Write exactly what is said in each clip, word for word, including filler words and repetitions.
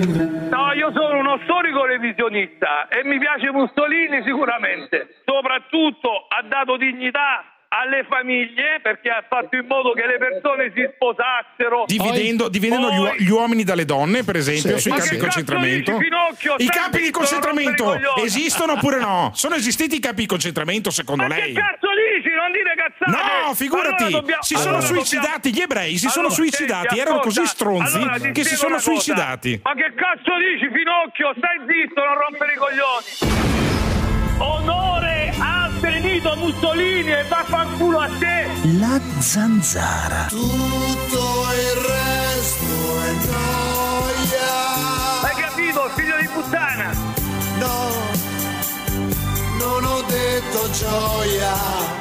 No, io sono uno storico revisionista e mi piace Mussolini sicuramente. Soprattutto ha dato dignità alle famiglie, perché ha fatto in modo che le persone si sposassero dividendo, dividendo poi... gli, uo- gli uomini dalle donne, per esempio, sì, sui sì, campi sì. di concentramento. Finocchio, I campi di concentramento esistono oppure no? Sono esistiti i campi di concentramento secondo Ma lei? che cazzo dici? Non dire cazzate! No, figurati, allora dobbiamo... si allora sono suicidati, dobbiamo... gli ebrei si allora, sono suicidati, senti, erano ascolta, così stronzi allora, ti che si spiego sono una cosa. suicidati. Ma che cazzo dici, Finocchio? Stai zitto, non rompere i coglioni! Onore a Benito Mussolini e vaffanculo a te! La Zanzara. Tutto il resto è noia. Hai capito, figlio di puttana? No, non ho detto gioia.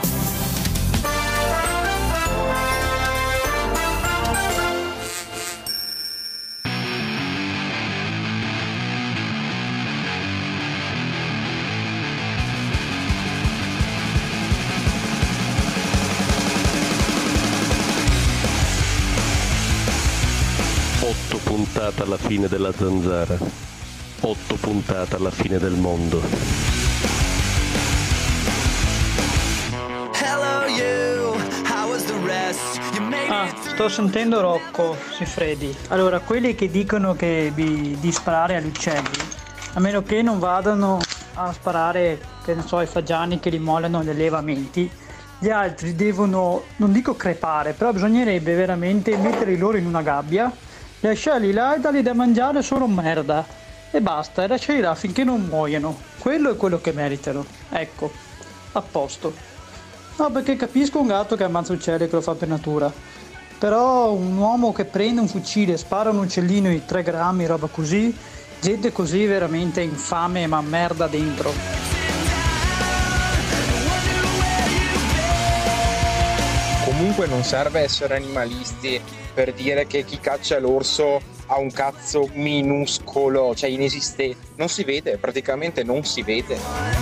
Otto puntate alla fine della Zanzara. Otto puntate alla fine del mondo. Ah, sto sentendo Rocco Siffredi. Allora, quelli che dicono che di, di sparare agli uccelli, a meno che non vadano a sparare, che ne so, ai fagiani che li mollano negli allevamenti, gli altri devono, non dico crepare, però bisognerebbe veramente metterli loro in una gabbia, lasciarli là e dargli da mangiare solo merda e basta, e lasciarli là finché non muoiono. Quello è quello che meritano. Ecco, a posto. No, perché capisco un gatto che ammazza uccelli, che lo fa per natura, però un uomo che prende un fucile, spara un uccellino di tre grammi, roba così, gente così veramente infame, ma merda dentro. Comunque non serve essere animalisti per dire che chi caccia l'orso ha un cazzo minuscolo, cioè inesistente, non si vede, praticamente non si vede.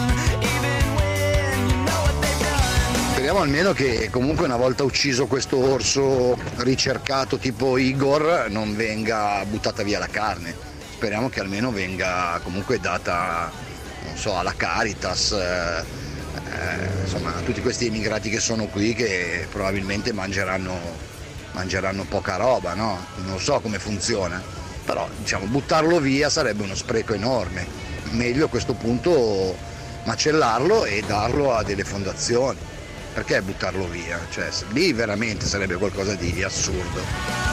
Speriamo almeno che comunque una volta ucciso questo orso ricercato tipo Igor non venga buttata via la carne. Speriamo che almeno venga comunque data, non so, alla Caritas, eh, eh, insomma a tutti questi immigrati che sono qui, che probabilmente mangeranno, mangeranno poca roba, no? Non so come funziona, però diciamo buttarlo via sarebbe uno spreco enorme. Meglio a questo punto macellarlo e darlo a delle fondazioni. Perché buttarlo via? Cioè, lì veramente sarebbe qualcosa di assurdo.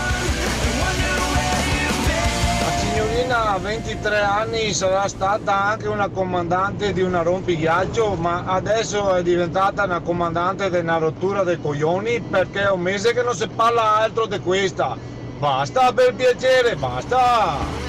La signorina a ventitré anni sarà stata anche una comandante di una rompighiaccio, ma adesso è diventata una comandante di una rottura dei coglioni, perché è un mese che non si parla altro di questa. Basta, per piacere, basta!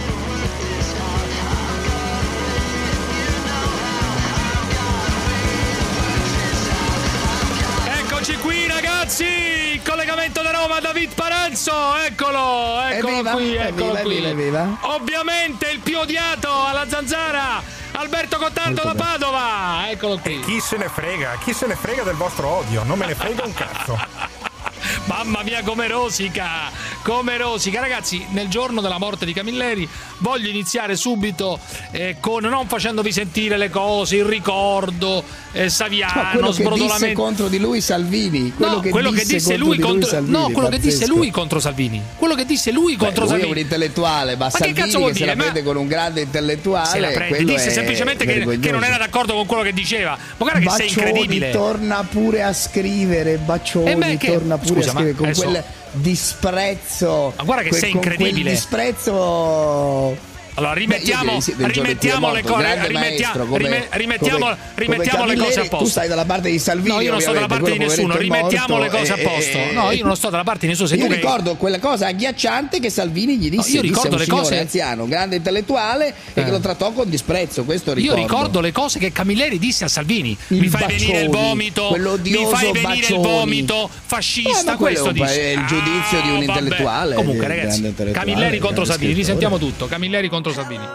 Eccoci qui ragazzi, il collegamento da Roma, David Paranzo, eccolo, eccolo evviva, qui, eccolo evviva, qui. evviva, evviva. Ovviamente il più odiato alla Zanzara, Alberto Cottardo da Padova, eccolo qui. E chi se ne frega, chi se ne frega del vostro odio, non me ne frega un cazzo. Mamma mia come rosica, come rosica. Ragazzi, nel giorno della morte di Camilleri voglio iniziare subito eh, con, non facendovi sentire le cose, il ricordo, eh, Saviano, ma quello che sbrodolamento. disse contro di lui Salvini, quello no, che quello disse che disse contro lui di lui contro Salvini, no, quello che disse pazzesco. lui contro Salvini. Quello che disse lui Beh, contro lui Salvini. è un intellettuale, ma Ma Salvini che cazzo che, vuol se dire? la Ma- prende con un grande intellettuale, Se la prende, quello disse è semplicemente che, che non era d'accordo con quello che diceva. Ma guarda che sei Bacioni incredibile. torna pure a scrivere, Bacioni Eh beh, che- torna pure scusa, a scrivere ma con adesso- quel disprezzo. Ma guarda che quel- sei con quel incredibile. disprezzo. Allora rimettiamo, Beh, io del giorno in cui è rimettiamo le morto, cose, grande rimettiamo, maestro, come- rime- rimettiamo, come- rimettiamo come le cose a Camilleri. posto. Tu stai dalla parte di Salvini, No, io non sto dalla ovviamente, parte di quello nessuno. poveretto è Rimettiamo le morto, cose a e- posto. e- No, io non sto dalla parte di nessuno. Sei io tu che- ricordo quella cosa agghiacciante che Salvini gli disse. No, io ricordo disse a un le signore cose- anziano, un grande intellettuale, e Eh. che lo trattò con disprezzo. Questo Io ricordo. ricordo le cose che Camilleri disse a Salvini. Il mi fai Bacioni, venire il vomito, mi quell'odioso fai venire Bacioni. il vomito Eh, fascista. ma quello Questo è un pa- dice. è il giudizio di un Ah, vabbè. intellettuale, Comunque, di un ragazzi, grande intellettuale, Camilleri contro grande Salvini. scrittore. Risentiamo tutto. Camilleri contro Salvini.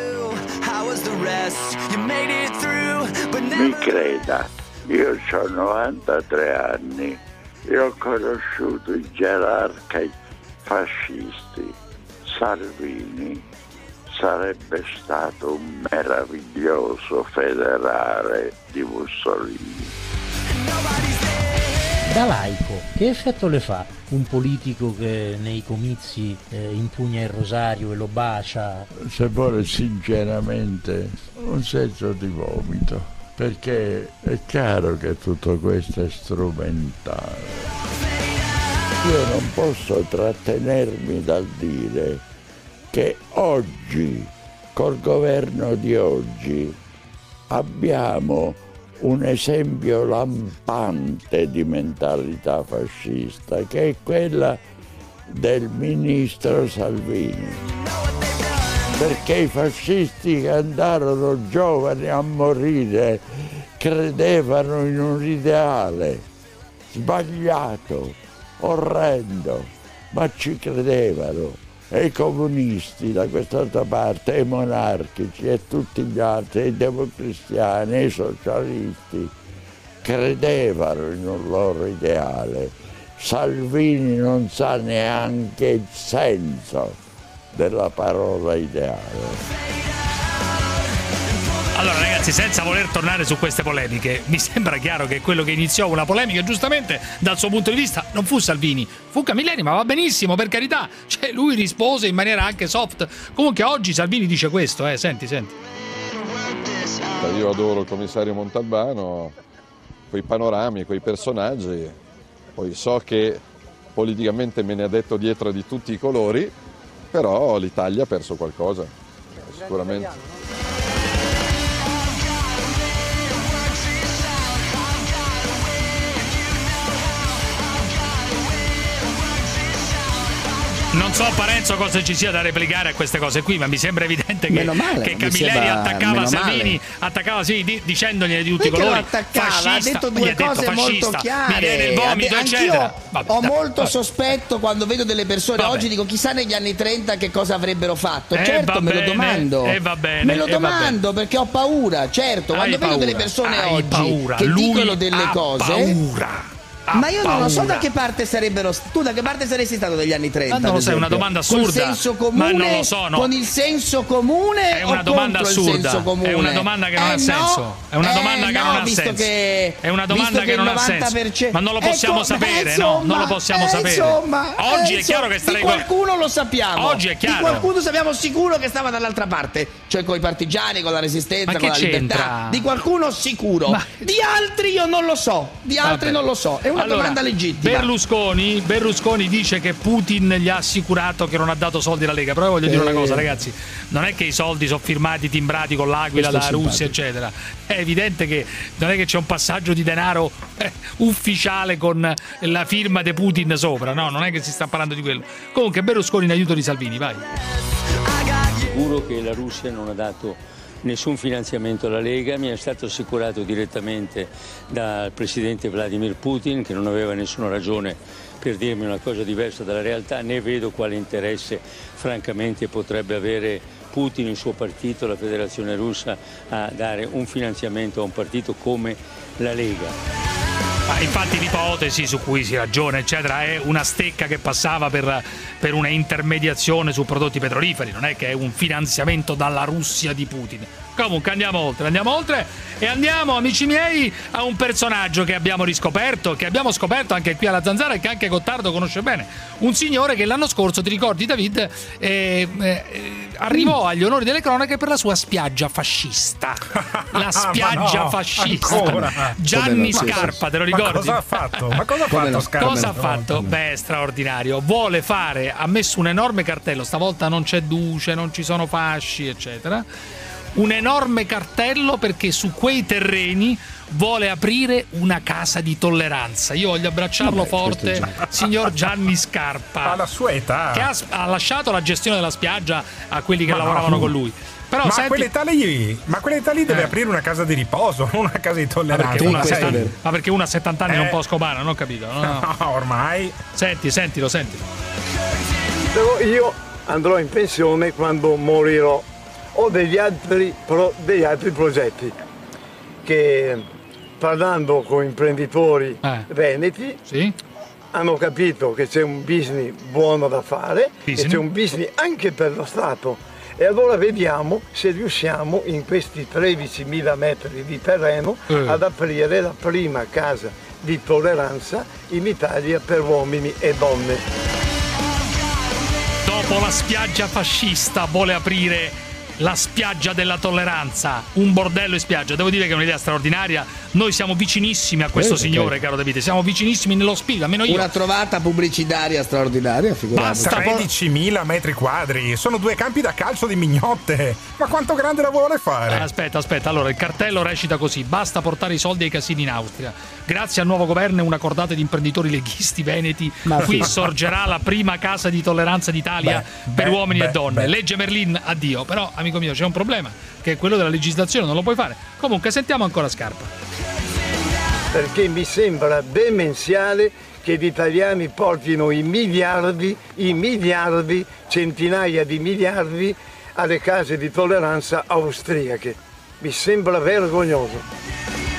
Mi creda, io ho novantatré anni e ho conosciuto i gerarchi fascisti Salvini, sarebbe stato un meraviglioso federale di Mussolini. Da laico, che effetto le fa un politico che nei comizi eh, impugna il rosario e lo bacia? Se vuole sinceramente un senso di vomito, perché è chiaro che tutto questo è strumentale. Io non posso trattenermi dal dire che oggi, col governo di oggi, abbiamo un esempio lampante di mentalità fascista, che è quella del ministro Salvini. Perché i fascisti che andarono giovani a morire credevano in un ideale sbagliato, orrendo, ma ci credevano. E i comunisti da quest'altra parte, e i monarchici e tutti gli altri, i democristiani e i socialisti, credevano in un loro ideale. Salvini non sa neanche il senso della parola ideale. Allora ragazzi, senza voler tornare su queste polemiche, mi sembra chiaro che quello che iniziò una polemica, giustamente dal suo punto di vista, non fu Salvini, fu Camilleri, ma va benissimo, per carità, cioè lui rispose in maniera anche soft. Comunque oggi Salvini dice questo, eh, senti, senti. Io adoro il commissario Montalbano, quei panorami, quei personaggi, poi so che politicamente me ne ha detto dietro di tutti i colori, però l'Italia ha perso qualcosa, sicuramente. Non so Parenzo cosa ci sia da replicare a queste cose qui, ma mi sembra evidente che, male, che Camilleri sembra, attaccava Salvini, male. attaccava sì, di, dicendogli di tutti i colori, fascista, ha detto due cose detto molto chiare. Mi viene il vomito, Anch'io eccetera. Vabbè, ho dai, molto vabbè. sospetto quando vedo delle persone Vabbè. oggi, dico chissà negli anni trenta che cosa avrebbero fatto. Eh, certo, va me bene, lo domando. eh, va bene, me lo eh, va domando perché ho paura. Certo, Hai quando vedo paura, delle persone hai oggi paura. che Lui dicono delle ha cose. paura. Ma io non lo so paura. da che parte sarebbero. Tu da che parte saresti stato degli anni trenta? Ma non lo ad sai, è una esempio? domanda assurda. Col senso comune, Ma non lo so, no. Con il senso comune È una o domanda contro assurda. il senso comune? È una domanda che non Eh ha no, senso. È una domanda eh che no, non ha visto senso. Che, È una domanda visto che, che non il ha novanta senso. per cento Ma non lo possiamo ecco, sapere, beh, no? insomma, Non lo possiamo eh, sapere. insomma, Oggi eh, è chiaro che starei di qualcuno lo sappiamo. Oggi è chiaro. Di qualcuno sappiamo sicuro che stava dall'altra parte, cioè con i partigiani, con la resistenza, Ma con che la libertà. c'entra? Di qualcuno sicuro. Ma... Di altri io non lo so. Di altri Vabbè. non lo so. È una Allora, domanda legittima. Berlusconi, Berlusconi dice che Putin gli ha assicurato che non ha dato soldi alla Lega, però voglio dire una cosa, ragazzi, non è che i soldi sono firmati, timbrati con l'Aquila, Questo la è Russia, eccetera. È evidente che non è che c'è un passaggio di denaro eh, ufficiale con la firma di Putin sopra, no, non è che si sta parlando di quello. Comunque Berlusconi in aiuto di Salvini, vai. Sicuro che la Russia non ha dato nessun finanziamento alla Lega, mi è stato assicurato direttamente dal presidente Vladimir Putin, che non aveva nessuna ragione per dirmi una cosa diversa dalla realtà, né vedo quale interesse francamente potrebbe avere Putin, il suo partito, la Federazione Russa, a dare un finanziamento a un partito come la Lega. Ma infatti l'ipotesi su cui si ragiona eccetera è una stecca che passava per, per una intermediazione su prodotti petroliferi, non è che è un finanziamento dalla Russia di Putin. Comunque andiamo oltre, andiamo oltre e andiamo, amici miei, a un personaggio che abbiamo riscoperto, che abbiamo scoperto anche qui alla Zanzara e che anche Gottardo conosce bene. Un signore che l'anno scorso, ti ricordi David, eh, eh, arrivò agli onori delle cronache per la sua spiaggia fascista. La spiaggia no, fascista. ancora? Gianni Come no? Scarpa, te lo Ma ricordi? cosa ha fatto? Ma cosa ha fatto no? Scarpa? Cosa ha fatto? Beh, straordinario. Vuole fare, ha messo un enorme cartello, stavolta non c'è duce, non ci sono fasci, eccetera. Un enorme cartello perché su quei terreni vuole aprire una casa di tolleranza. Io voglio abbracciarlo Vabbè, forte, signor Gianni Scarpa. Alla sua età. Che ha, ha lasciato la gestione della spiaggia a quelli che Ma lavoravano no. con lui. Però ma, senti, a quell'età lì, ma a quell'età lì deve Eh. aprire una casa di riposo, non una casa di ma tolleranza. perché, una, questo è setta- vero. ma perché uno a settanta anni Eh. non può scopare, non ho capito. No, no. No, ormai. Senti, sentilo, sentilo. Però io andrò in pensione quando morirò. Ho degli altri, pro, degli altri progetti che, parlando con imprenditori Eh. veneti, Sì? hanno capito che c'è un business buono da fare, Business. e c'è un business anche per lo Stato E allora vediamo se riusciamo in questi tredicimila metri di terreno eh. ad aprire la prima casa di tolleranza in Italia per uomini e donne. Dopo la spiaggia fascista vuole aprire la spiaggia della tolleranza, un bordello in spiaggia. Devo dire che è un'idea straordinaria. Noi siamo vicinissimi a questo eh, signore, okay. caro Davide. Siamo vicinissimi nello spirito, almeno io. Una trovata pubblicitaria straordinaria, figurati. tredicimila metri quadri, sono due campi da calcio di mignotte. Ma quanto grande la vuole fare? Aspetta, aspetta. Allora, il cartello recita così: basta portare i soldi ai casini in Austria. Grazie al nuovo governo e una cordata di imprenditori leghisti veneti, ma qui sì. sorgerà la prima casa di tolleranza d'Italia beh, per beh, uomini beh, e donne. Beh. Legge Merlin, addio. Però, amico mio, c'è un problema, che è quello della legislazione, non lo puoi fare. Comunque, sentiamo ancora Scarpa. Perché mi sembra demenziale che gli italiani portino i miliardi, i miliardi, centinaia di miliardi alle case di tolleranza austriache. Mi sembra vergognoso.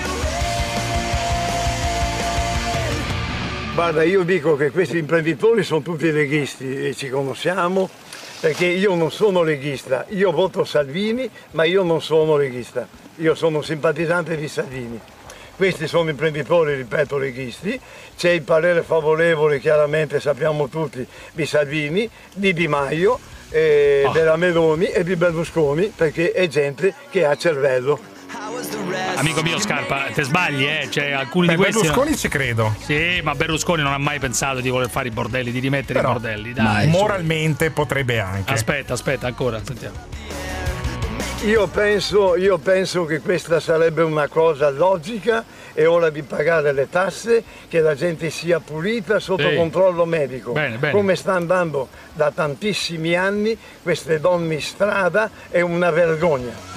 Guarda, io dico che questi imprenditori sono tutti leghisti e ci conosciamo, perché io non sono leghista, io voto Salvini, ma io non sono leghista, io sono simpatizzante di Salvini. Questi sono imprenditori, ripeto, leghisti, c'è il parere favorevole, chiaramente sappiamo tutti, di Salvini, di Di Maio, eh, oh. della Meloni e di Berlusconi, perché è gente che ha cervello. Amico mio Scarpa, te sbagli, eh? Cioè, alcuni Beh, di questi. Berlusconi ci credo. Sì, ma Berlusconi non ha mai pensato di voler fare i bordelli, di rimettere Però, i bordelli. Dai, moralmente potrebbe anche. Aspetta, aspetta, ancora, sentiamo. Io penso, io penso che questa sarebbe una cosa logica, è ora di pagare le tasse, che la gente sia pulita sotto sì. controllo medico. Bene, bene. Come sta andando da tantissimi anni, queste donne in strada è una vergogna.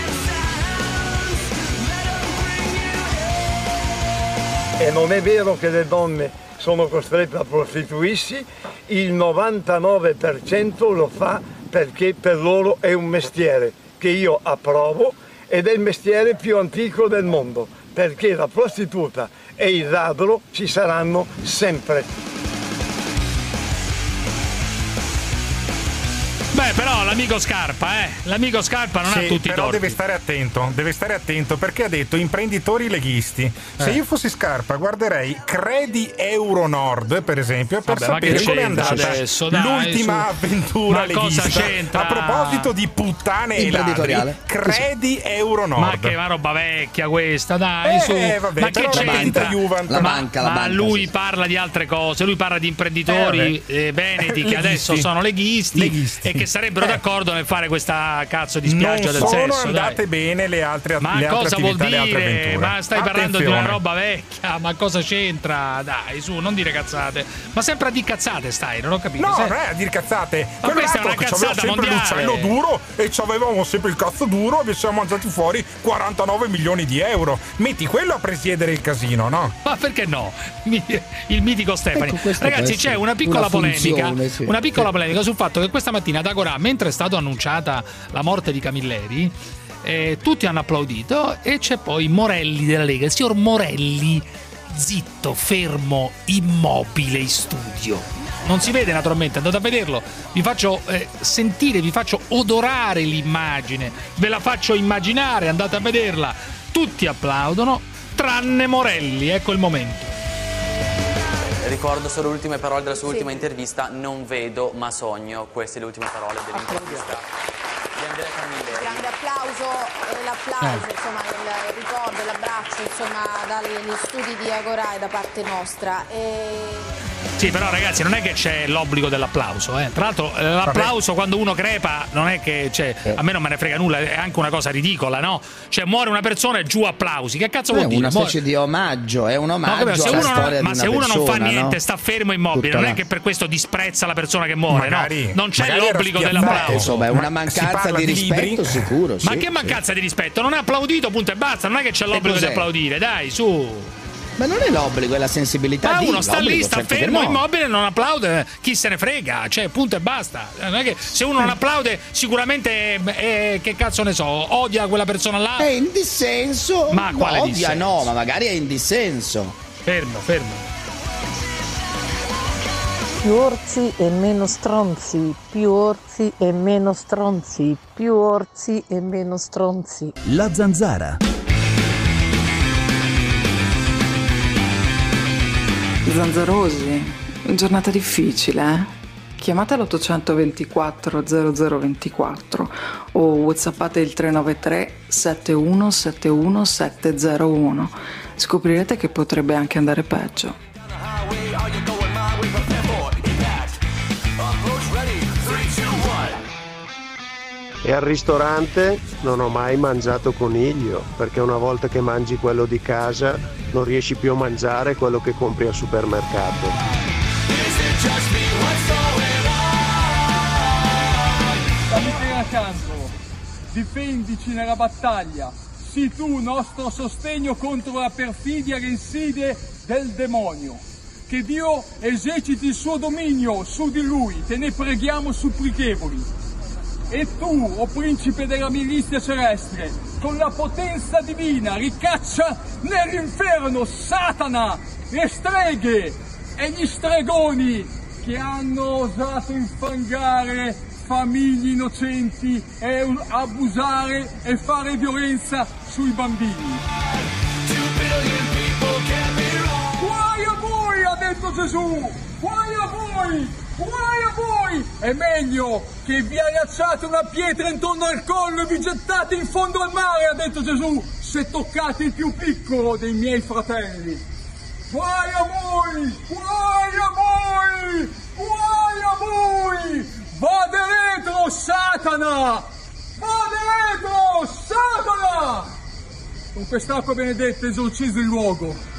E non è vero che le donne sono costrette a prostituirsi, il novantanove per cento lo fa perché per loro è un mestiere che io approvo ed è il mestiere più antico del mondo, perché la prostituta e il ladro ci saranno sempre. Beh, però l'amico Scarpa, eh, l'amico Scarpa non sì, ha tutti i però torti. deve stare attento, deve stare attento perché ha detto imprenditori leghisti. Se eh. io fossi Scarpa guarderei Credi Euronord, per esempio, per Vabbè, sapere come è andata adesso, dai, l'ultima su. avventura ma leghista. Cosa c'entra? A proposito di puttane e ladri, Credi Euronord. Ma che ma roba vecchia questa, dai, eh, su. Vabbè, ma che c'entra? La banca, la ma banca, lui sì. parla di altre cose, lui parla di imprenditori eh, eh, veneti che adesso sono leghisti, leghisti. e che sarebbero eh. d'accordo nel fare questa cazzo di spiaggia non del sesso. Non sono andate dai. bene le altre ma le cosa altre vuol attività, dire? Le altre avventure. Ma stai Attenzione. parlando di una roba vecchia, ma cosa c'entra? Dai, su, non dire cazzate. Ma sempre a dire cazzate stai, non ho capito. No, Se... non è a dire cazzate. Ma questa è una cazzata mondiale. L'uccello duro e ci avevamo sempre il cazzo duro e ci siamo mangiati fuori quarantanove milioni di euro. Metti quello a presiedere il casino, no? Ma perché no? Il mitico Stefani. Ecco, ragazzi, c'è una piccola una polemica, funzione, sì. una piccola polemica sul fatto che questa mattina ad Agorà, mentre è stata annunciata la morte di Camilleri, eh, tutti hanno applaudito e c'è poi Morelli della Lega, il signor Morelli, zitto, fermo, immobile in studio. Non si vede naturalmente, andate a vederlo, vi faccio eh, sentire, vi faccio odorare l'immagine, ve la faccio immaginare, andate a vederla. Tutti applaudono, tranne Morelli, ecco il momento. Ricordo solo le ultime parole della sua sì. ultima intervista: non vedo ma sogno. Queste le ultime parole dell'intervista di Andrea Camilleri. Grande applauso e l'applauso, eh. insomma, il ricordo e l'abbraccio, insomma, dagli studi di Agorà e da parte nostra. E... Sì, però ragazzi, non è che c'è l'obbligo dell'applauso, eh. Tra l'altro l'applauso Vabbè. quando uno crepa non è che, cioè, eh. a me non me ne frega nulla, è anche una cosa ridicola, no? Cioè muore una persona e giù applausi, che cazzo è vuol dire? una specie muore... di omaggio, è un omaggio no, se alla uno storia non, ma di se una uno persona, non fa niente, no? sta fermo immobile, Tutta non la... è che per questo disprezza la persona che muore, magari, no? Non c'è l'obbligo dell'applauso. Insomma, è una mancanza di, di rispetto sicuro, Ma sì, che mancanza sì. di rispetto? Non ha applaudito, punto e basta, non è che c'è l'obbligo di applaudire, dai, su. Ma non è l'obbligo, è la sensibilità. Ma di uno sta lì, sta certo fermo, no. immobile, non applaude, chi se ne frega, cioè punto e basta. Non è che se uno non applaude, sicuramente è, che cazzo ne so, odia quella persona là. È in dissenso. Ma quale odia dissenso? No, ma magari è in dissenso. Fermo, fermo. Più orsi e meno stronzi, più orsi e meno stronzi, più orsi e meno stronzi. La Zanzara. Zanzarosi, giornata difficile, eh? Chiamate l'ottocentoventiquattro zero zero ventiquattro o whatsappate il tre nove tre sette uno sette uno sette zero uno. Scoprirete che potrebbe anche andare peggio. E al ristorante non ho mai mangiato coniglio, perché una volta che mangi quello di casa non riesci più a mangiare quello che compri al supermercato. Stammi accanto, difendici nella battaglia, sii tu nostro sostegno contro la perfidia e le insidie del demonio. Che Dio eserciti il suo dominio su di lui, te ne preghiamo supplichevoli. E tu, o principe della milizia celeste, con la potenza divina ricaccia nell'inferno Satana, le streghe e gli stregoni che hanno osato infangare famiglie innocenti e abusare e fare violenza sui bambini. Guai a voi, ha detto Gesù, guai a voi! Guai a voi! È meglio che vi allacciate una pietra intorno al collo e vi gettate in fondo al mare, ha detto Gesù, se toccate il più piccolo dei miei fratelli. Guai a voi! Guai a voi! Guai a voi! Vade retro, Satana! Vade retro, Satana! Con quest'acqua benedetta esorcizzo il luogo.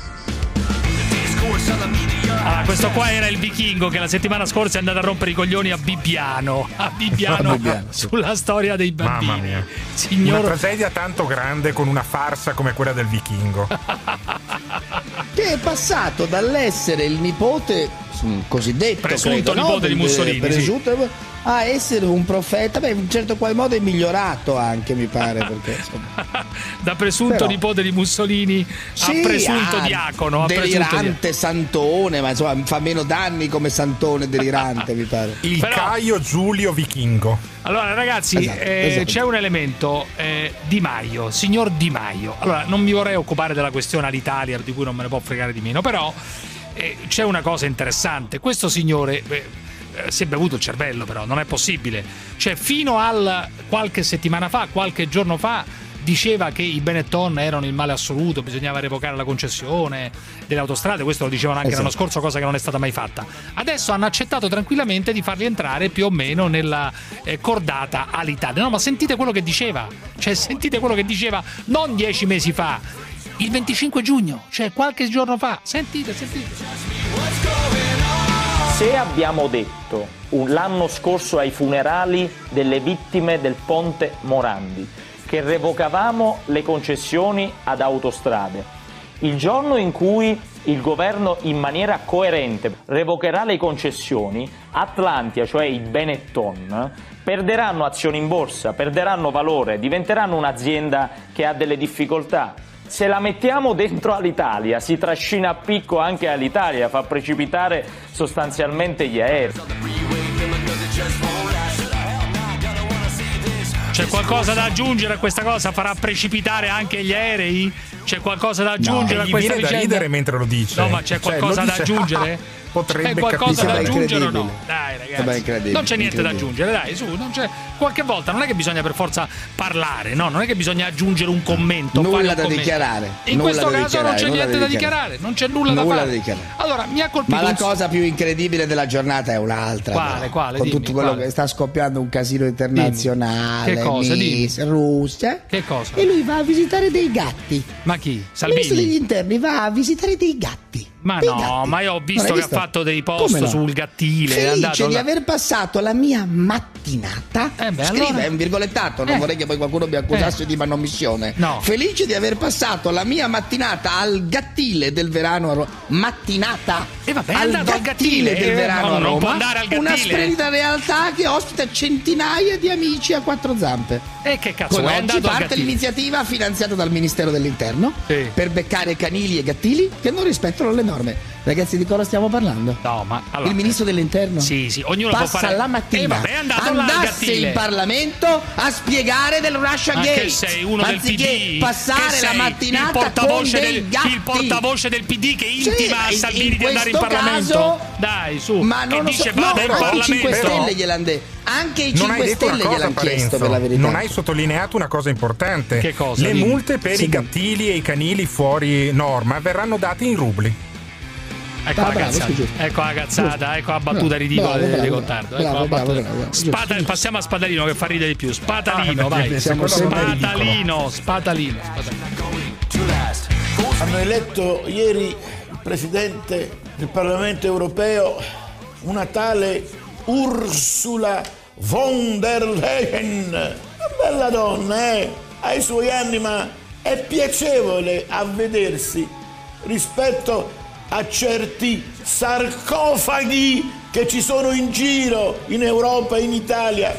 Ah, questo qua era il vichingo che la settimana scorsa è andato a rompere i coglioni a Bibbiano, a Bibbiano, Bibbiano. Sulla storia dei bambini. Mamma mia. Signor... Una tragedia tanto grande con una farsa come quella del vichingo. Che è passato dall'essere il nipote cosiddetto presunto credo, nipote no? di Mussolini, presunto, sì. a essere un profeta. Beh, in un certo qual modo è migliorato anche, mi pare, perché da presunto Però... nipote di Mussolini sì, a presunto ah, diacono, a delirante presunto... santone, ma insomma fa meno danni come santone delirante, mi pare. Il Però... Caio Giulio Vichingo. Allora ragazzi, esatto, eh, esatto. c'è un elemento, eh, Di Maio, signor Di Maio. Allora non mi vorrei occupare della questione all'Italia, di cui non me ne può fregare di meno, però eh, c'è una cosa interessante. Questo signore eh, si è bevuto il cervello, però non è possibile. Cioè fino a qualche settimana fa, qualche giorno fa, diceva che i Benetton erano il male assoluto, bisognava revocare la concessione delle autostrade, questo lo dicevano anche esatto. l'anno scorso, cosa che non è stata mai fatta. Adesso hanno accettato tranquillamente di farli entrare più o meno nella eh, cordata all'Italia. No, ma sentite quello che diceva, cioè sentite quello che diceva non dieci mesi fa, il venticinque giugno, cioè qualche giorno fa. Sentite, sentite. Se abbiamo detto l'anno scorso ai funerali delle vittime del ponte Morandi che revocavamo le concessioni ad autostrade, il giorno in cui il governo in maniera coerente revocherà le concessioni, Atlantia, cioè i Benetton, perderanno azioni in borsa, perderanno valore, diventeranno un'azienda che ha delle difficoltà. Se la mettiamo dentro all'Italia, si trascina a picco anche all'Italia, fa precipitare sostanzialmente gli aerei. C'è qualcosa da aggiungere a questa cosa? Farà precipitare anche gli aerei? C'è qualcosa da aggiungere no, a questa vicenda? Da ridere mentre lo dice. No, ma c'è qualcosa cioè, da dice, aggiungere? Potrebbe c'è qualcosa da aggiungere o no? incredibile. Dai Beh, ragazzi, non c'è niente da aggiungere, dai, su, non c'è. Qualche volta non è che bisogna per forza parlare, no, non è che bisogna aggiungere un commento, nulla fare un da commento. dichiarare. In nulla questo da caso non c'è niente da dichiarare, non c'è nulla, nulla da fare. Da dichiarare. Allora, mi ha colpito Ma la un... cosa più incredibile della giornata è un'altra. Quale, però. quale? Con Dimmi, tutto quello quale? che sta scoppiando un casino internazionale. Dimmi. Che cosa? Miss, Russia. Che cosa? E lui va a visitare dei gatti. Ma chi? Il ministro Salvini? degli interni va a visitare dei gatti. Ma dei no, gatti. ma io ho visto che visto? ha fatto dei post no? sul gattile. Felice è andato di là. aver passato la mia mattinata. Eh beh, Scrive, allora... è un virgolettato, non eh. vorrei che poi qualcuno mi accusasse eh. di manomissione. No. Felice di aver passato la mia mattinata al gattile del Verano a Roma. Mattinata E eh vabbè, è al andato al gattile gattile del eh, Verano no, a non Roma. può andare al gattile. Una splendida realtà che ospita centinaia di amici a quattro zampe. E che cazzo, Con è oggi andato al parte gattile? l'iniziativa finanziata dal Ministero dell'Interno Sì. per beccare canili e gattili che non rispettano le norme. enorme. Ragazzi, di cosa stiamo parlando? No, ma allora, il ministro dell'interno? Sì, sì, ognuno passa può fare. la mattina, eh, vabbè, è andato andasse là, in Parlamento a spiegare del Russia ma Gate. che sei uno del P D, passare che la sei mattinata il portavoce con dei del, gatti. il portavoce del P D che intima sì, a Salvini in di andare in Parlamento. Caso, Dai, su, ma non che lo dice so, vada no, in anche Parlamento. i cinque Stelle gliel'hanno detto. Anche i non hai cinque detto una Stelle cosa, gliel'hanno Parenzo, chiesto, per la verità. non hai sottolineato una cosa importante. Che cosa? Le Dimmi. multe per Sì, i gattili e i canili fuori norma verranno date in rubli. Ecco, Ah, la bravo, cazzata, sì, ecco la cazzata, Giusto. ecco la battuta Bravo, ridicola bravo, di, bravo, di Gottardo. Ecco bravo, la bravo, battuta. bravo, giusto, Spada- giusto. passiamo a Spadalino che fa ridere di più. Spatalino, Ah, vai. siamo sempre Spatalino, spatalino, spatalino. Hanno eletto ieri il presidente del Parlamento europeo, una tale Ursula von der Leyen. Una bella donna, eh? Ha i suoi anni, ma è piacevole a vedersi rispetto a certi sarcofagi che ci sono in giro in Europa e in Italia.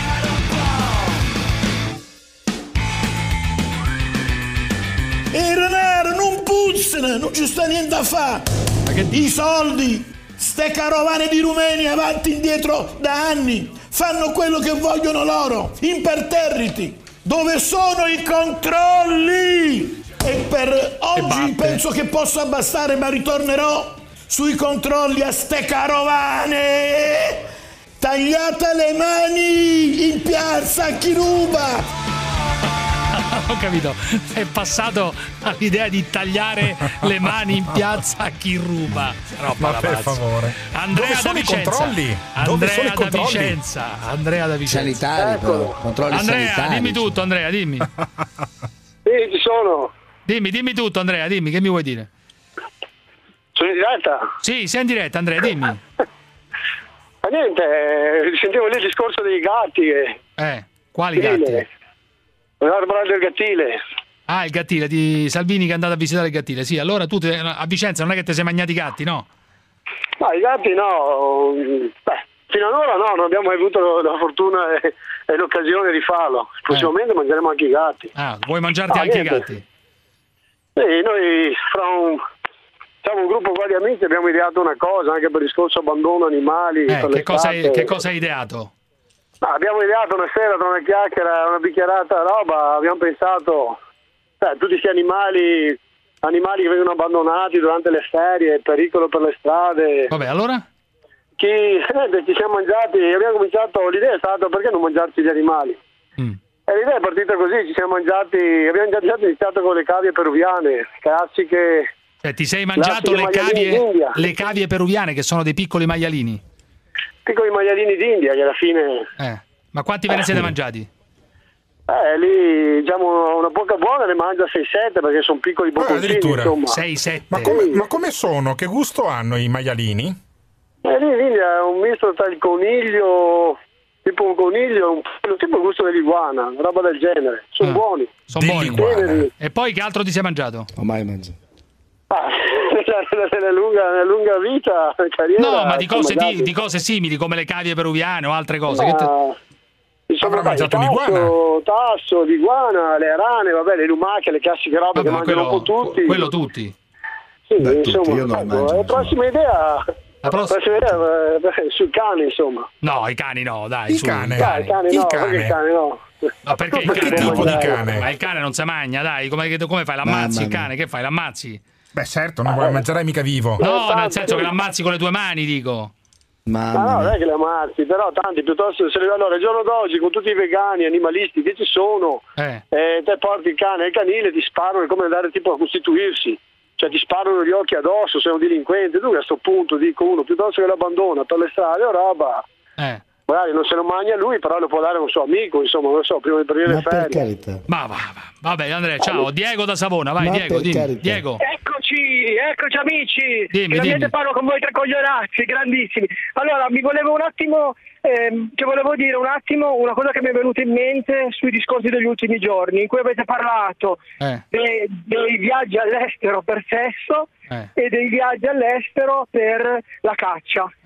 E Renaro non puzzano, non ci sta niente a fare. I soldi, ste carovane di rumeni avanti e indietro da anni, fanno quello che vogliono loro, imperterriti. Dove sono i controlli? E per oggi penso che possa bastare, ma ritornerò sui controlli a ste carovane. Tagliate le mani in piazza a chi ruba. Ho capito, è passato all'idea di tagliare le mani in piazza a chi ruba. Roba Ma da per pazzi. favore. Andrea Dove da sono i Vicenza. controlli? Dove sono i Andrea da controlli? Vicenza. Andrea da Vicenza. Sanitari, però, controlli Andrea, sanitari. dimmi tutto, Andrea, dimmi. Sì, ci sono. Dimmi, dimmi tutto, Andrea, dimmi, che mi vuoi dire? Sono in diretta? Sì, sei in diretta, Andrea, dimmi. Ma niente, eh, sentivo lì il discorso dei gatti. Che... Eh, quali gatti? Volevo parlare del gattile. Ah, il gattile di Salvini che è andato a visitare il gattile. Sì, allora tu te, a Vicenza non è che ti sei mangiati i gatti, no? Ma i gatti no. Beh, fino ad ora no, non abbiamo mai avuto la fortuna e, e l'occasione di farlo. Prossimamente eh. mangeremo anche i gatti. Ah, vuoi mangiarti no, anche niente. i gatti? Sì, noi fra un, siamo un gruppo qua di amici, abbiamo ideato una cosa anche per il discorso abbandono animali. Eh, per che, cosa hai, l'estate. che cosa hai ideato? Ah, abbiamo ideato una sera tra una chiacchiera, una bicchierata roba, abbiamo pensato, eh, tutti questi animali, animali che vengono abbandonati durante le ferie, pericolo per le strade. Vabbè, allora? Chi, eh, ci siamo mangiati, abbiamo cominciato, l'idea è stata perché non mangiarci gli animali? Mm. E l'idea è partita così, ci siamo mangiati, abbiamo già iniziato con le cavie peruviane, classiche. Cioè, ti sei mangiato classiche le maialini cavie, d'India. le cavie peruviane che sono dei piccoli maialini? Piccoli maialini d'India che alla fine... Eh. Ma quanti ve ne siete mangiati? Eh, lì diciamo una poca buona ne mangia sei sette perché sono piccoli bocconcini, addirittura insomma. sei sette. Ma come, ma come sono? Che gusto hanno i maialini? Eh, lì in India è un misto tra il coniglio, tipo un coniglio, un, tipo il gusto dell'iguana, una roba del genere. Sono Ah. buoni. Sono buoni. Teneri. E poi che altro ti sei mangiato? Ho mai mangiato. Ah, nella, lunga, nella lunga vita, carriera. No, ma di sono cose, di, mangiati. di cose simili come le cavie peruviane o altre cose. Ma- Che te- Insomma, Avrà dai, mangiato tasso, l'iguana? tasso, l'iguana, le rane, vabbè, le lumache, le classiche robe Vabbè, che ma mangiano quello, un po' tutti. quello tutti. Sì, Beh, tutti, insomma, io non ecco, mangio, la prossima idea, La prossima- prossima idea eh, sul cane, insomma. No, i cani no, dai. Il su, cane. i Dai, il cane Il no, cane. perché il cane no. Ma perché il Ma che cane? tipo di Ma cane? il cane non si magna, dai. Come, come fai? L'ammazzi Mamma il cane? Che fai? L'ammazzi? Beh, certo, non vuoi mangiare mica vivo. No, nel senso che l'ammazzi con le tue mani, dico. Ma Mamma no, non mia. è che le ammazzi, però tanti piuttosto se allora il giorno d'oggi con tutti i vegani, animalisti che ci sono, Eh. eh, te porti il cane e il canile ti sparano, è come andare tipo a costituirsi, cioè ti sparano gli occhi addosso, sei un delinquente. Tu a questo punto dico uno piuttosto che lo abbandona per le strade o roba, Eh. magari non se lo mangia lui, però lo può dare a un suo amico, insomma, non lo so, prima di aprire le Ma per ferie. carità. Ma va, va. Vabbè, Andrea, ciao. Diego da Savona, vai, Ma Diego, per dimmi. carità. Diego. Eccoci, eccoci amici. Dimmi, Finalmente dimmi. parlo con voi tre coglionazzi, grandissimi. Allora, mi volevo un attimo, ehm, che volevo dire un attimo una cosa che mi è venuta in mente sui discorsi degli ultimi giorni, in cui avete parlato Eh. de- dei viaggi all'estero per sesso Eh. e dei viaggi all'estero per la caccia. Eh.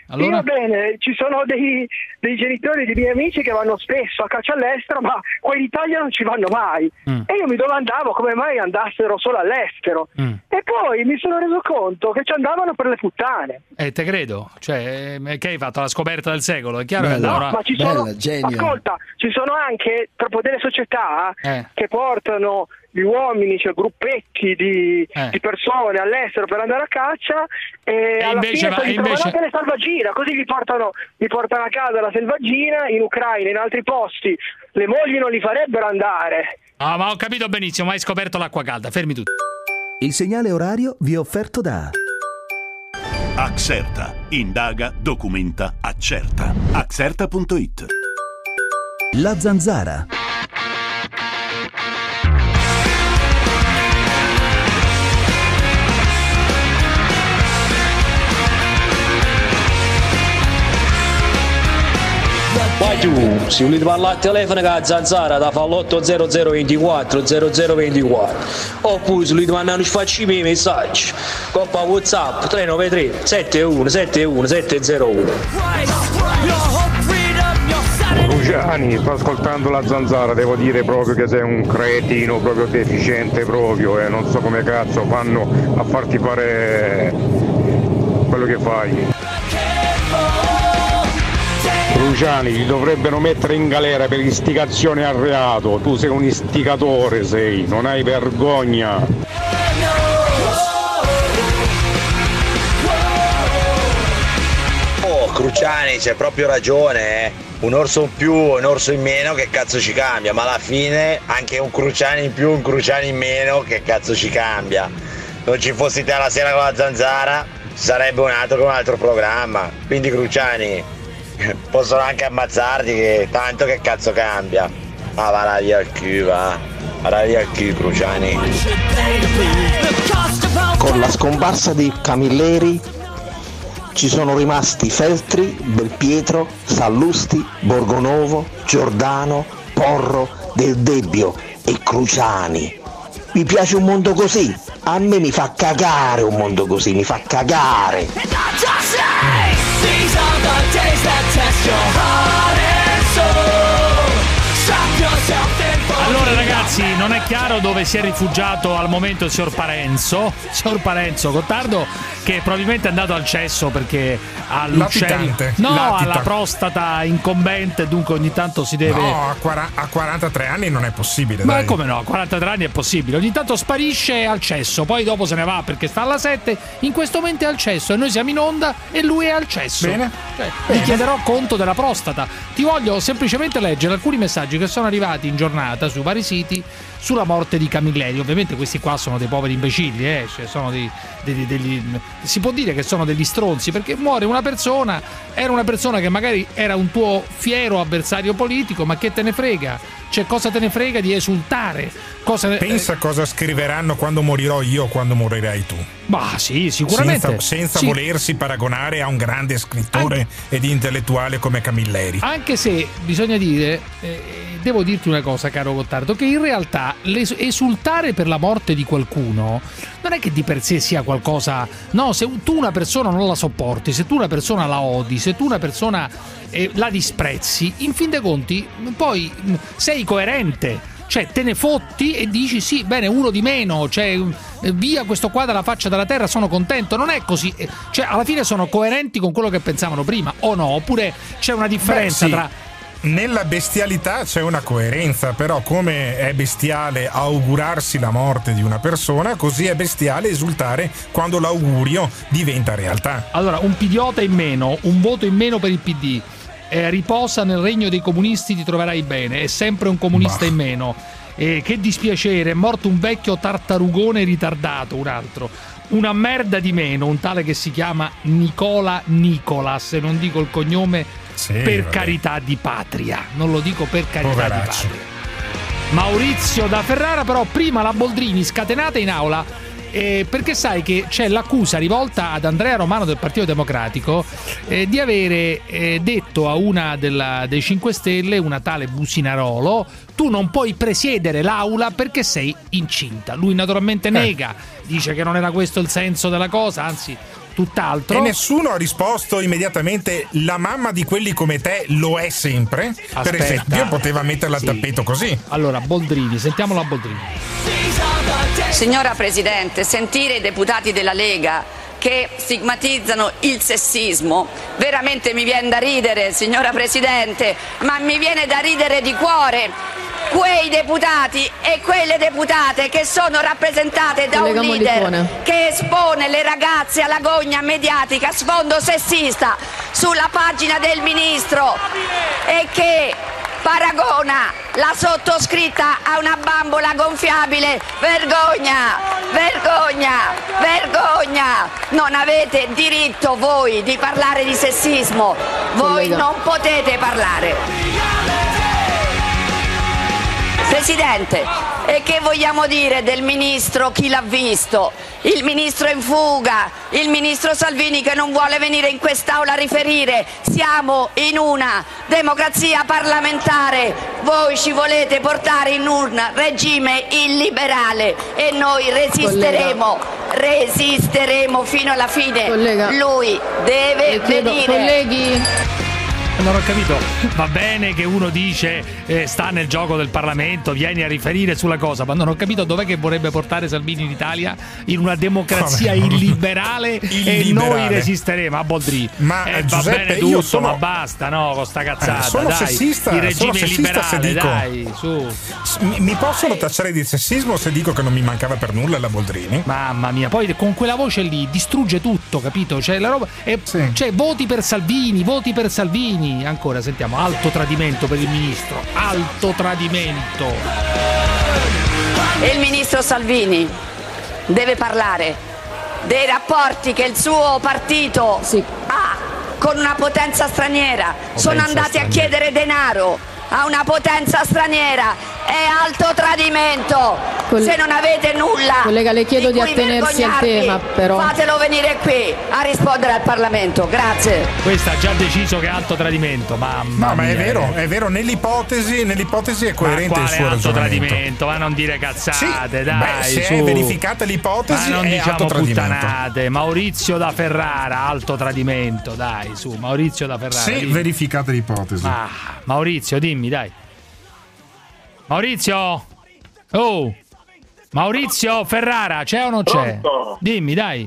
Allora? Io bene, ci sono dei, dei genitori di miei amici che vanno spesso a caccia all'estero, ma quelli d'Italia non ci vanno mai. Mm. E io mi domandavo come mai andassero solo all'estero. Mm. E poi mi sono reso conto che ci andavano per le puttane. Eh, te credo. Cioè, eh, che hai fatto la scoperta del secolo? È chiaro Bella, che andavano... No, ma ci sono, bella, genio. ascolta, ci sono anche proprio delle società eh. che portano gli uomini, cioè gruppetti di, eh. di persone all'estero per andare a caccia e, e alla invece, fine va, poi invece... trovano anche le salvagine, così li portano, li portano a casa la selvaggina in Ucraina, in altri posti. Le mogli non li farebbero andare. Ah, ma ho capito benissimo, ma hai scoperto l'acqua calda, fermi tutti. Il segnale orario vi è offerto da Axerta. Indaga, documenta, accerta. Axerta punto it. La Zanzara. Ma tu, se volete parlare al telefono con la Zanzara, da fa l'otto zero zero ventiquattro zero zero ventiquattro. Oppure se volete mandare un sfaccimi i messaggi, coppa WhatsApp tre nove tre sette uno sette uno sette zero uno. Luciani, sto ascoltando la Zanzara, devo dire proprio che sei un cretino, proprio deficiente proprio, e eh. non so come cazzo fanno a farti fare quello che fai. Luciani, ti dovrebbero mettere in galera per istigazione al reato, tu sei un istigatore, sei, non hai vergogna. Oh, Cruciani, c'è proprio ragione, eh. Un orso in più, un orso in meno, che cazzo ci cambia? Ma alla fine anche un Cruciani in più, un Cruciani in meno, che cazzo ci cambia? Non ci fossi te la sera con la Zanzara, sarebbe un altro con un altro programma. Quindi Cruciani, possono anche ammazzarti, che tanto che cazzo cambia. Ma va la via al Q, va. Va via al Q, Cruciani. Con la scomparsa di Camilleri ci sono rimasti Feltri, Belpietro, Sallusti, Borgonovo, Giordano, Porro, Del Debbio e Cruciani. Vi piace un mondo così? A me mi fa cagare un mondo così, mi fa cagare. Allora ragazzi, non è chiaro dove si è rifugiato al momento il signor Parenzo, signor Parenzo Gottardo, che probabilmente è andato al cesso perché ha l'uccello, no, Latita. ha la prostata incombente, dunque ogni tanto si deve... No, a, quara- a quarantatré anni non è possibile. Ma dai. come no, a quarantatré anni è possibile, ogni tanto sparisce al cesso, poi dopo se ne va perché sta alla sette, in questo momento è al cesso e noi siamo in onda e lui è al cesso. Bene. Cioè, Bene. gli chiederò conto della prostata. Ti voglio semplicemente leggere alcuni messaggi che sono arrivati in giornata su vari siti sulla morte di Camilleri. Ovviamente questi qua sono dei poveri imbecilli, eh? Cioè sono dei, degli, degli, si può dire che sono degli stronzi, perché muore una persona, era una persona che magari era un tuo fiero avversario politico, ma che te ne frega? Cioè, cosa te ne frega di esultare? Cosa... Pensa cosa scriveranno quando morirò io o quando morirai tu. Bah sì, sicuramente. Senza, senza sì. volersi paragonare a un grande scrittore An- ed intellettuale come Camilleri. Anche se bisogna dire, eh, devo dirti una cosa, caro Gottardo, che in realtà esultare per la morte di qualcuno non è che di per sé sia qualcosa. No, se tu una persona non la sopporti, se tu una persona la odi, se tu una persona eh, la disprezzi, in fin dei conti poi sei coerente. Cioè te ne fotti e dici sì, bene, uno di meno, cioè via questo qua dalla faccia della terra, sono contento. Non è così, cioè alla fine sono coerenti con quello che pensavano prima, o no? Oppure c'è una differenza Beh, sì. tra... Nella bestialità c'è una coerenza, però come è bestiale augurarsi la morte di una persona, così è bestiale esultare quando l'augurio diventa realtà. Allora, un pidiota in meno, un voto in meno per il P D. Eh, riposa nel regno dei comunisti, ti troverai bene, è sempre un comunista bah. in meno. Eh, che dispiacere, è morto un vecchio tartarugone ritardato, un altro. Una merda di meno, un tale che si chiama Nicola Nicolas, se non dico il cognome, sì, per vabbè. carità di patria. Non lo dico per carità Poveraccio. di patria. Maurizio da Ferrara, però prima la Boldrini scatenata in aula. Eh, perché sai che c'è l'accusa rivolta ad Andrea Romano del Partito Democratico eh, di avere eh, detto a una della, dei cinque Stelle, una tale Businarolo, tu non puoi presiedere l'aula perché sei incinta. Lui naturalmente nega, dice che non era questo il senso della cosa, anzi tutt'altro. E nessuno ha risposto immediatamente: la mamma di quelli come te lo è sempre? Aspetta. Per esempio, poteva metterla al Sì. tappeto così. Allora, Boldrini, sentiamolo a Boldrini. Signora Presidente, sentire i deputati della Lega che stigmatizzano il sessismo veramente mi viene da ridere, signora Presidente, ma mi viene da ridere di cuore. Quei deputati e quelle deputate che sono rappresentate da Collega un leader Mollicone. che espone le ragazze alla gogna mediatica a sfondo sessista sulla pagina del ministro e che paragona la sottoscritta a una bambola gonfiabile. Vergogna, vergogna, vergogna. Non avete diritto voi di parlare di sessismo. Voi Collega. non potete parlare. Presidente, e che vogliamo dire del ministro, chi l'ha visto? Il ministro in fuga, il ministro Salvini che non vuole venire in quest'aula a riferire. Siamo in una democrazia parlamentare, voi ci volete portare in un regime illiberale e noi resisteremo, resisteremo fino alla fine. Collega. Lui deve Le chiedo, venire. colleghi, Non ho capito, va bene che uno dice eh, sta nel gioco del Parlamento, vieni a riferire sulla cosa, ma non ho capito dov'è che vorrebbe portare Salvini in Italia, in una democrazia Vabbè. illiberale, e Illiberale. noi resisteremo a Boldrini. Ma, eh, Giuseppe, va bene io tutto, sono- ma basta, no, con sta cazzata, Eh, sono dai, sessista, il sono regime sessista se illiberale, dico- dai, su. Mi, mi possono tacciare di sessismo se dico che non mi mancava per nulla la Boldrini? Mamma mia, poi con quella voce lì distrugge tutto, capito? Cioè, la roba è, cioè, voti per Salvini, voti per Salvini. Ancora sentiamo, alto tradimento per il ministro, alto tradimento. E il ministro Salvini deve parlare dei rapporti che il suo partito ha con una potenza straniera. Sono andati a chiedere denaro a una potenza straniera. È alto tradimento. Col- Se non avete nulla, collega, le chiedo di cui attenersi al vergognarvi, tema, però. fatelo venire qui a rispondere al Parlamento. Grazie. Questa ha già deciso che è alto tradimento, mamma No, ma è mia. vero, è vero, nell'ipotesi, nell'ipotesi è coerente Ma il quale suo alto ragionamento. tradimento? Ma non dire cazzate, Sì, dai. beh, se su. è verificata l'ipotesi ma non è diciamo alto tradimento. puttanate. Maurizio da Ferrara, alto tradimento, dai, su. Maurizio da Ferrara. Se dimmi. verificata l'ipotesi. Ah, Maurizio, dimmi, dai. Maurizio? Oh! Maurizio Ferrara, c'è o non c'è? Pronto? Dimmi, dai.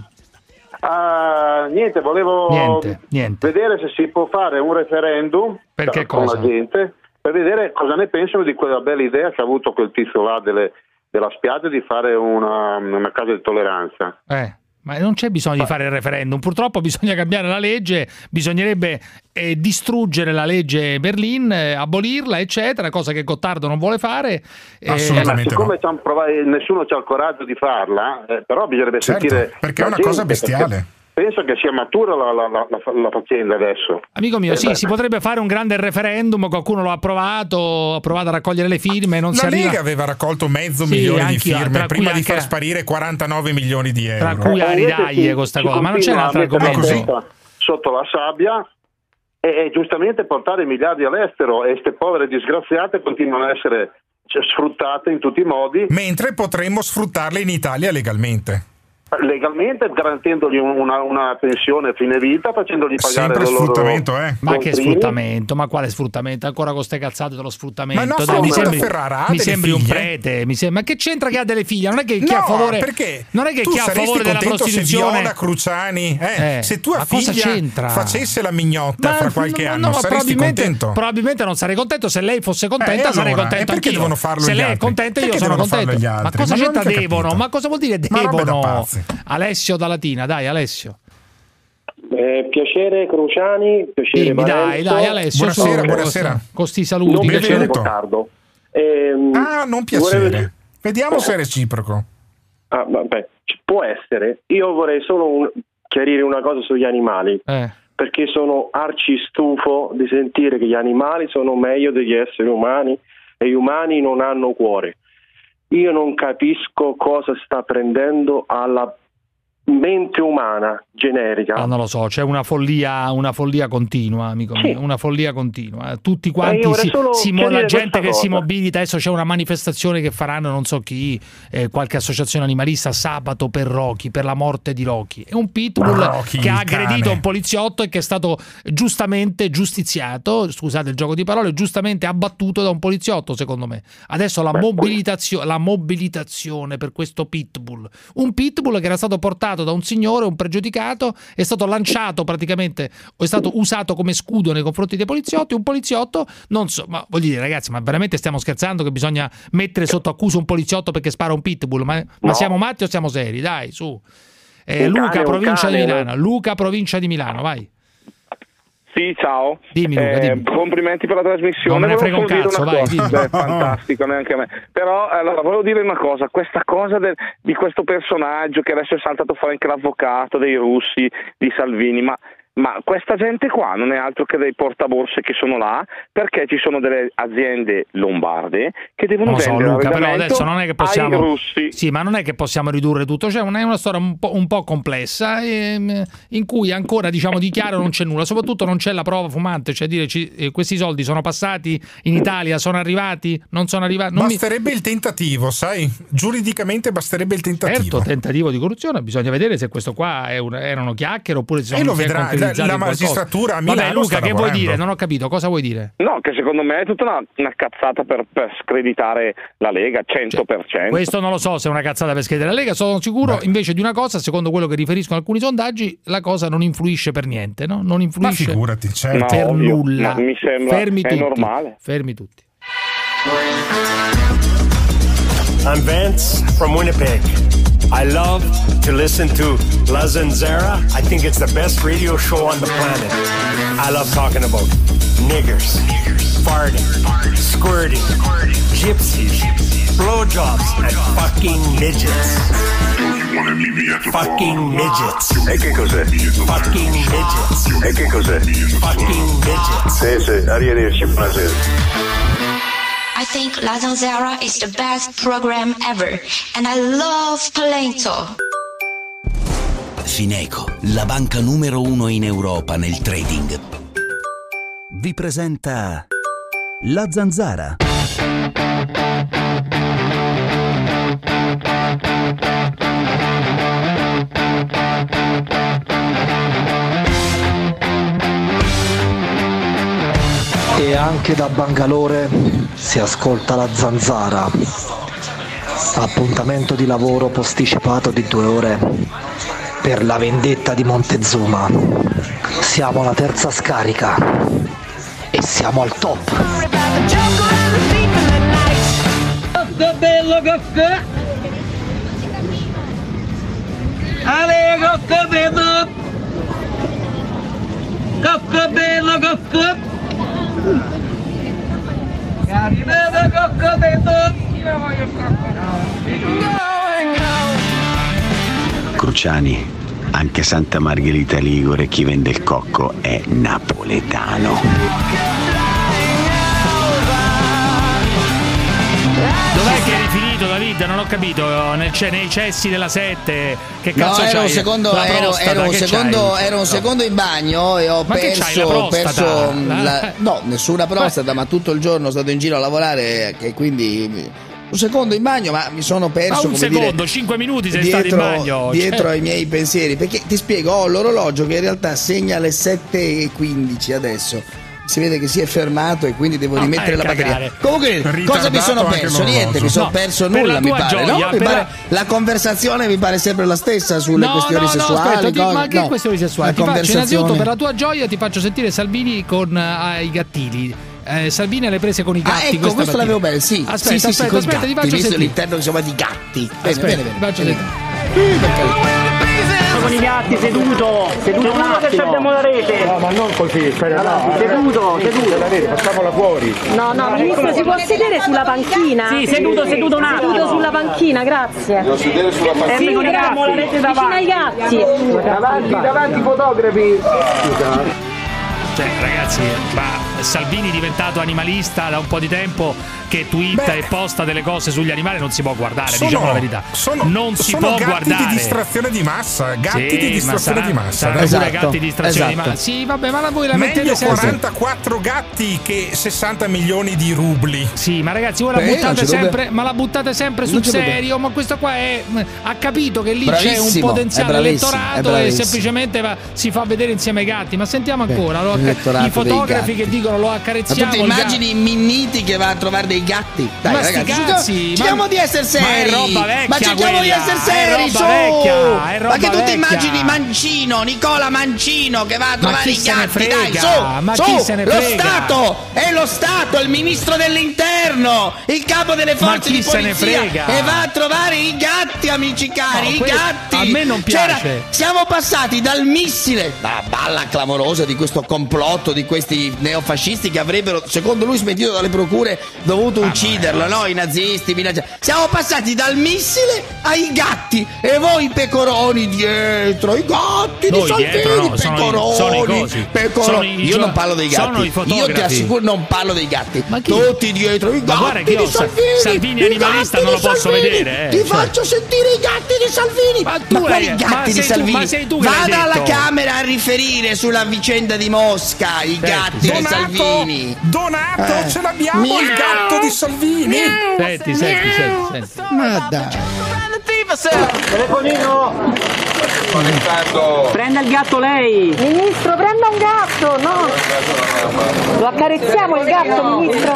Ah, niente, volevo Niente, niente. vedere se si può fare un referendum Per che con cosa? la gente per vedere cosa ne pensano di quella bella idea che ha avuto quel tizio là delle- della spiaggia di fare una, una casa di tolleranza. Eh, ma non c'è bisogno di fare il referendum. Purtroppo bisogna cambiare la legge, bisognerebbe eh, distruggere la legge Berlin, eh, abolirla, eccetera, cosa che Gottardo non vuole fare. Eh, Eh, ma siccome c'han provato- nessuno c'ha il coraggio di farla, eh, però bisognerebbe Certo, sentire perché è la una cosa gente, bestiale. perché Penso che sia matura la, la- la- la- la faccenda adesso. Amico mio, Eh, sì, beh, si potrebbe fare un grande referendum, qualcuno lo ha approvato, ha provato a raccogliere le firme, non si La arriva... Lega aveva raccolto mezzo Sì, milione di anch'io, firme tra prima cui di far anche- sparire quarantanove milioni di euro. Tra cui a ridaglie con sta si cosa, ma non c'è continua un altro a mettere la argomento. testa sotto la sabbia e, e giustamente portare miliardi all'estero e queste povere disgraziate continuano a essere cioè, sfruttate in tutti i modi. Mentre potremmo sfruttarle in Italia legalmente. Legalmente, garantendogli una, una pensione a fine vita, facendogli pagare Sempre le loro sfruttamento, eh. Ma che contrini. sfruttamento? Ma quale sfruttamento? Ancora con ste cazzate dello sfruttamento? Ma il nostro Dai, mi amico da sembri, Ferrara ha mi delle sembri un figlie? prete. Mi sembra... Ma che c'entra che ha delle figlie? Non è che chi No, ha a favore. perché Non è che tu chi ha a saresti favore della contento se prostituzione. Viola Cruciani, eh, Eh, se tua ma cosa figlia c'entra? facesse la mignotta Ma fra qualche no, anno, no, ma saresti probabilmente, contento? probabilmente non sarei contento. Se lei fosse contenta, Eh, e sarei allora? contento E perché anch'io. devono farlo Se gli lei è altri? contenta, io Perché sono devono farlo contento. gli Ma altri? cosa Ma non ho c'entra mica devono? capito. Ma cosa vuol dire Ma robe da devono? pazzi. Alessio da Latina, dai, Alessio. Eh, piacere Cruciani, piacere Dimmi, dai, Valenzo. dai, Alessio. Buonasera, su, buonasera. Con sti saluti. Non che piacere c'è? Gottardo. Ehm, Ah, non piacere. vorrei- Vediamo se è reciproco. Ah, vabbè, ci può essere. Io vorrei solo un- chiarire una cosa sugli animali. Eh. Perché sono arci stufo di sentire che gli animali sono meglio degli esseri umani e gli umani non hanno cuore. Io non capisco cosa sta prendendo alla mente umana generica. Ah, non lo so, c'è una follia, una follia continua, amico sì. mio, una follia continua. Tutti quanti si, si mo- la gente che cosa. si mobilita, adesso c'è una manifestazione che faranno non so chi, eh, qualche associazione animalista sabato per Rocky, per la morte di Rocky. È un pitbull Rocky, che ha aggredito un poliziotto e che è stato giustamente giustiziato, scusate il gioco di parole, giustamente abbattuto da un poliziotto, secondo me. Adesso la mobilitazione, la mobilitazione per questo pitbull, un pitbull che era stato portato da un signore, un pregiudicato, è stato lanciato praticamente o è stato usato come scudo nei confronti dei poliziotti. Un poliziotto, non so, ma voglio dire, ragazzi, ma veramente stiamo scherzando che bisogna mettere sotto accusa un poliziotto perché spara un pitbull? Ma, no. ma siamo matti o siamo seri? Dai, su. Eh, Luca, cane, provincia di Milano. Luca, provincia di Milano, vai. Sì, ciao. Dimmi, Luca, eh, dimmi. Complimenti per la trasmissione. Non me ne frega un cazzo, vai. È fantastico, neanche a me. Però allora volevo dire una cosa, questa cosa del, di questo personaggio che adesso è saltato fuori anche l'avvocato dei russi, di Salvini, ma Ma questa gente qua non è altro che dei portaborse che sono là perché ci sono delle aziende lombarde che devono non vendere so, Luca, però adesso non è che possiamo, ai russi. Sì, ma non è che possiamo ridurre tutto, cioè è una storia un po', un po' complessa ehm, in cui ancora diciamo di chiaro non c'è nulla, soprattutto non c'è la prova fumante, cioè dire ci, eh, questi soldi sono passati in Italia, sono arrivati, non sono arrivati. Non basterebbe mi... il tentativo, sai, giuridicamente basterebbe il tentativo. Certo, tentativo di corruzione, bisogna vedere se questo qua è un, erano chiacchiere oppure se sono e lo vedrà la, la magistratura a Milano. Vabbè, Luca, che lavorando. vuoi dire? Non ho capito, cosa vuoi dire? No, che secondo me è tutta una, una cazzata per, per screditare la Lega, cento per cento. Cioè, questo non lo so se è una cazzata per screditare la Lega, sono sicuro Beh. invece di una cosa, secondo quello che riferiscono alcuni sondaggi, la cosa non influisce per niente, no? Non influisce Ma figurati, certo. per no, ovvio, nulla. Mi sembra fermi è tutti, normale. Fermi tutti. I'm Vance from Winnipeg. I love to listen to La Zanzara. I think it's the best radio show on the planet. I love talking about niggers, farting, squirting, gypsies, blowjobs, and fucking midgets. Fucking midgets. E che cos'è? Fucking midgets. E che cos'è? Fucking midgets. Sì, sì, arrivederci, buonasera. I think La Zanzara is the best program ever, and I love Palento. Fineco, la banca numero uno in Europa nel trading, vi presenta La Zanzara. E anche da Bangalore si ascolta La Zanzara. Appuntamento di lavoro posticipato di due ore per la vendetta di Montezuma. Siamo alla terza scarica e siamo al top. Caffè bello caffè. Ale caffè bello. Caffè bello caffè. Cruciani, anche Santa Margherita Ligure chi vende il cocco è napoletano. Dov'è che eri finito, David? Non ho capito. Nel, nei cessi della sette. Che cazzo no, c'hai? Ero un secondo, ero, ero un secondo, ero un secondo in bagno e ho ma perso, che c'hai, la perso la, no, nessuna prostata, ma tutto il giorno sono stato in giro a lavorare e quindi un secondo in bagno, ma mi sono perso. Ma un come secondo, dire, cinque minuti sei dietro, stato in bagno. Dietro cioè. ai miei pensieri, perché ti spiego, ho l'orologio che in realtà segna le sette e quindici adesso. Si vede che si è fermato e quindi devo no, rimettere la batteria. Cagare. Comunque, cosa mi sono perso? Niente, mi sono no, perso nulla, mi pare. Gioia, no? mi pare la... la conversazione mi pare sempre la stessa sulle no, questioni no, sessuali. No, aspetta, cosa... ma che no. questioni sessuali? Ti faccio innanzitutto per la tua gioia ti faccio sentire Salvini con uh, i gattili. Eh, Salvini alle prese con i gatti. Ah, ecco, questo l'avevo bene, sì. Aspetta, sì, sì, aspetta, sì, aspetta, ti faccio sentire. All'interno che si chiama di gatti. Bene, aspetta, bene, bene. Ti faccio bene. sentire. Con i gatti seduto, seduto un attimo. Che abbiamo la rete. No, ma non così, spera, no. Seduto, seduto. La rete, facciamola fuori. No, no, ministro, si può sedere sulla panchina? Sì, seduto, seduto un attimo. Seduto sulla panchina, grazie. Devo sedere sulla panchina. Sì, abbiamo la rete davanti. Vicino ai gatti. Davanti, davanti i fotografi. Cioè, ragazzi, ma Salvini diventato animalista da un po' di tempo, che twitta Beh, e posta delle cose sugli animali, non si può guardare, sono, diciamo la verità. Sono, non si sono può gatti guardare. di distrazione di massa, gatti sì, di distrazione sarà, di massa. Saranno esatto, pure gatti di distrazione esatto. di massa. Sì, vabbè, ma la voi la meglio mettete sempre. quarantaquattro gatti che sessanta milioni di rubli. Sì, ma ragazzi, voi la Beh, buttate sempre, ma la buttate sempre sul serio, ma questo qua è ha capito che lì bravissimo, c'è un potenziale elettorato e semplicemente va, si fa vedere insieme ai gatti. Ma sentiamo ancora lo, i fotografi che dicono lo accarezziamo. Ma tu ti immagini Minniti che va a trovare dei gatti? Dai, ma ragazzi, sti cazzi, cerchiamo di essere seri. Ma è roba vecchia, ma cerchiamo quella, di essere seri, è roba su. vecchia, è roba ma che tu vecchia. ti immagini Mancino, Nicola Mancino che va a trovare i gatti? Dai, su, ma su. chi se ne lo frega? Stato, è lo Stato, il ministro dell'interno, il capo delle forze di polizia e va a trovare i gatti, amici cari, no, i que- gatti. A me non piace. C'era, siamo passati dal missile, la balla clamorosa di questo complotto di questi neofascisti che avrebbero, secondo lui smentito dalle procure, dovuto ah, ucciderlo, no? I nazisti, minaccia. Siamo passati dal missile ai gatti e voi pecoroni dietro, i gatti Noi di Salvini, dietro, no, pecoroni, sono i, sono i cosi. pecoroni. Sono i, Io non parlo dei gatti. Io ti assicuro non parlo dei gatti. Ma chi? Tutti dietro i ma gatti di io, Salvini. Salvini animalista non lo posso Salvini. vedere, eh. Ti cioè. faccio sentire i gatti di Salvini. Ma, tu ma quali hai, gatti ma di Salvini? Tu, ma sei tu che l'hai Vada alla detto. Camera a riferire sulla vicenda di Mosca, i Senti, gatti Donato, di Salvini. Donato, Eh. ce l'abbiamo Miau. il gatto di Salvini. Senti, senti, senti, senti. Ma dai. Telefonino! Prenda il gatto lei! Ministro, prenda un gatto, no? Lo accarezziamo il gatto, ministro!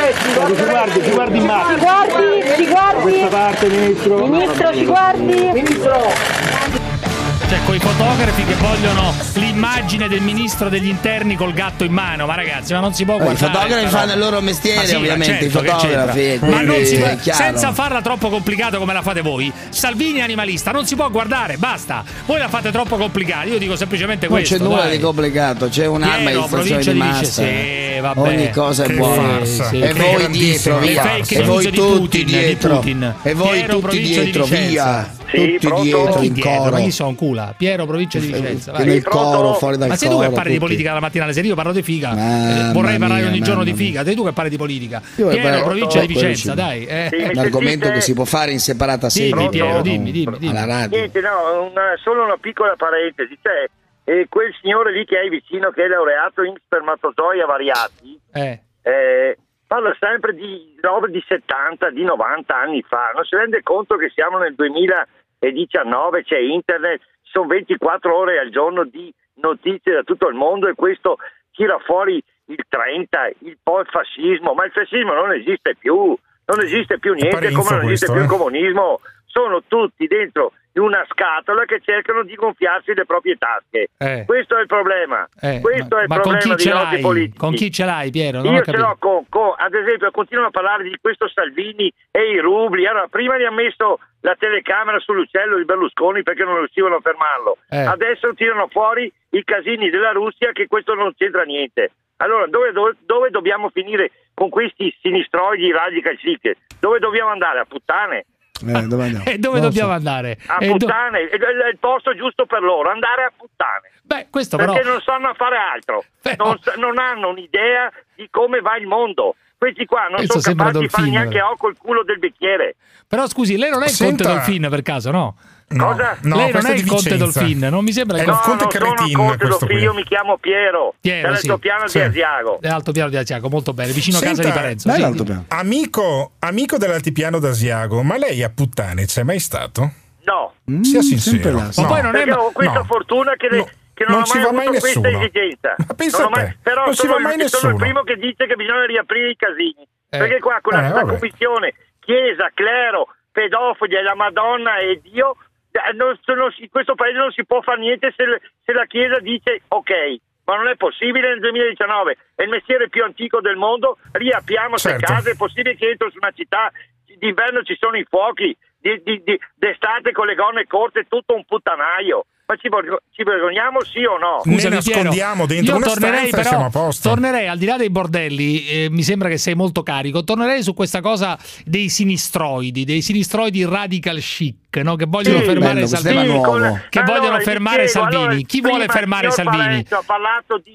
Ci guardi, ci guardi in mano! Ci guardi, ci guardi! Da questa parte, ministro! Ministro, ci guardi! Ministro! Cioè, coi fotografi che vogliono l'immagine del ministro degli interni col gatto in mano, ma ragazzi, ma non si può guardare. I fotografi però. fanno il loro mestiere, Sì, ovviamente, certo, i fotografi. ma non si può, è chiaro. senza farla troppo complicata come la fate voi. Salvini animalista non si può guardare, basta. Voi la fate troppo complicata. Io dico semplicemente non questo. c'è nulla dai. di complicato, c'è un'arma Piero, di distrazione provincia di di massa. Vicenza, sì, vabbè. Ogni cosa è Che buona. farsa. Sì, E che voi grandissima dietro, via. fake E news voi di tutti Putin, di dietro. Putin. E voi Piero, tutti provincia di dietro, Vicenza. via. Sì, Tutti pronto? dietro Chi in dietro? coro. Ma chi sono cula? Piero, provincia di Vicenza. Che Vai. nel pronto? coro, fuori dal Ma sei coro. tu che parli di tutti. politica la mattina alle sera? Io parlo di figa. Mamma Eh, vorrei mia, parlare ogni giorno di mamma figa. Sei tu che parli di politica. Io Piero, parlo- provincia di quello Vicenza, sì. dai. Eh. Sì, mi Un argomento sentite? che si può fare in separata sede. Dimmi, però, Piero, no, dimmi, dimmi, dimmi. alla radio. Niente, no, una, solo una piccola parentesi. Cioè, eh, quel signore lì che hai vicino, che è laureato in spermatozoi avariati, Eh. eh, parla sempre di robe di settanta, di novanta anni fa. Non si rende conto che siamo nel duemiladiciannove, c'è internet, ci sono ventiquattro ore al giorno di notizie da tutto il mondo e questo tira fuori il trenta, il po' il fascismo, ma il fascismo non esiste più, non esiste più niente, Parenzo come non esiste questo, più il eh. comunismo. Sono tutti dentro di una scatola che cercano di gonfiarsi le proprie tasche. Eh. Questo è il problema. Eh, Questo ma, è il ma con problema chi dei ce nostri l'hai? politici. Con chi ce l'hai, Piero? Non ho Io ce capito. l'ho con, con, ad esempio, continuano a parlare di questo Salvini e i rubli. Allora, prima gli ha messo la telecamera sull'uccello di Berlusconi perché non riuscivano a fermarlo. Eh. Adesso tirano fuori i casini della Russia che questo non c'entra niente. Allora, dove, dove, dove dobbiamo finire con questi sinistroidi radical chic? Dove dobbiamo andare? A puttane? Eh, dove andiamo? E dove Non lo dobbiamo so. andare? A E do- puttane, è è il posto giusto per loro, andare a puttane. Beh, questo Perché però. non sanno fare altro, Però- non, sa- non hanno un'idea di come va il mondo. Questi qua non Questo sono sembra capaci di fare Dolfino, neanche però. occo il culo del bicchiere. Però scusi, lei non è il Senta- Conte Dolfin per caso, no? No, Cosa? no, lei non questo è il di Conte Vicenza. Dolfin, non mi sembra il È il No, Conte. Conte non sono Cretin, Conte questo Dolfin, qui. io mi chiamo Piero, Piero, dall'altopiano sì. di Sì. Asiago. È Altopiano di Asiago, molto bene, vicino a casa Senta, di Parenzo. Bello Sì, l'altopiano. Amico, amico dell'altipiano d'Asiago, ma lei a puttane c'è mai stato? No, Mm, Sia sempre sincero. là. Ma poi non è perché ho questa no. fortuna che, le- No, che non, non ho ci mai va mai avuto questa nessuno. esigenza. Ma pensa Non ho a te, mai- però non ci sono, va mai il, sono il nessuno. primo che dice che bisogna riaprire i casini. Eh. Perché qua con Eh, la questa vabbè. commissione Chiesa, clero, pedofili e la Madonna e Dio, eh, non- non si- in questo paese non si può fare niente se, le- se la Chiesa dice ok. Ma non è possibile nel duemiladiciannove, è il mestiere più antico del mondo, riapriamo queste Certo. case, è possibile che entro su una città, d'inverno ci sono i fuochi, di, di, di, d'estate con le gonne corte tutto un puttanaio. Ma ci, vergo- ci vergogniamo sì o no? Ne Scusami, nascondiamo Piero, dentro io una tornerei, stanza e però, siamo a posto. tornerei al di là dei bordelli, eh, mi sembra che sei molto carico, tornerei su questa cosa dei sinistroidi, dei sinistroidi radical chic, no? Che vogliono Sì, fermare bello, questo Salvini. tema nuovo. con- Che allora, vogliono vi fermare spiego, Salvini. allora, Chi vuole prima fermare il signor Salvini? Parenzo ha parlato di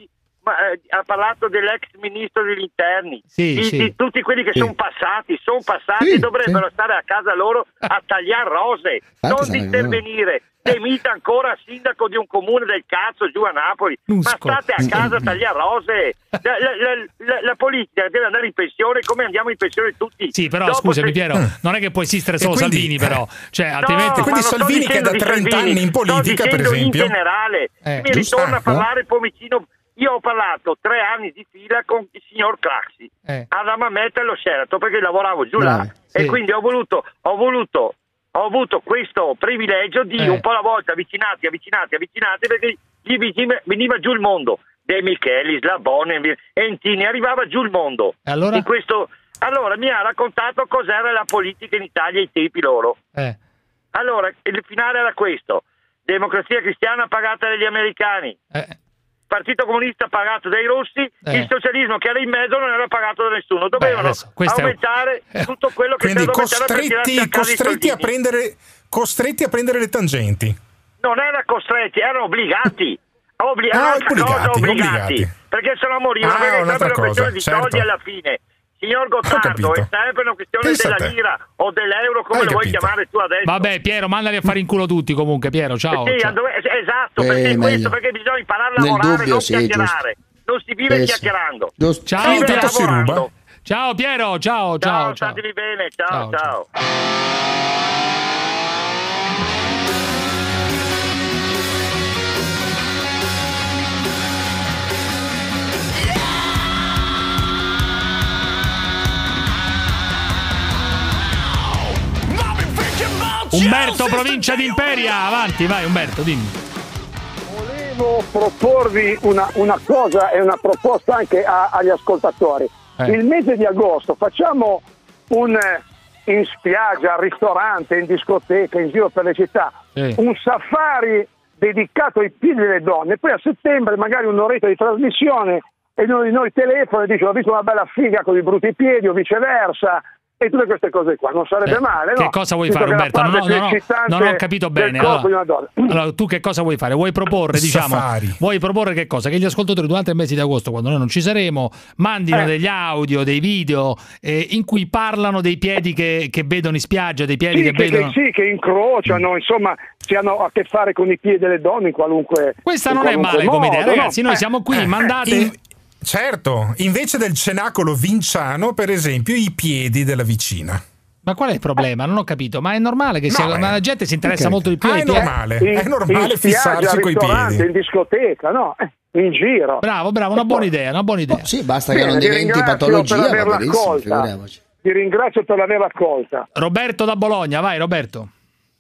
ma, eh, ha parlato dell'ex ministro degli interni, sì, di, sì. di tutti quelli che Sì. sono passati, sono passati, Sì, dovrebbero stare a casa loro a tagliare rose, Infatti non sono intervenire. Demita ancora sindaco di un comune del cazzo giù a Napoli, ma state a casa a tagliare rose. La, la, la, la, la politica deve andare in pensione come andiamo in pensione tutti. Sì, però Dopo scusami se- Piero, non è che può esistere solo quindi- Salvini, però. Cioè, altrimenti... No, quindi ma non sto Salvini che dicendo da di trenta Salvini, anni in politica, sto per dicendo esempio. in generale, Eh, mi giusto. ritorna a Ah, parlare Pomicino. Io ho parlato tre anni di fila con il signor Craxi Eh. alla Mametta e allo Sheraton perché lavoravo giù Bravo, là e sì. quindi ho voluto, ho voluto, ho avuto questo privilegio di Eh. un po' alla volta avvicinati, avvicinati, avvicinati perché gli veniva, veniva giù il mondo. De Michelis, La Bonne, Entini, arrivava giù il mondo. E allora? In questo, allora mi ha raccontato cos'era la politica in Italia ai tempi loro. Eh. Allora, il finale era questo: Democrazia Cristiana pagata dagli americani, Eh. Partito Comunista pagato dai russi, Eh. il socialismo che era in mezzo non era pagato da nessuno. Dovevano adesso, questo è un- aumentare tutto quello che Quindi c'era da aumentare per tirarsi costretti, a casa i costretti, a soldini. prendere, costretti a prendere le tangenti. Non era costretti, erano obbligati. Obbli- Ah, un'altra cosa, obbligati, obbligati. obbligati. Perché se no morivano, Ah, perché è un'altra sempre una questione cosa, di certo. soldi alla fine. Signor Gottardo, capito. è sempre una questione Pensa a della te. lira o dell'euro, come Hai lo vuoi capito. chiamare tu adesso. Vabbè, Piero, mandali a fare in culo tutti comunque, Piero, ciao. Sì, ciao. dove- esatto, Eh, perché è meglio. questo, perché bisogna imparare a Nel lavorare, dubbio, non sì, chiacchierare. Non si vive Sì, sì. chiacchierando. Giusto. Ciao, Si vive intanto si lavorando. ruba. Ciao Piero, ciao, ciao, Ciao, ciao. statevi bene, ciao, Ciao, ciao. Umberto, provincia di Imperia, avanti, vai Umberto, dimmi. Volevo proporvi una, una cosa e una proposta anche a- agli ascoltatori. Eh. Il mese di agosto facciamo un eh, in spiaggia, al ristorante, in discoteca, in giro per le città, Sì. un safari dedicato ai piedi delle donne. Poi a settembre magari un'oretta di trasmissione e uno di noi telefona e dice: ho visto una bella figa con i brutti piedi o viceversa. E tutte queste cose qua, non sarebbe Eh, male, che no? cosa vuoi Visto fare, che la Umberto? Non parte ho, più non ho- eccitante non ho capito del bene. corpo di Allora, una donna. allora, tu che cosa vuoi fare? Vuoi proporre, diciamo, Safari. vuoi proporre che cosa? Che gli ascoltatori durante il mese di agosto, quando noi non ci saremo, mandino Eh. degli audio, dei video eh, in cui parlano dei piedi che, che vedono in spiaggia, dei piedi Sì che, che, vedono. che, sì, che incrociano, insomma, si hanno a che fare con i piedi delle donne in qualunque Questa in non è qualunque male come modo, idea, ragazzi. no? Noi Eh, siamo qui, Eh, mandate. in- certo, invece del cenacolo vinciano, per esempio, i piedi della vicina. Ma qual è il problema? Non ho capito. Ma è normale che sia... No, eh. ma la gente si interessa Ok. molto di più Ah, ai è piedi. normale, in, è normale in spiaggia, fissarsi al coi ristorante, piedi. in discoteca, no? Eh, in giro. Bravo, bravo, una buona idea, una buona idea. Sì, basta che Bene, non ti diventi ringrazio patologia, per va averla benissimo, accolta. figuriamoci. Ti ringrazio per averla accolta. Roberto da Bologna, vai Roberto.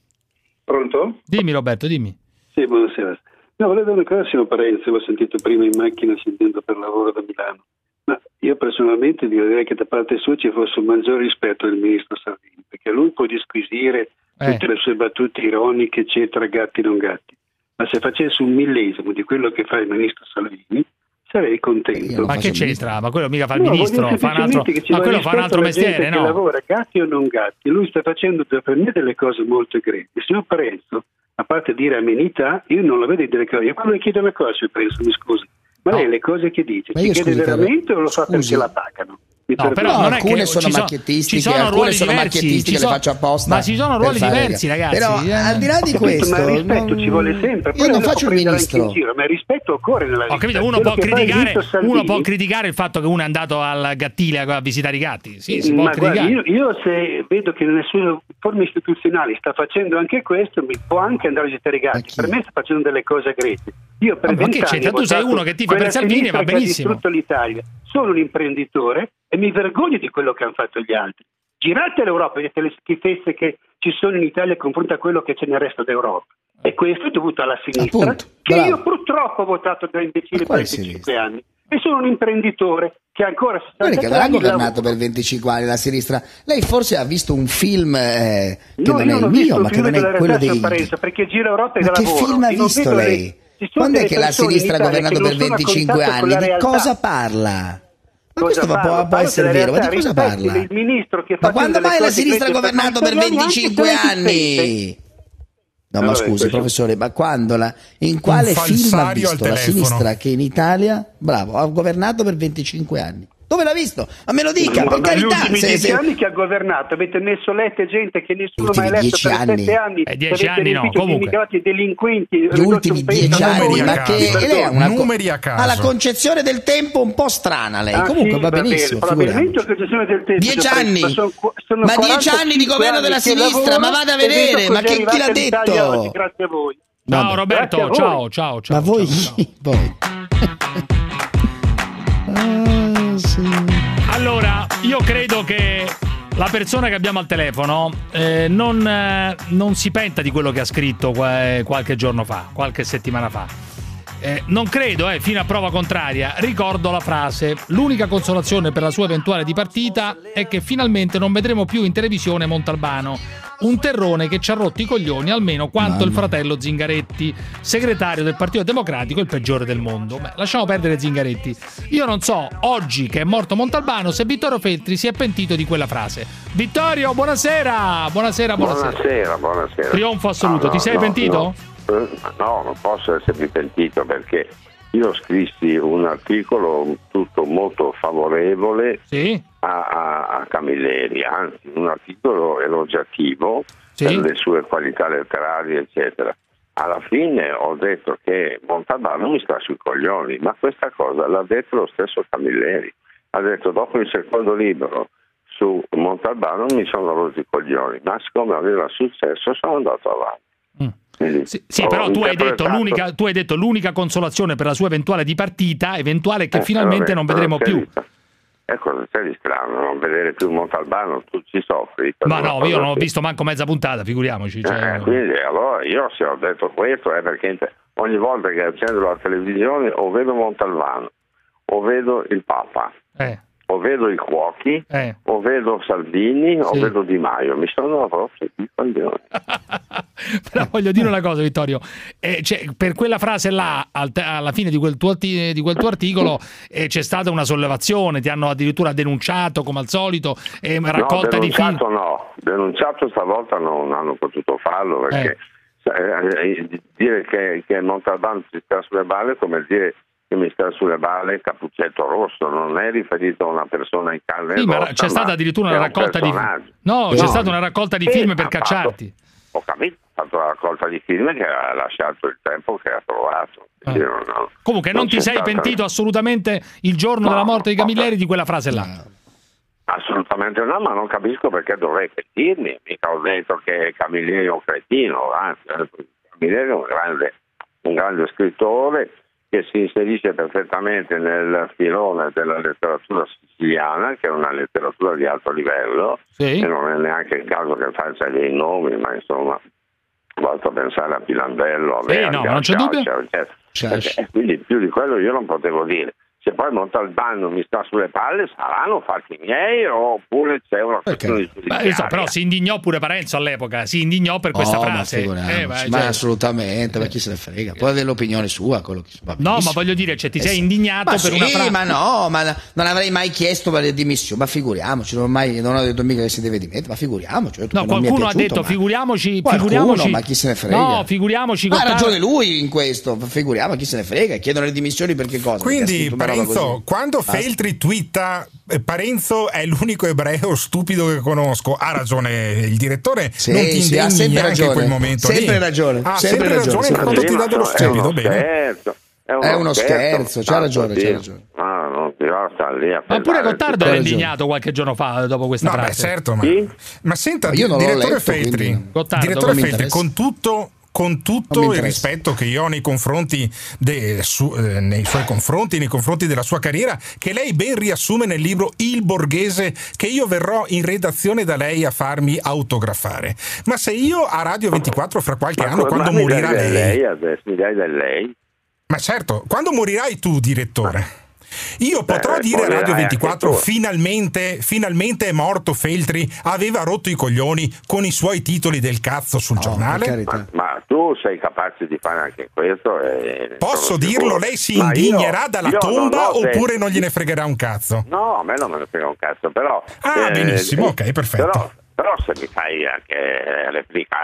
Pronto? Dimmi Roberto, dimmi. Sì, buonasera. No, volevo dire una cosa, signor Parenzi, l'ho sentito prima in macchina sentendo per lavoro da Milano. Ma io personalmente direi che da parte sua ci fosse un maggior rispetto del ministro Salvini, perché lui può disquisire Eh. tutte le sue battute ironiche, eccetera, gatti non gatti. Ma se facesse un millesimo di quello che fa il ministro Salvini, sarei contento. Ma che c'entra? Ma quello mica fa il No, ministro, voglio fa un altro, semplicemente che ci ma vuole quello fa un altro rispetto alla mestiere, gente no? che lavora, gatti o non gatti. Lui sta facendo per me delle cose molto grevi. Il signor Parenzo, a parte dire amenità, io non la vedo dire cose. Io quando le chiedo una cosa, signor Parenzo, mi scusi, ma lei le cose che dice, Ma ci io, chiede scusi, veramente o lo fa scusi. perché la pagano? Mi No, perdoni. però non è alcune che sono ci sono- macchiettistiche, ci sono alcune ruoli sono diversi, macchiettistiche, ci le sono- faccio apposta. ma ci sono per ruoli fare diversi, vedere. ragazzi. Però Eh. al di là di Ho capito, questo, ma il rispetto non- ci vuole sempre. Poi io non lo faccio può il prendere anche ministro. in giro, ma il rispetto occorre nella vita. Ho capito, uno Quello può, che fa il criticare, ministro Salvini- uno può criticare il fatto che uno è andato al Gattile a visitare i gatti. Sì, si può Ma guardi, criticare. io, io se vedo che nelle sue forme istituzionali sta facendo anche questo, mi può anche andare a visitare i gatti. Per me sta facendo delle cose greche. Io per Ma che vent'anni c'entra? ho Tu sei votato uno che tifa per quella Salvini e va sinistra che ha benissimo. distrutto l'Italia. Sono un imprenditore e mi vergogno di quello che hanno fatto gli altri. Girate l'Europa, vedete le schifezze che ci sono in Italia a confronto a quello che c'è nel resto d'Europa. E questo è dovuto alla sinistra, Appunto, che bravo. io purtroppo ho votato da imbecille per quale venticinque anni. E sono un imprenditore che ancora Guardi che non ha anni governato per venticinque anni la sinistra. Lei forse ha visto un film eh, che No, non io è il ho visto mio, un ma che film non della è quello realtà dei... sorpresa, perché gira Europa e Ma da che lavoro. film ha E non visto vedo le- lei? ci sono Quando è delle che la persone in sinistra ha Italia governato che per non sono a venticinque contatto con anni? la Di realtà. cosa parla? Ma Cosa questo può, parlo? può Parlo essere della vero, ma di realtà, cosa rispetti parla? il ministro che Ma fa quando delle mai la cose sinistra ha invece governato per per tanti anni, venticinque anche se anni? No, ma scusi, professore, ma quando la, in quale film ha visto la sinistra che in Italia, bravo, ha governato per venticinque anni? Dove l'ha visto? Ma me lo dica, ma per carità. Negli ultimi se, dieci se... anni che ha governato, avete messo lette gente che nessuno mai eletto per anni. sette anni. Eh, dieci anni no, comunque. Immigrati delinquenti. Gli ultimi dieci anni, ma che lei ha una numeri a caso. ha la concezione del tempo un po' strana lei. Ah, comunque sì, va benissimo. probabilmente la concezione del tempo. Dieci anni, ma, sono, sono ma dieci anni di governo della sinistra, ma vada a vedere, ma chi, chi l'ha detto? Oggi, grazie a voi. Ciao Vabbè. Roberto, ciao, ciao, ciao. Ma voi, ciao, ciao. voi. ah, sì. Allora, io credo che la persona che abbiamo al telefono eh, non, eh, non si penta di quello che ha scritto qual- qualche giorno fa, qualche settimana fa. Eh, non credo, eh, fino a prova contraria. Ricordo la frase: l'unica consolazione per la sua eventuale dipartita è che finalmente non vedremo più in televisione Montalbano, un terrone che ci ha rotto i coglioni almeno quanto il fratello Zingaretti, segretario del Partito Democratico, il peggiore del mondo. Beh, lasciamo perdere Zingaretti. Io non so, oggi che è morto Montalbano, se Vittorio Feltri si è pentito di quella frase. Vittorio, buonasera! Buonasera, buonasera. Buonasera, buonasera. Trionfo assoluto, no, no, ti sei no, pentito? No. No, non posso essermi pentito perché io scrissi un articolo tutto molto favorevole sì? a, a, a Camilleri, anzi un articolo elogiativo sì? per le sue qualità letterarie eccetera. Alla fine ho detto che Montalbano mi sta sui coglioni, ma questa cosa l'ha detto lo stesso Camilleri. Ha detto dopo il secondo libro su Montalbano mi sono rotti i coglioni, ma siccome aveva successo sono andato avanti. Sì, sì però tu hai, detto l'unica, tu hai detto l'unica consolazione per la sua eventuale dipartita eventuale è che eh, finalmente vabbè, non vedremo più. È cosa c'è di strano non vedere più Montalbano? Tu ci soffri? Ma no, io non ho visto manco mezza puntata, figuriamoci. Cioè... Eh, quindi allora io se ho detto questo è perché ogni volta che accendo la televisione o vedo Montalbano o vedo il Papa. Eh. O vedo i cuochi, eh. o vedo Salvini, sì. o vedo Di Maio. Mi sono rotto i coglioni. Però voglio dire una cosa, Vittorio. Eh, cioè, per quella frase là, al te- alla fine di quel tuo, ati- di quel tuo articolo, eh, c'è stata una sollevazione. Ti hanno addirittura denunciato, come al solito, eh, raccolta no, di film. No, denunciato stavolta non hanno potuto farlo perché eh. Eh, dire che, che Montalbano si sta sulle balle è come dire che mi sta sulle balle Cappuccetto Rosso, non è riferito a una persona in carne sì, e ma ossa, c'è stata addirittura una un raccolta di no, no, c'è stata una raccolta di film per fatto, cacciarti. Ho capito, ha fatto la raccolta di film che ha lasciato il tempo che ha trovato. Eh. Non, non, Comunque non, non ti sei stata... pentito assolutamente il giorno no, della morte di Camilleri no, di quella frase là? Assolutamente no, ma non capisco perché dovrei pentirmi. Mica ho detto che Camilleri è un cretino, anzi, Camilleri è un grande, un grande scrittore che si inserisce perfettamente nel filone della letteratura siciliana, che è una letteratura di alto livello, sì. e non è neanche il caso che faccia dei nomi, ma insomma basta pensare a Pilandello, a sì, Verga, no, non c'è dubbio. Perché, quindi più di quello io non potevo dire. Se poi Montalbano mi sta sulle palle saranno fatti miei oppure c'è una questione di giudiziaria. So, però si indignò pure Parenzo all'epoca, si indignò per questa oh, frase. Ma, eh, ma cioè... assolutamente, ma chi se ne frega? Può avere l'opinione sua, quello che no, ma voglio dire, cioè, ti sei indignato ma per sì, una frase. Ma no, ma non avrei mai chiesto per le dimissioni, ma figuriamoci, non, mai, non ho detto mica che si deve dimettere, ma figuriamoci. No, qualcuno ha detto ma... figuriamoci, qualcuno, figuriamoci. Ma chi se ne frega? No, figuriamoci. Ma ha ragione lui in questo, figuriamo, chi se ne frega, chiedono le dimissioni per che cosa? Quindi, Parenzo, quando Feltri twitta Parenzo è l'unico ebreo stupido che conosco, ha ragione il direttore, sì, non ti sì, indegni neanche in quel momento sempre lì. ragione, ha sempre, sempre ragione, ragione quando sempre ti dà dello stupido, bene. Scherzo, è uno, è uno scherzo, scherzo c'ha ragione, c'ha ragione. Ah, non ti va a stare lì a ma pure Gottardo era indignato qualche giorno fa dopo questa no, frase. Beh, certo, ma, sì? ma senta, ma io non direttore l'ho letto, Feltri, Gottardo, direttore Feltri, con tutto con tutto il rispetto che io ho nei confronti de, su, eh, nei suoi confronti, nei confronti della sua carriera, che lei ben riassume nel libro Il Borghese, che io verrò in redazione da lei a farmi autografare. Ma se io a Radio ventiquattro fra qualche ma anno, quando morirà lei, lei adesso, mi dai del lei? Ma certo, quando morirai tu, direttore, io potrò Beh, dire a Radio ventiquattro finalmente, finalmente è morto Feltri, aveva rotto i coglioni con i suoi titoli del cazzo sul oh, giornale. Ma, ma tu sei capace di fare anche questo? E posso dirlo? Sicuro. Lei si indignerà io, dalla io tomba non oppure detto. Non gliene fregherà un cazzo? No, a me non me ne frega un cazzo, però... Ah, eh, benissimo, ok, perfetto. Però, però se mi fai anche replicare,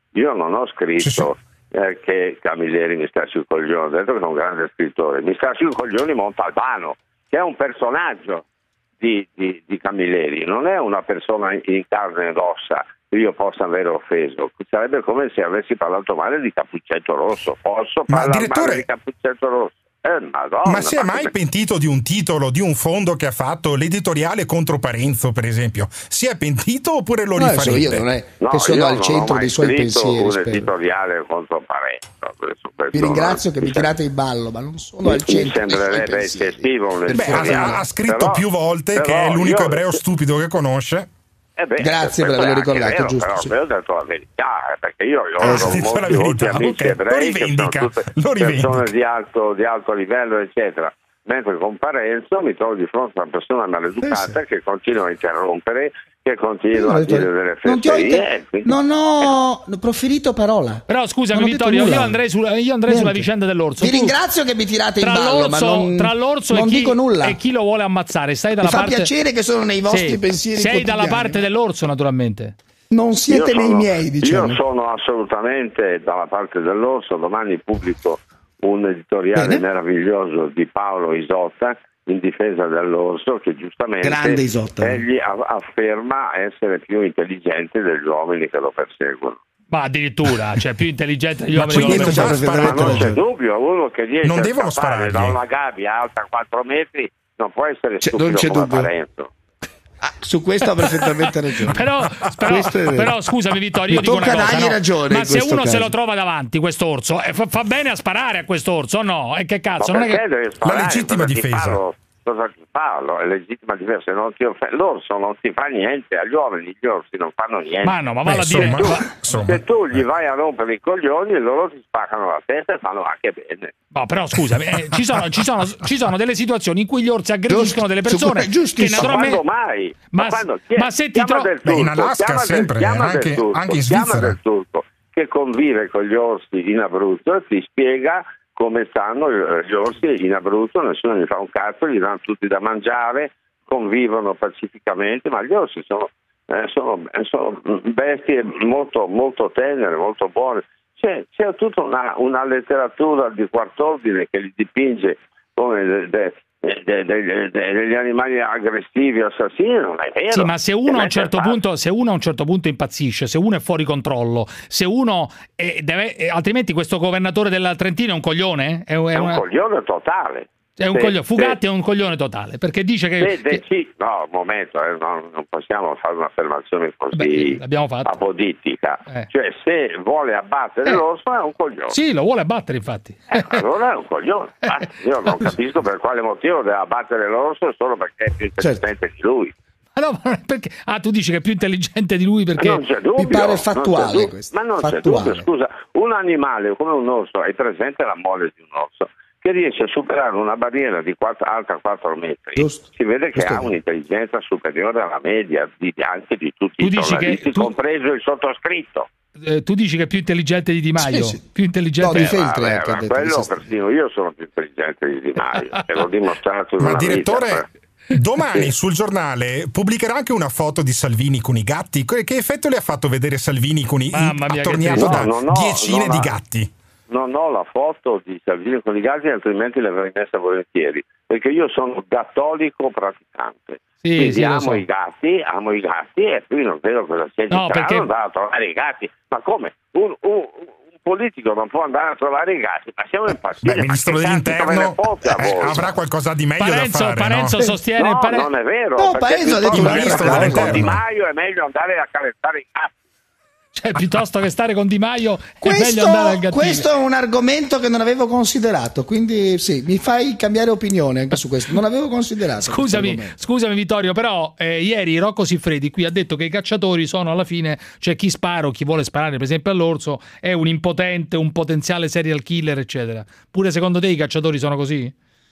io non ho scritto eh, che Camilleri mi sta sui coglioni, ho detto che è un grande scrittore, mi sta sui coglioni Montalbano, che è un personaggio di, di, di Camilleri, non è una persona in carne ed ossa che io possa aver offeso, sarebbe come se avessi parlato male di Cappuccetto Rosso. Posso parlare direttore... male di Cappuccetto Rosso? Eh, Madonna, ma si è ma mai come... pentito di un titolo, di un fondo che ha fatto l'editoriale contro Parenzo, per esempio? Si è pentito oppure lo No, rifarete? io non è No, che sono io al non centro ho mai dei suoi scritto pensieri. un spero. editoriale contro Parenzo. Questo, questo Vi ringrazio non- che mi tirate in ballo, ma non sono mi, al centro mi dei suoi sembrerebbe pensieri. eccessivo un Beh, editoriale. ha, ha scritto Però- più volte che però è l'unico io- ebreo stupido che conosce. Eh beh, Grazie per questo averlo è anche ricordato, vero, giusto, però sì. io ho detto la verità, eh, perché io, io Eh, ho sì, molti, la molti verità, amici ok, ebrei lo che sono rivendica, tutte lo rivendica. persone di alto, di alto livello, eccetera. Mentre con Parenzo mi trovo di fronte a una persona maleducata Eh, che continua a interrompere, che continua Io a ho detto- dire delle non ti ho fesserie. inter- e quindi- non ho proferito parola. Però scusami Non ho detto Vittorio, io nulla. andrei, sulla, io andrei sulla Niente. vicenda dell'orso. Vi Tu- ringrazio che mi tirate in tra ballo, ma l'orso, non, tra l'orso non e, chi, dico nulla. e chi lo vuole ammazzare, stai dalla Mi fa parte... piacere che sono nei vostri Sì, pensieri sei dalla quotidiani. parte dell'orso, naturalmente. Non siete Io nei sono- miei, diciamo. Io sono assolutamente dalla parte dell'orso, domani pubblico un editoriale Bene. meraviglioso di Paolo Isotta in difesa dell'orso, che giustamente Grande Isotta. egli a- afferma essere più intelligente degli uomini che lo perseguono. Ma addirittura, cioè più intelligente degli Ma uomini. quindi che lo non già pensano. Ma sparate non c'è ragione. dubbio, uno che riesce Non a devono scappare da sparargli. una gabbia alta quattro metri non può essere C'è- stupido non c'è come dubbio. Parenzo. Ah, su questo ha perfettamente ragione. Però, però, Questo è vero. però, scusami Vittorio, io Mi dico una tocca cosa, dargli no? ragione Ma in se questo uno se caso. lo trova davanti questo orso, eh, fa, fa bene a sparare a questo orso o no? E che cazzo? Ma Non è perché che... devi sparare? La legittima Cosa ti difesa. parlo? Cosa ti parlo? È legittima difesa. Se non ti off- l'orso non ti fa niente, agli uomini gli orsi non fanno niente. Ma no, ma valla a Beh, dire... insomma, ma- insomma. Se tu gli vai a rompere i coglioni, loro ti spaccano la testa e fanno anche bene. No, però scusami, eh, ci, sono, ci, sono, ci sono delle situazioni in cui gli orsi aggrediscono Giusto, delle su persone que- giustissimo. che Ma naturalmente... quando mai? Ma- quando? Chi è? ma se ti Chiama tro- del Beh, in turco, Alaska chiama del- sempre, chiama anche- del turco, anche in chiama Svizzera. del turco che convive con gli orsi in Abruzzo e ti spiega come stanno gli orsi in Abruzzo, nessuno gli fa un cazzo, gli danno tutti da mangiare, convivono pacificamente, ma gli orsi sono, eh, sono, eh, sono bestie molto, molto tenere, molto buone. C'è, c'è tutta una, una letteratura di quart'ordine che li dipinge come de- de- de- de- de- de- degli animali aggressivi, assassini, non è vero. Sì, ma se uno, a un Invece certo fa- punto, se uno a un certo punto impazzisce, se uno è fuori controllo, se uno eh, deve, eh, altrimenti questo governatore del Trentino è un coglione? È, un- è è un una- coglione totale. è un Se- coglione. Fugatti se- è un coglione totale, perché dice che... se deci- no, un momento, eh, no, non possiamo fare un'affermazione così Beh, l'abbiamo fatto. apodittica. Eh. Cioè, se vuole abbattere Eh. l'orso è un coglione. Sì, lo vuole abbattere, infatti. Eh, allora è un coglione. Ma io non capisco per quale motivo deve abbattere l'orso solo perché è più intelligente di lui. Ah, no, ma perché? Ah, tu dici che è più intelligente di lui perché... Non c'è dubbio. Mi pare non c'è fattuale dubbio. questo, Ma non c'è fattuale. dubbio, scusa, un animale come un orso, hai presente la mole di un orso, che riesce a superare una barriera di quattro, alta quattro metri, Giusto. si vede che Questo è ha vero. un'intelligenza superiore alla media di, anche di tutti Tu i dici giornalisti, che tu- compreso il sottoscritto. eh, tu dici che è più intelligente di Di Maio? Sì, sì. Più intelligente... No, di Eh, Feltri vabbè, anche ha ma detto, quello mi sa- persino io sono più intelligente di Di Maio, te l'ho dimostrato in Ma una direttore, vita. domani Sì. sul giornale pubblicherà anche una foto di Salvini con i gatti. Que- Che effetto le ha fatto vedere Salvini con i, Mamma mia, che attorniato tristezza. da No, non ho- decine non di ha- gatti? Non ho la foto di Salvini con i gatti, altrimenti l'avrei messa volentieri, perché io sono gattolico praticante. Sì, Quindi sì, lo amo so. i gatti, amo i gatti e qui non vedo cosa sia di No, strano perché- andare a trovare i gatti. Ma come? Un, un- un politico non può andare a trovare i gatti? Ma siamo impazziti. Beh, il Ma ministro che cazzo dell'interno me ne fotte a eh, voi? avrà qualcosa di meglio Parenzo, da fare. Parenzo no? sostiene... No, Pare- non è vero. No, perché Parenzo ha detto piuttosto una che ministro stare con dell'interno. Di Maio è meglio andare a carezzare i gatti. Cioè, piuttosto che stare con Di Maio è Questo, meglio andare al gattino. questo è un argomento che non avevo considerato, quindi sì, mi fai cambiare opinione anche su questo. Non avevo considerato. Scusami, questo argomento. scusami Vittorio, però eh, ieri Rocco Siffredi qui ha detto che i cacciatori sono alla fine, cioè chi spara o chi vuole sparare per esempio all'orso è un impotente, un potenziale serial killer, eccetera. Pure secondo te i cacciatori sono così?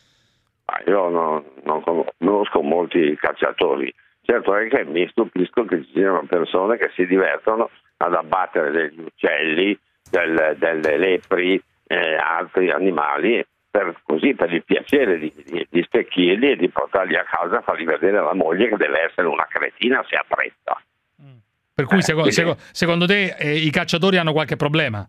Ma io non, non conosco molti cacciatori. Certo è che mi stupisco che ci siano persone che si divertono ad abbattere degli uccelli, del- delle lepri, eh, altri animali, per, così per il piacere di, di, di stecchirli e di portarli a casa a farli vedere alla moglie che deve essere una cretina se apprezza. Per cui Eh, secondo, quindi- secondo te eh, i cacciatori hanno qualche problema?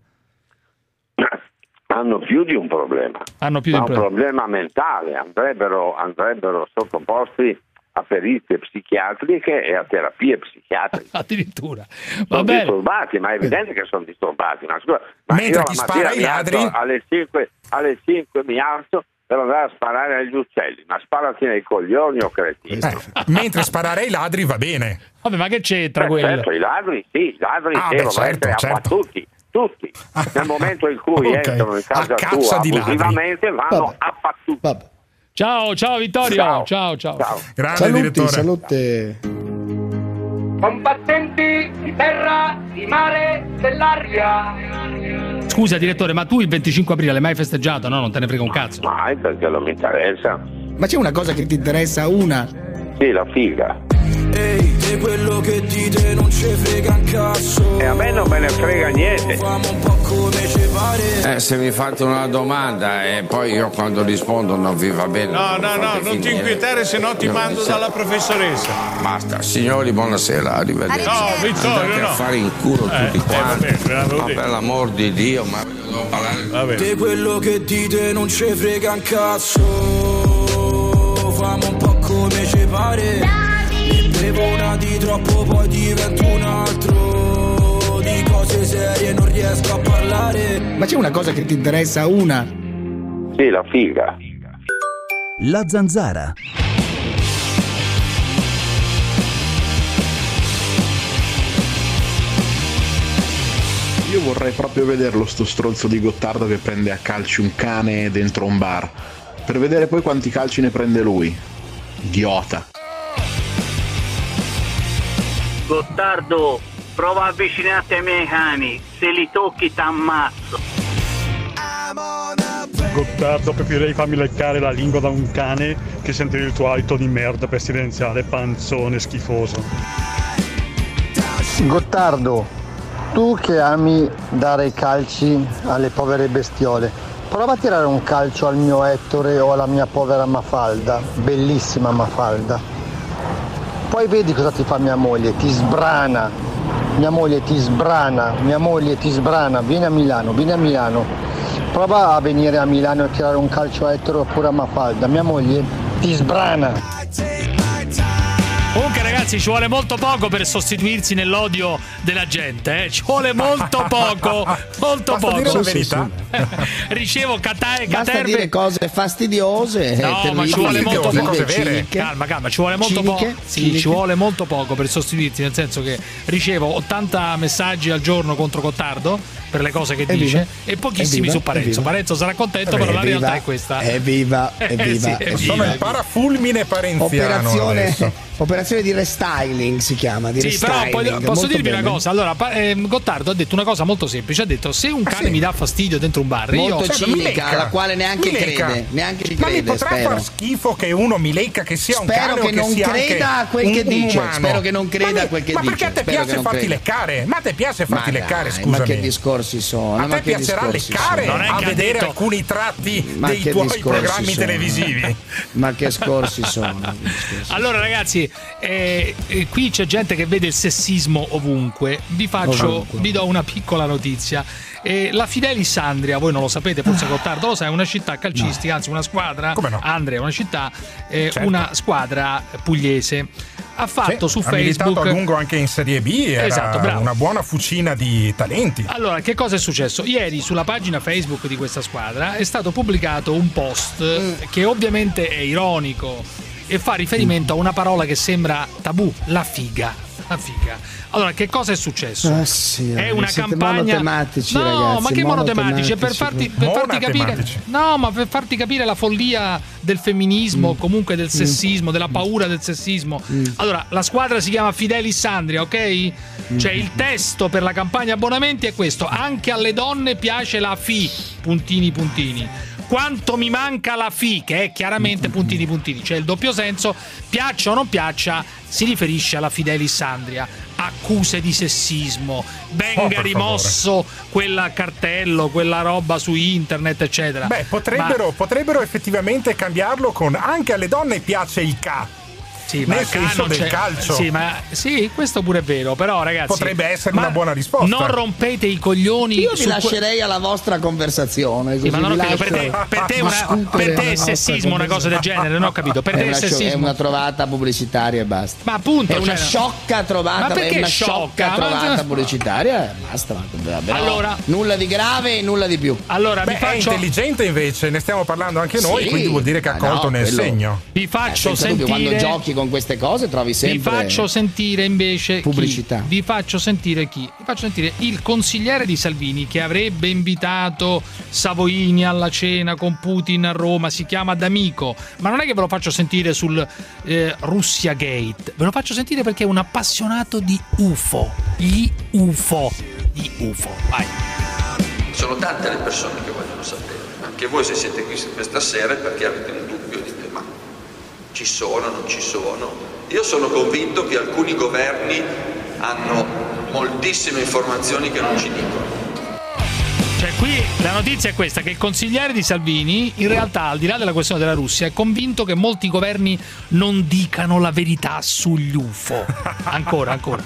Hanno più di un problema, Hanno più di ma un un problema. problema mentale, andrebbero, andrebbero sottoposti a perizie psichiatriche e a terapie psichiatriche. Addirittura. Sono disturbati, ma è evidente che sono disturbati. Ma scusa, ma Mentre io chi la spara mattina ai mi ladri- alzo alle cinque, alle cinque mi alzo per andare a sparare agli uccelli, ma sparati nei coglioni o cretino. Eh, mentre sparare ai ladri va bene. Vabbè, ma che c'entra Beh, quello? certo, i ladri sì, i ladri Ah, beh, devono certo, essere certo. abbattuti, tutti. Nel momento in cui Ok. entrano in casa A caccia tua di ladri. abusivamente vanno Vabbè. abbattuti. Ciao, ciao Vittorio. Ciao. Ciao, ciao. Ciao. Grande Saluti, direttore. salute. Combattenti di terra, di mare, dell'aria. Scusa direttore, ma tu il venticinque aprile l'hai mai festeggiato? No, non te ne frega un cazzo. Mai, perché non mi interessa. Ma c'è una cosa che ti interessa, una? Sì, la figa. Ehi, te quello che dite non ci frega un cazzo. E a me non me ne frega niente. Famo un po' come ci pare. Eh, se mi fate una domanda e poi io quando rispondo non vi va bene. No, no, no, non ti inquietare, se no ti No, mando sì. dalla professoressa. Basta, signori, buonasera, arrivederci. No, Vittorio, Andate no. a fare in culo Eh, tutti eh, va quanti. bene, ve l'avevo Ma detto. per l'amor di Dio, ma devo parlare. Va bene. Te quello che dite non ci frega un cazzo. Famo un po' come ci pare. Ne bevo una di troppo, poi divento un altro. Di cose serie non riesco a parlare. Ma c'è una cosa che ti interessa, una? Sì, la figa. La Zanzara. Io vorrei proprio vederlo sto stronzo di Gottardo che prende a calci un cane dentro un bar, per vedere poi quanti calci ne prende lui. Idiota. Gottardo, prova a avvicinarti ai miei cani, se li tocchi t'ammazzo. Gottardo, preferirei farmi leccare la lingua da un cane che sentire il tuo alito di merda presidenziale, panzone schifoso. Gottardo, tu che ami dare i calci alle povere bestiole, prova a tirare un calcio al mio Ettore o alla mia povera Mafalda, bellissima Mafalda. Poi vedi cosa ti fa mia moglie, ti sbrana, mia moglie ti sbrana, mia moglie ti sbrana, vieni a Milano, vieni a Milano, prova a venire a Milano e tirare un calcio a Ettore oppure a Mafalda, mia moglie ti sbrana. Comunque ragazzi ci vuole molto poco per sostituirsi nell'odio della gente, eh? Ci vuole molto poco, molto Basta poco. dire la verità. Ricevo cata- Basta caterve. dire cose fastidiose. No, terribili, ma ci vuole molto cose poco. ciniche. Calma, calma, ci vuole molto Ciniche? poco. Sì, Ciniche? ci vuole molto poco per sostituirti, nel senso che ricevo ottanta messaggi al giorno contro Gottardo per le cose che Evviva. dice e pochissimi Evviva. su Parenzo. Evviva. Parenzo sarà contento, però la Evviva. realtà è questa. Evviva, Eh, evviva, sì, evviva. Sono il parafulmine parenziano Operazione, adesso. operazione di restyling si chiama. Di Sì, però poi restyling, posso molto dirvi bene. una cosa. Allora, pa- ehm, Gottardo ha detto una cosa molto semplice. Ha detto: se un cane sì. mi dà fastidio dentro un bar, Molto io cinica, alla quale neanche Mi lecca. crede, neanche ci Ma mi crede, potrà spero. far schifo che uno mi lecca, che sia un Spero cane che o che non sia creda anche a quel un- che un dice. umano. Spero che non creda Ma a quel che ma dice. perché a te Spero che piace non farti creda. leccare? Ma a te piace farti Ma leccare, dai, scusami. Ma che discorsi sono? A ma te che piacerà discorsi leccare sono? Non è a che ha vedere detto- alcuni tratti Ma dei che tuoi discorsi programmi sono? televisivi. Ma che scorsi sono? Che discorsi Allora ragazzi, eh, eh, qui c'è gente che vede il sessismo ovunque. Vi faccio, Ovunque. vi do una piccola notizia. Eh, la Fidelis Andria, voi non lo sapete, forse Gottardo lo sa, è una città calcistica, anzi una squadra. Come no? Andria è una città, eh, Certo. una squadra pugliese. Ha fatto Sì, su ha militato Facebook. a lungo anche in Serie B, era Esatto, bravo. una buona fucina di talenti. Allora, che cosa è successo? Ieri sulla pagina Facebook di questa squadra è stato pubblicato un post Mm. che ovviamente è ironico e fa riferimento a una parola che sembra tabù, la figa. La figa. Allora, che cosa è successo? Ah, sì, è una siete campagna. monotematici, no, ragazzi, ma che monotematici? È per monotematici. farti, per farti capire. Monotematici. No, ma per farti capire la follia del femminismo, comunque del sessismo, della paura del sessismo. Allora, la squadra si chiama Fidelis Andria, ok? Cioè, il testo per la campagna abbonamenti è questo: anche alle donne piace la fi, puntini puntini. Quanto mi manca la fi, che è chiaramente puntini puntini, cioè il doppio senso, piaccia o non piaccia, si riferisce alla Fidelis Andria. Accuse di sessismo, venga Oh, per rimosso quel cartello, quella roba su internet, eccetera. Beh, potrebbero, Ma- potrebbero effettivamente cambiarlo con anche alle donne piace il K. Sì, ma nel senso del c'è... calcio. Sì, ma sì, questo pure è vero, però ragazzi potrebbe essere una buona risposta. Non rompete i coglioni. Io vi su lascerei alla vostra conversazione. Sì, ma non ho capito, per te, lascio per te, una, per te è sessismo una cosa del genere, non ho capito. Per è te è una, sessismo. È una trovata pubblicitaria e basta. Ma appunto, è una cioè... sciocca trovata, ma perché è una sciocca? sciocca trovata ma... pubblicitaria e basta. Però allora, nulla di grave e nulla di più. Allora, Beh, vi faccio... è intelligente invece, ne stiamo parlando anche noi, sì, quindi vuol dire che ha colto no, nel quello... segno. Vi faccio eh, sentire quando giochi con queste cose trovi sempre vi faccio sentire invece pubblicità. Chi? Vi faccio sentire chi? Vi faccio sentire il consigliere di Salvini che avrebbe invitato Savoini alla cena con Putin a Roma, si chiama D'Amico, ma non è che ve lo faccio sentire sul eh, Russia Gate, ve lo faccio sentire perché è un appassionato di U F O, gli U F O, gli U F O. Vai. Sono tante le persone che vogliono sapere, anche voi se siete qui questa sera è perché avete un dubbio, dite ma ci sono, non ci sono. Io sono convinto che alcuni governi hanno moltissime informazioni che non ci dicono. Cioè qui la notizia è questa, che il consigliere di Salvini in realtà, al di là della questione della Russia, è convinto che molti governi non dicano la verità sugli U F O. Ancora, ancora.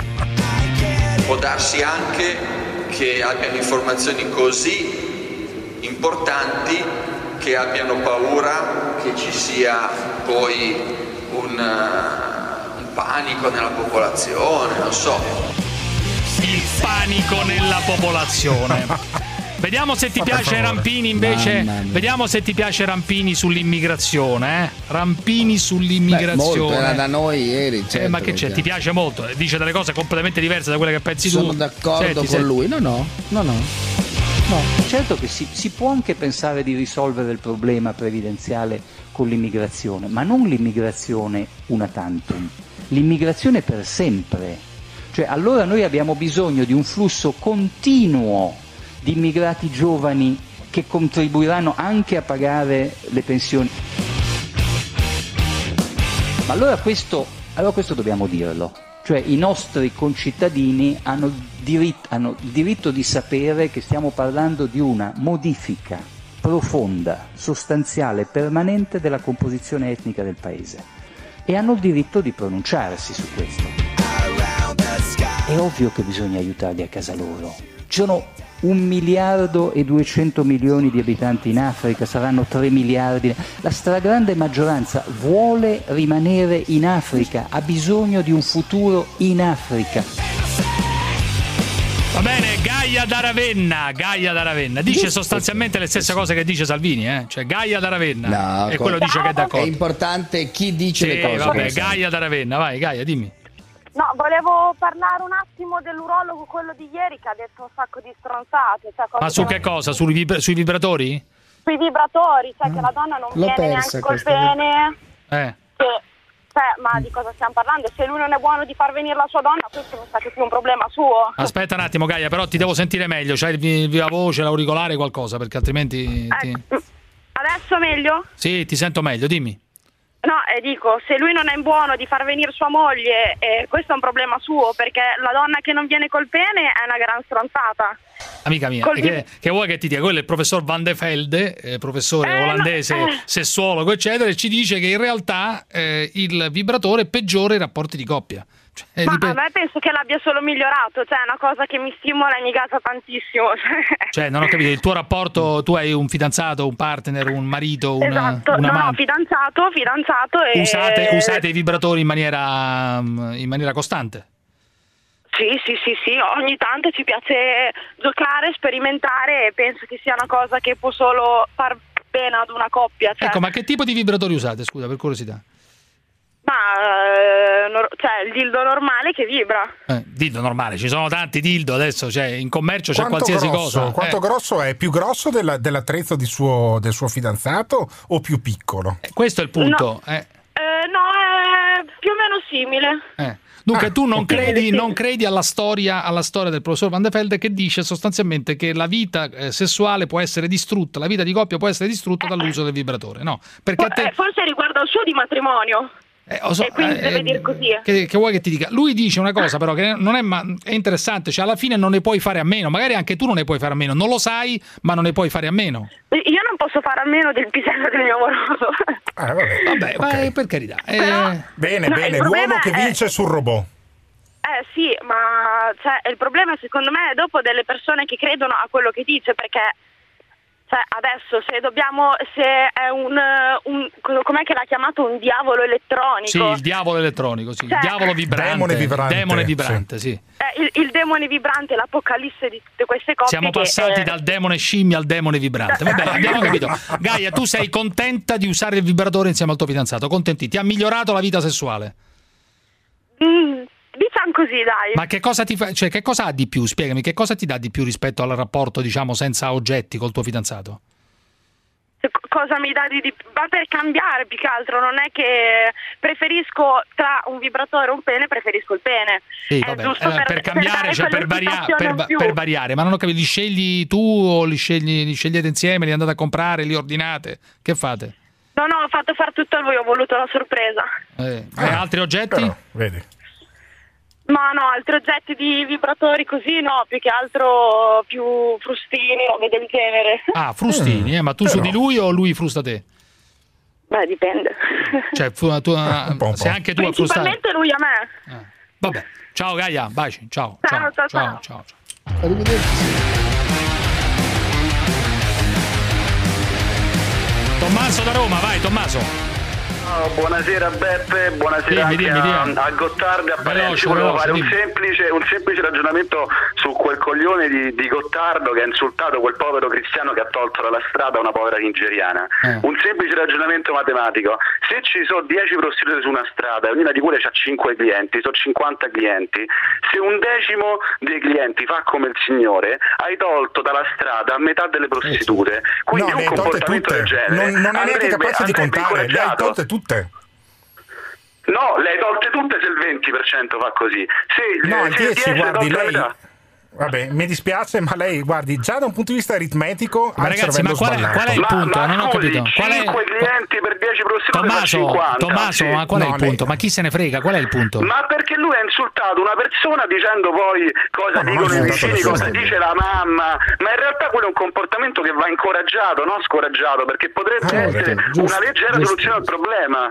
Può darsi anche che abbiano informazioni così importanti che abbiano paura che ci sia poi un, un panico nella popolazione, non so. Il panico nella popolazione. Vediamo se ti piace Rampini invece. Vediamo se ti piace Rampini sull'immigrazione, eh? Rampini sull'immigrazione. Beh, molto, era da noi ieri, certo, eh, ma che c'è? Ti piace molto? Dice delle cose completamente diverse da quelle che pensi Sono tu. Sono d'accordo Senti, con se... lui. No, no, no, no. No, certo che si, si può anche pensare di risolvere il problema previdenziale con l'immigrazione, ma non l'immigrazione una tantum, l'immigrazione per sempre. Cioè, allora noi abbiamo bisogno di un flusso continuo di immigrati giovani che contribuiranno anche a pagare le pensioni. Ma allora questo, allora questo dobbiamo dirlo. Cioè i nostri concittadini hanno, diritto, hanno il diritto di sapere che stiamo parlando di una modifica profonda, sostanziale, permanente della composizione etnica del Paese e hanno il diritto di pronunciarsi su questo. È ovvio che bisogna aiutarli a casa loro. Ci sono un miliardo e duecento milioni di abitanti in Africa, saranno tre miliardi. La stragrande maggioranza vuole rimanere in Africa, ha bisogno di un futuro in Africa. Va bene, Gaia da Ravenna, Gaia da Ravenna dice sostanzialmente le stesse cose che dice Salvini, eh? Cioè Gaia da Ravenna no, e quello dice che è d'accordo. È importante chi dice sì, le cose. Vabbè, Gaia da Ravenna, vai Gaia, dimmi. No, volevo parlare un attimo dell'urologo, quello di ieri, che ha detto un sacco di stronzate. Cioè Ma su che cosa? Sui, vibra- sui vibratori? Sui vibratori, cioè che la donna non L'ho viene persa neanche col questa pene. Eh. Che, cioè, ma di cosa stiamo parlando? Se lui non è buono di far venire la sua donna, questo mi sa che è più un problema suo. Aspetta un attimo, Gaia, però ti devo sentire meglio. C'hai il viva voce, l'auricolare, qualcosa, perché altrimenti... Eh, ti... Adesso meglio? Sì, ti sento meglio, dimmi. No, e dico, se lui non è buono di far venire sua moglie, eh, questo è un problema suo, perché la donna che non viene col pene è una gran stronzata. Amica mia, Col... che, che vuoi che ti dica? Quello è il professor Van de Velde, eh, professore eh, olandese, no, eh. sessuologo, eccetera, e ci dice che in realtà eh, il vibratore peggiora i rapporti di coppia. Cioè, Ma dip- a me penso che l'abbia solo migliorato, cioè è una cosa che mi stimola e mi gasa tantissimo. Cioè, non ho capito, il tuo rapporto, tu hai un fidanzato, un partner, un marito, una, esatto, una no, mamma. no, fidanzato, fidanzato e... Usate, usate i vibratori in maniera, in maniera costante? Sì, sì, sì, sì, ogni tanto ci piace giocare, sperimentare e penso che sia una cosa che può solo far bene ad una coppia. Cioè. Ecco, ma che tipo di vibratori usate, scusa, per curiosità? Ma eh, no, cioè il dildo normale che vibra. Eh, dildo normale, ci sono tanti dildo adesso, cioè in commercio c'è quanto qualsiasi grosso, cosa. Quanto eh. grosso è? Più grosso della, dell'attrezzo di suo, del suo fidanzato o più piccolo? Eh, questo è il punto. No, eh. Eh, no è più o meno simile. Eh. Dunque, ah, tu non, okay. credi, non credi alla storia, alla storia del professor Van de Velde che dice sostanzialmente che la vita eh, sessuale può essere distrutta, la vita di coppia può essere distrutta dall'uso del vibratore, no? Perché a te... eh, forse riguarda il suo di matrimonio. Eh, so, e quindi eh, deve dire così. Che, che vuoi che ti dica? Lui dice una cosa però che non è, ma, è interessante, cioè alla fine non ne puoi fare a meno, magari anche tu non ne puoi fare a meno, non lo sai, ma non ne puoi fare a meno. Io non posso fare a meno del pisello del mio amoroso. Ah, vabbè, vabbè okay. ma per carità. Eh... Però, bene, no, bene, l'uomo che vince è... sul robot. Eh sì, ma cioè, il problema secondo me è dopo delle persone che credono a quello che dice, perché cioè, adesso se dobbiamo, se è un, un com'è che l'ha chiamato, un diavolo elettronico? Sì, il diavolo elettronico, sì, cioè, il diavolo vibrante. Demone vibrante. Demone vibrante, sì. sì. Eh, il, il demone vibrante, l'apocalisse di tutte queste coppie. Siamo che, passati eh... dal demone scimmia al demone vibrante. Va bene, abbiamo capito. Gaia, tu sei contenta di usare il vibratore insieme al tuo fidanzato? Contenti? Ti ha migliorato la vita sessuale? Mm. Diciamo così, dai. Ma che cosa ti fa, cioè che cosa ha di più? Spiegami, che cosa ti dà di più rispetto al rapporto, diciamo, senza oggetti col tuo fidanzato? Cosa mi dà di più? Ma per cambiare più che altro, non è che preferisco tra un vibratore e un pene, preferisco il pene. Sì, vabbè, eh, per, per cambiare, per cioè per, varia, per, per variare, ma non ho capito, li scegli tu o li, scegli, li scegliete insieme, li andate a comprare, li ordinate? Che fate? No, no, ho fatto fare tutto a lui, ho voluto la sorpresa. Eh, ah, altri oggetti? Però, vedi. Ma no, altri oggetti di vibratori così no, più che altro più frustini o del genere. Ah, frustini, eh, ma tu però... su di lui o lui frusta te? Beh, dipende. Cioè, tu, tu, un po', un po'. Sei anche tu a frustare? Principalmente lui a me. Ah. Vabbè, ciao Gaia, baci, ciao. Ciao, ciao, ciao. ciao, ciao, ciao. Arrivederci. Tommaso da Roma, vai Tommaso. Oh, buonasera Beppe, buonasera dimmi, anche dimmi, a, dimmi. a Gottardo e a Parenzi. Veloce, Volevo veloce, fare un dimmi. semplice, un semplice ragionamento su quel coglione di, di Gottardo che ha insultato quel povero cristiano che ha tolto dalla strada una povera nigeriana. Eh. Un semplice ragionamento matematico: se ci sono dieci prostitute su una strada e ognuna di quelle ha cinque clienti, sono cinquanta clienti, se un decimo dei clienti fa come il signore, hai tolto dalla strada metà delle prostitute. Quindi no, un comportamento del genere non, non è neanche capace di contare, le hai tolte tutte. No, le hai tolte tutte se il venti per cento fa così. Se, no, se il dieci, guardi, lei... metà. Vabbè, mi dispiace, ma lei, guardi, già da un punto di vista aritmetico ma ha ragazzi, ma qual è, qual è il ma, punto? Ma non ho scusi, capito. Qual è... cinque clienti per dieci prostitute Tommaso, cinquanta. Tommaso, sì. ma qual è no, il punto? lei... Ma chi se ne frega? Qual è il punto? Ma perché lui ha insultato una persona dicendo poi cosa no, dicono i vicini, cosa persona. dice la mamma, ma in realtà quello è un comportamento che va incoraggiato, non scoraggiato, perché potrebbe ah, essere giusto, una leggera giusto. soluzione al problema.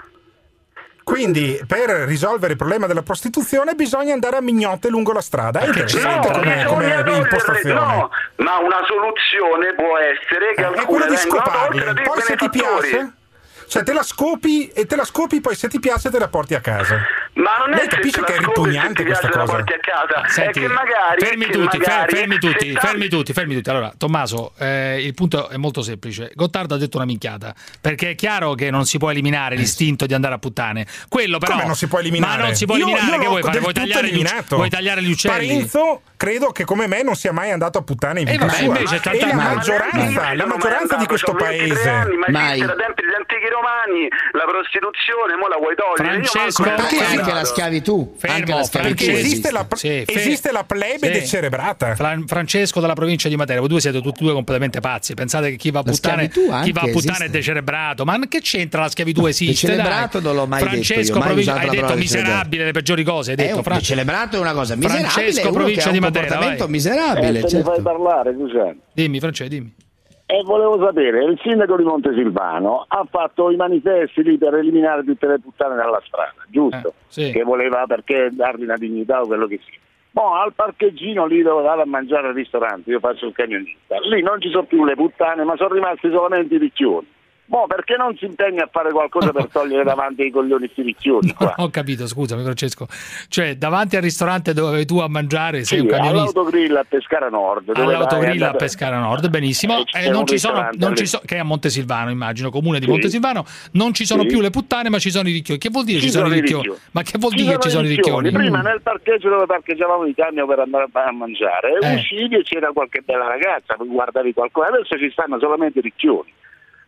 Quindi per risolvere il problema della prostituzione bisogna andare a mignotte lungo la strada. È interessante no, come, come impostazione. No, ma una soluzione può essere che eh, alcune vengono tolte da dei poi se ti benefattori. piace, cioè te la scopi e te la scopi, poi se ti piace te la porti a casa. Ma non è lei capisce che è ripugnante questa cosa. A casa. Senti, è che magari, fermi che tutti, magari fermi tutti, settanta... fermi tutti, fermi tutti. Allora, Tommaso, eh, il punto è molto semplice. Gottardo ha detto una minchiata, perché è chiaro che non si può eliminare l'istinto di andare a puttane. Quello però come non si può eliminare? Ma non si può io, eliminare, io che vuoi fare? Vuoi tagliare, gli, vuoi tagliare gli uccelli? Parenzo credo che come me non sia mai andato a puttane in vita eh, vabbè, sua. Invece, e la maggioranza, la maggioranza di questo paese anni, ma mai da tempi degli antichi romani la prostituzione mo la vuoi togliere? Francesco, perché anche la schiavitù, fermo, anche la schiavitù esiste la, sì, esiste la plebe sì. decerebrata. Fran- Francesco dalla provincia di Matera, voi due siete tutti e due completamente pazzi. Pensate che chi va a puttane, chi va a puttane è decerebrato, ma che c'entra la schiavitù? Esiste, decelebrato non l'ho mai Francesco, detto io, mai provincia, usato hai la detto parola miserabile, le peggiori cose hai detto. Eh, Fran- decelebrato è una cosa miserabile, Francesco, uno provincia che ha di un Matera, comportamento vai. miserabile, eh, se certo. mi fai parlare, Luciano. Dimmi Francesco, dimmi. E volevo sapere, il sindaco di Montesilvano ha fatto i manifesti lì per eliminare tutte le puttane dalla strada, giusto? Eh, sì. Che voleva, perché dargli una dignità o quello che sia. Mo al parcheggino lì dove vado a mangiare al ristorante, io faccio il camionista, lì non ci sono più le puttane, ma sono rimasti solamente i ricchioni. Mo perché non si impegna a fare qualcosa per togliere davanti ai coglioni sti ricchioni qua? No, ho capito, scusami Francesco. Cioè, davanti al ristorante dove vai tu a mangiare sei sì, un camionista. all'autogrill a Pescara Nord. All'autogrill a Pescara Nord, benissimo. Eh, eh, non ci sono, non ci so, che è a Montesilvano, immagino, comune di sì. Montesilvano, non ci sono sì. più le puttane, ma ci sono i ricchioni. Che vuol dire ci, ci sono, sono i ricchioni? ricchioni? Ma che vuol ci dire che ci sono i ricchioni? Prima mm. nel parcheggio dove parcheggiavamo i camion per andare a mangiare, eh. uscivi e c'era qualche bella ragazza, guardavi qualcosa, adesso ci stanno solamente i ricchioni.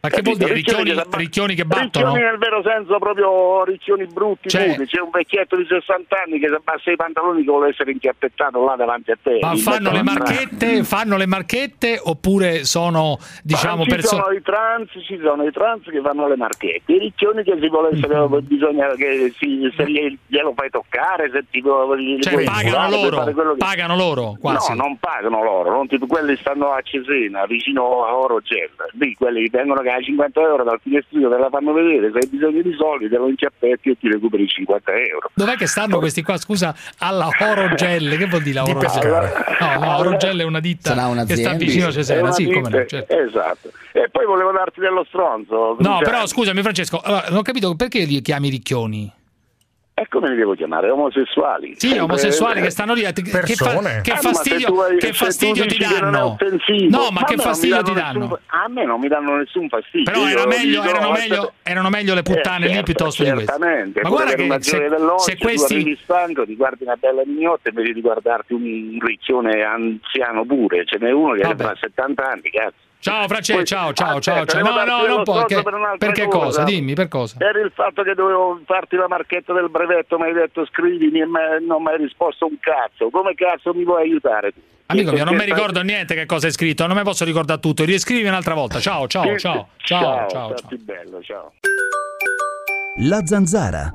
Ma che vuol dire? Ricchioni, che, ricchioni che battono? Ricchioni nel vero senso, proprio ricchioni brutti, Cioè- brutti. C'è un vecchietto di sessanta anni che si abbassa i pantaloni che vuole essere inchiappettato là davanti a te. Ma In fanno mezzo le alla strada. marchette, fanno le marchette oppure sono, diciamo, ci persone... sono i trans, ci sono i trans che fanno le marchette, i ricchioni che si vuole essere, Mm-hmm. bisogna che si, se gli- glielo fai toccare, se ti gli Cioè puoi pagano curare, puoi loro, fare quello che- pagano loro quasi. No, non pagano loro, non ti- quelli stanno a Cesena, vicino a Orogel, lì quelli che vengono che a cinquanta euro dal finestrino te la fanno vedere, se hai bisogno di soldi te lo inchiappetti e ti recuperi cinquanta euro. Dov'è che stanno questi qua? Scusa, alla Orogel, che vuol dire la Di Orogel? pescare. No, no, Orogel è una ditta Sarà che sta un'azienda. vicino a È Cesena, una sì, come no, ditta- certo. Esatto. E poi volevo darti dello stronzo. No, Cruciani. però scusami Francesco, allora, non ho capito perché li chiami ricchioni? E come li devo chiamare? Omosessuali. Sì, Sempre- omosessuali che stanno lì, che, che, fa- Persone. che Eh, ma fastidio, se tu hai- che se tu fastidio ti dici che non è danno? offensivo, No, ma a che me non mi fastidio ti danno nessun- danno? A me non mi danno nessun fastidio. Però era Io meglio, dico, erano, "Oh, meglio, erano meglio le puttane eh, lì certo, piuttosto di queste. certamente. Ma Pure guarda per una che se, gioia dell'occhio, se tu questi... arrivi stanco, ti guardi una bella mignotta invece di guardarti un riccione anziano pure. Ce n'è uno che ha settanta anni, cazzo. Ciao Francesco, Poi- ciao, ciao, ciao, aspetta, ciao. devo No, darti no, dello non puoi. stronzo Che, per un'altra per che cosa. cosa? Dimmi, per cosa? Per il fatto che dovevo farti la marchetta del brevetto, mi hai detto scrivimi e me- non mi hai risposto un cazzo. Come cazzo mi vuoi aiutare tu? Amico mio, non mi Perché stai- ricordo niente che cosa hai scritto, non mi posso ricordare tutto. Riscrivi un'altra volta. Ciao, ciao, Sì, ciao, sì. ciao, ciao, ciao. stati bello, ciao. La zanzara.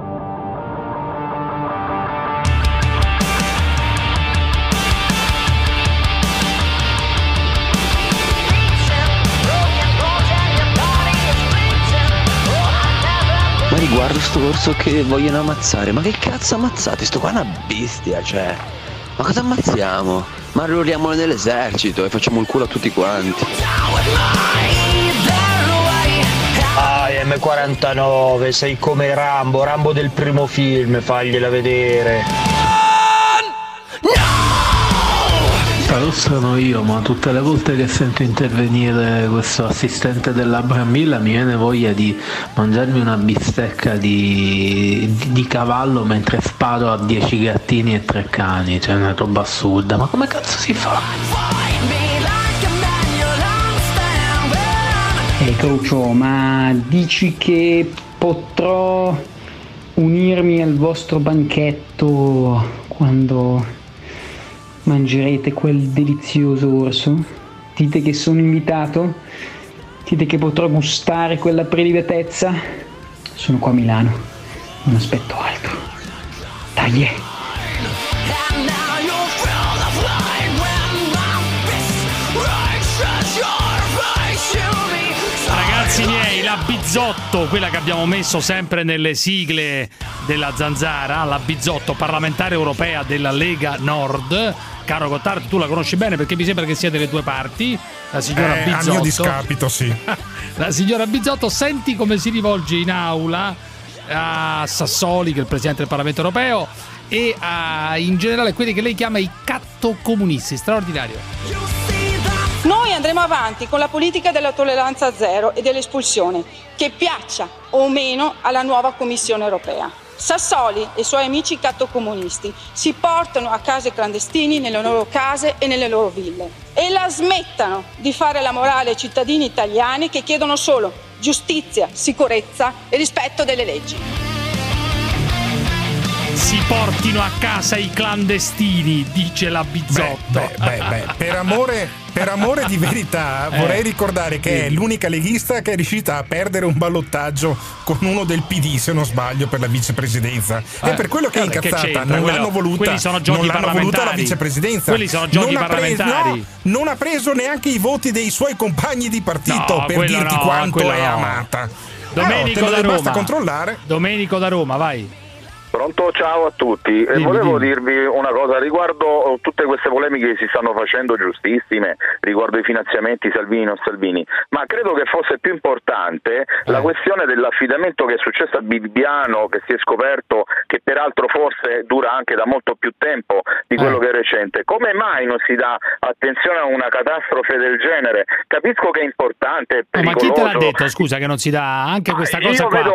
Ma riguardo sto corso che vogliono ammazzare, ma che cazzo ammazzate? Sto qua è una bestia, cioè. Ma cosa ammazziamo? Ma arruoliamolo nell'esercito e facciamo il culo a tutti quanti. Ah, emme quarantanove, sei come Rambo, Rambo del primo film, fagliela vedere. Però sono io, ma tutte le volte che sento intervenire questo assistente della Bramilla mi viene voglia di mangiarmi una bistecca di, di, di cavallo mentre sparo a dieci gattini e tre cani, cioè una roba assurda, ma come cazzo si fa? Ehi Caucio, ma dici che potrò unirmi al vostro banchetto quando mangerete quel delizioso orso? Dite che sono invitato? Dite che potrò gustare quella prelibatezza? Sono qua a Milano, non aspetto altro. Dai! eh. Ragazzi miei, la Bizzotto, quella che abbiamo messo sempre nelle sigle della Zanzara, la Bizzotto, parlamentare europea della Lega Nord. Caro Gottardo, tu la conosci bene perché mi sembra che sia delle tue parti, la signora Eh, Bizzotto. a mio discapito, sì. La signora Bizzotto, senti come si rivolge in aula a Sassoli, che è il presidente del Parlamento europeo, e a, in generale quelli che lei chiama i cattocomunisti. Straordinario. Noi andremo avanti con la politica della tolleranza zero e dell'espulsione, che piaccia o meno alla nuova Commissione europea. Sassoli e i suoi amici cattocomunisti si portano a casa i clandestini nelle loro case e nelle loro ville e la smettano di fare la morale ai cittadini italiani che chiedono solo giustizia, sicurezza e rispetto delle leggi. Si portino a casa i clandestini, dice la Bizzotto. Beh, beh, beh, per amore, per amore di verità, Eh. vorrei ricordare che è l'unica leghista che è riuscita a perdere un ballottaggio con uno del P D, se non sbaglio, per la vicepresidenza. Eh, E per quello che è guarda, che incazzata, c'entra? non Quello- l'hanno voluta. quelli sono giochi non l'hanno voluta la parlamentari. vicepresidenza. Quelli sono giochi non ha preso- parlamentari. no, non ha preso neanche i voti dei suoi compagni di partito No, per quello dirti no, quanto quello è no. amata. Domenico Eh, oh, te da lo basta Roma. controllare. Domenico da Roma, vai. Pronto, ciao a tutti. Eh, Dimmi, volevo dimmi. dirvi una cosa riguardo eh, tutte queste polemiche che si stanno facendo, giustissime, riguardo i finanziamenti Salvini non Salvini, ma credo che fosse più importante Eh. la questione dell'affidamento che è successo a Bibbiano, che si è scoperto che peraltro forse dura anche da molto più tempo di quello Eh. che è recente. Come mai non si dà attenzione a una catastrofe del genere? Capisco che è importante, è No, ma chi pericoloso. te l'ha detto, scusa, che non si dà anche questa io cosa qua? vedo-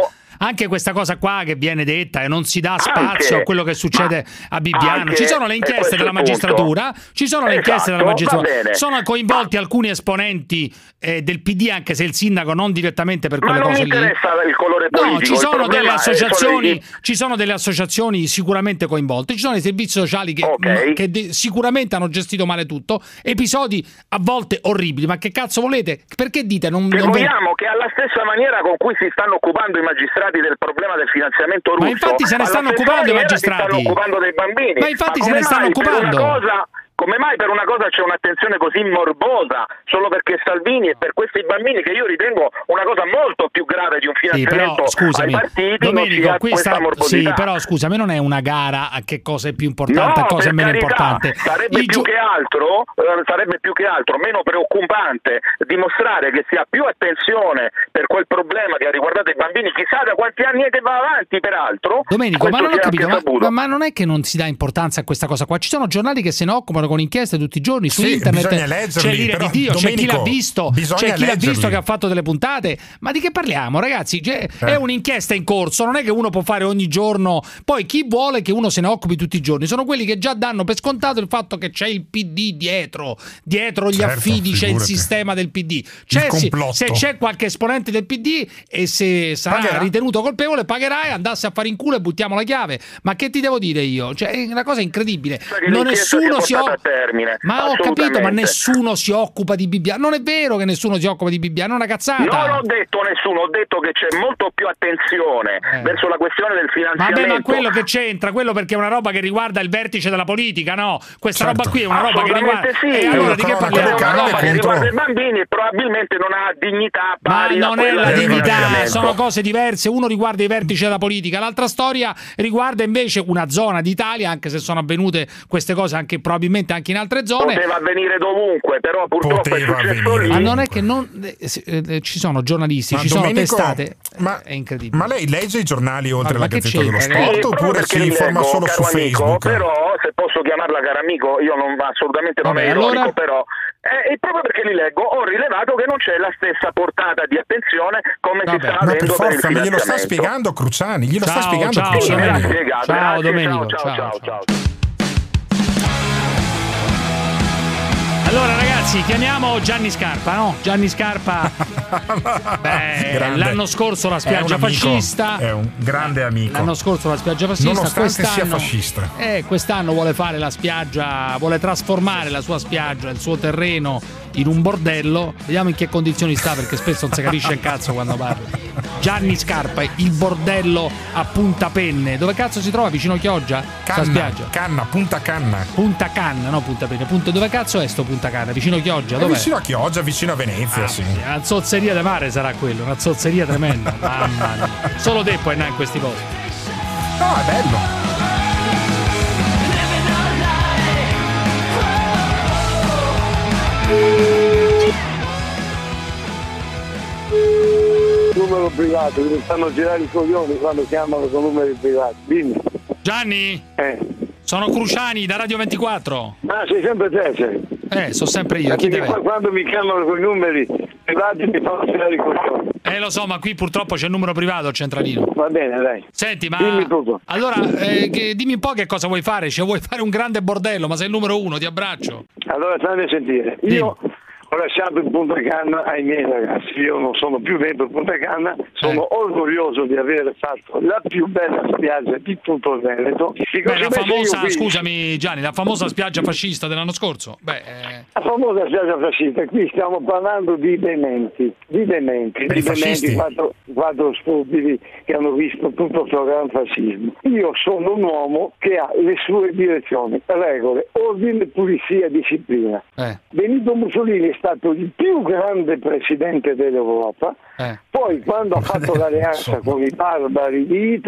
anche questa cosa qua che viene detta e non si dà spazio Anche, a quello che succede a Bibbiano. anche, Ci sono le inchieste della magistratura, ci sono le inchieste Esatto, della magistratura, va bene. sono coinvolti alcuni esponenti eh, del P D, anche se il sindaco non direttamente per Ma quelle non cose mi lì. interessa il colore politico. No, ci il sono problema delle è- associazioni, sono i- ci sono delle associazioni sicuramente coinvolte, ci sono i servizi sociali che, Ok. m- che de- sicuramente hanno gestito male tutto, episodi a volte orribili, ma che cazzo volete? Perché dite non, Che non ve- vogliamo che alla stessa maniera con cui si stanno occupando i magistrati del problema del finanziamento russo, Ma infatti se ne alla stanno stessa occupando i maniera si magistrati. stanno occupando dei bambini. Ma infatti se come ne stanno mai per una occupando. cosa- Come mai per una cosa c'è un'attenzione così morbosa solo perché Salvini e per questi bambini, che io ritengo una cosa molto più grave di un Sì, finanziamento però scusami, ai partiti, Domenico, non si ha qui questa sta- morbosità? sì, però scusami, non è una gara a che cosa è più importante, No, a cosa è per meno carità, importante. Sarebbe I più, giu- che altro, eh, sarebbe più che altro meno preoccupante dimostrare che si ha più attenzione per quel problema che ha riguardato i bambini, chissà da quanti anni è che va avanti peraltro. Domenico, ma questo non ho si era capito, più ma, saputo. ma- ma non è che non si dà importanza a questa cosa qua? Ci sono giornali che se ne occupano con inchieste tutti i giorni su Sì, internet, bisogna leggerli, c'è l'ira però, di Dio, c'è chi Domenico, l'ha visto, bisogna c'è chi l'ha visto leggerli. che ha fatto delle puntate. Ma di che parliamo, ragazzi? Cioè, È un'inchiesta in corso, non è che uno può fare ogni giorno. Poi chi vuole che uno se ne occupi tutti i giorni sono quelli che già danno per scontato il fatto che c'è il P D dietro, dietro gli Certo, affidi c'è il figurati. sistema del P D. C'è, Il se, complotto. se c'è qualche esponente del P D e se sarà Pagherà. ritenuto colpevole pagherà e andasse a fare in culo e buttiamo la chiave. Ma che ti devo dire io? Cioè, è una cosa incredibile. Che Non l'inchiesta nessuno sia si portata occupa. a termine, Ma ho capito, ma assolutamente. nessuno si occupa di Bibbiano. Non è vero che nessuno si occupa di Bibbiano, è una cazzata. Non ho detto nessuno, ho detto che c'è molto più attenzione verso la questione del finanziamento. Vabbè, ma quello che c'entra, quello perché è una roba che riguarda il vertice della politica, no? Questa Certo. roba qui è una roba che riguarda. Assolutamente sì. E allora di che È parliamo? una roba No, che riguarda i bambini e probabilmente non ha dignità Ma pari a non è quella la del dignità, finanziamento. sono cose diverse. Uno riguarda i vertici della politica, l'altra storia riguarda invece una zona d'Italia, anche se sono avvenute queste cose anche probabilmente anche in altre zone. Poteva avvenire dovunque, però purtroppo Poteva è successo avvenire. lì. Ma non è che non eh, eh, eh, ci sono giornalisti, Ma ci sono Domenico, testate. ma, è incredibile. ma lei legge i giornali oltre Ma alla che Gazzetta dello c'entra, Sport Sì, proprio oppure perché si li informa leggo, solo caro su amico, Facebook? però se posso chiamarla caro amico, io non assolutamente non Vabbè, è ironico, allora? però eh, e proprio perché li leggo ho rilevato che non c'è la stessa portata di attenzione come Vabbè, si sta Ma per avendo per il forza, me glielo sta finanziamento. spiegando Cruciani, glielo sta Ciao, spiegando ciao, Sì, me l'ha Cruciani. spiegato. Ciao, Grazie, Domenico, ciao, ciao, ciao, ciao, ciao. Allora ragazzi, chiamiamo Gianni Scarpa, no? Gianni Scarpa. Beh, Grande. l'anno scorso la spiaggia È un amico, fascista. è un grande amico. L'anno scorso la spiaggia fascista, Nonostante sia quest'anno fascista. Eh, quest'anno vuole fare la spiaggia, vuole trasformare la sua spiaggia, il suo terreno in un bordello. Vediamo in che condizioni sta, perché spesso non si capisce un cazzo quando parla. Gianni Scarpa, il bordello a Punta Penne. Dove cazzo si trova? Vicino Chioggia? Sta Canna, spiaggia. Canna, Punta Canna. Punta Canna, no Punta Penne. Punta, dove cazzo è sto Punta Canna? Vicino Chioggia? È Dov'è? vicino a Chioggia, vicino a Venezia, Ah, sì. Una zozzeria di mare sarà quello, una zozzeria tremenda. Mamma mia. Solo te puoi andare in questi posti. No, è bello. Numero privato, mi stanno girare i coglioni quando chiamano con numeri privati. Dimmi. Gianni? Eh. Sono Cruciani da Radio ventiquattro. Ah, sei sempre te, sei. Eh, so sempre io. Perché Chi deve? qua- quando mi chiamano con i numeri privati mi fanno girare i coglioni. Eh, lo so, ma qui purtroppo c'è il numero privato al centralino. Va bene, dai. Senti, ma Dimmi tutto. allora eh, che- dimmi un po' che cosa vuoi fare. Cioè, vuoi fare un grande bordello, ma sei il numero uno, ti abbraccio. Allora, stammi a sentire. Io ho lasciato il Punta Canna ai miei ragazzi. Io non sono più dentro il Punta Canna. Sono Eh. orgoglioso di aver fatto la più bella spiaggia di tutto il Veneto. Di Beh, la conseguenza io famosa, qui- scusami Gianni, la famosa spiaggia fascista dell'anno scorso. Beh, eh, La famosa spiaggia fascista, qui stiamo parlando di dementi, di dementi, Per di i fascisti. dementi, quattro, quattro stupidi che hanno visto tutto il gran fascismo. Io sono un uomo che ha le sue direzioni, regole, ordine, pulizia, disciplina. eh, Benito Mussolini è stato il più grande presidente dell'Europa, eh. poi quando ha fatto l'alleanza con i barbari di Hitler